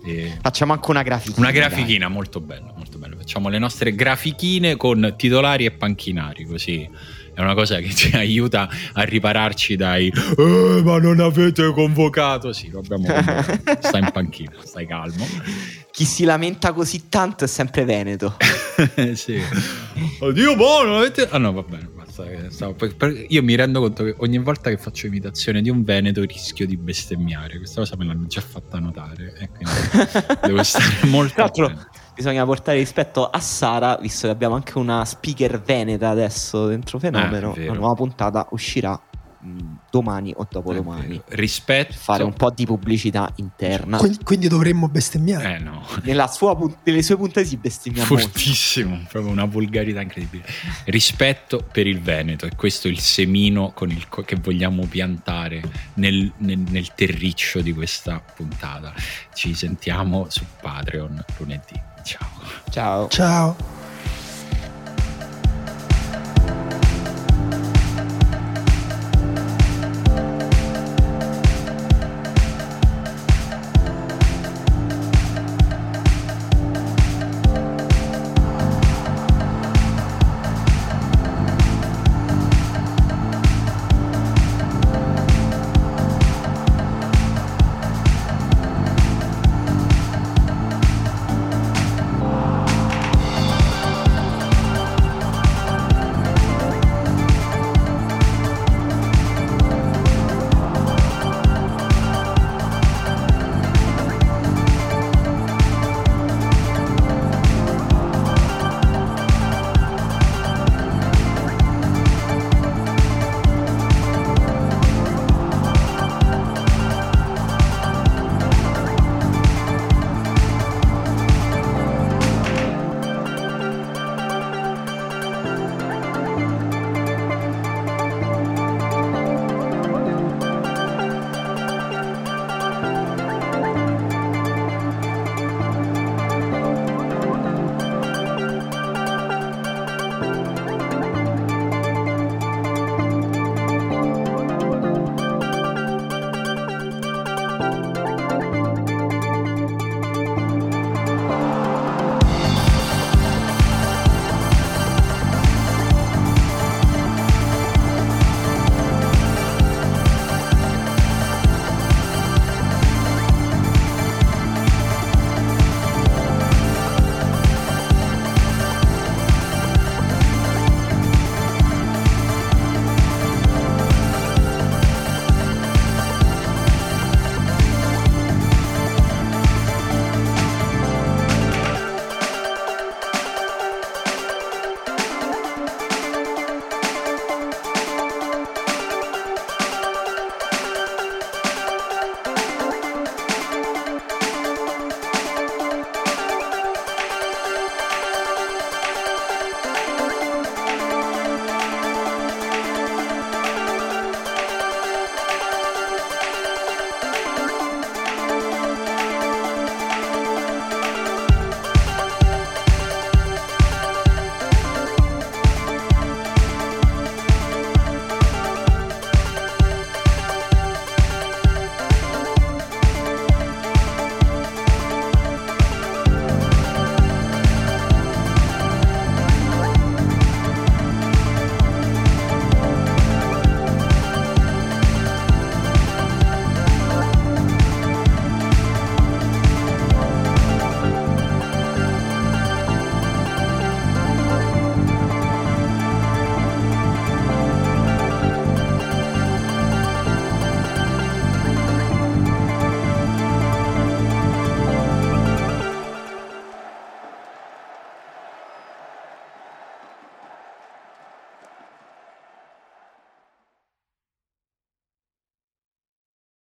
Speaker 1: E
Speaker 3: Facciamo anche una grafichina.
Speaker 1: una grafichina molto bella, molto bella. Facciamo le nostre grafichine con titolari e panchinari, così è una cosa che ci aiuta a ripararci dai eh, ma non avete convocato. Sì, lo abbiamo convocato. Stai in panchina, stai calmo.
Speaker 3: Chi si lamenta così tanto è sempre veneto.
Speaker 1: Sì. Oddio, boh, non avete... Ah no, va bene, basta. che stavo- per- per- Io mi rendo conto che ogni volta che faccio imitazione di un veneto rischio di bestemmiare. Questa cosa me l'hanno già fatta notare, e quindi devo stare molto
Speaker 3: Tra l'altro,
Speaker 1: attento.
Speaker 3: bisogna portare rispetto a Sara, visto che abbiamo anche una speaker veneta adesso dentro Fenomeno.
Speaker 1: Ah, è vero.
Speaker 3: La nuova puntata uscirà mh, domani o
Speaker 1: È
Speaker 3: dopodomani.
Speaker 1: vero. Rispetto.
Speaker 3: Per fare un po' di pubblicità interna.
Speaker 2: quindi, quindi dovremmo bestemmiare.
Speaker 1: Eh no.
Speaker 3: Nella sua pun- nelle sue puntate si bestemmia molto.
Speaker 1: Fortissimo, proprio una volgarità incredibile. Rispetto per il Veneto, e questo è il semino con il co- che vogliamo piantare nel, nel- nel terriccio di questa puntata. Ci sentiamo su Patreon lunedì. Ciao.
Speaker 3: Ciao.
Speaker 2: Ciao.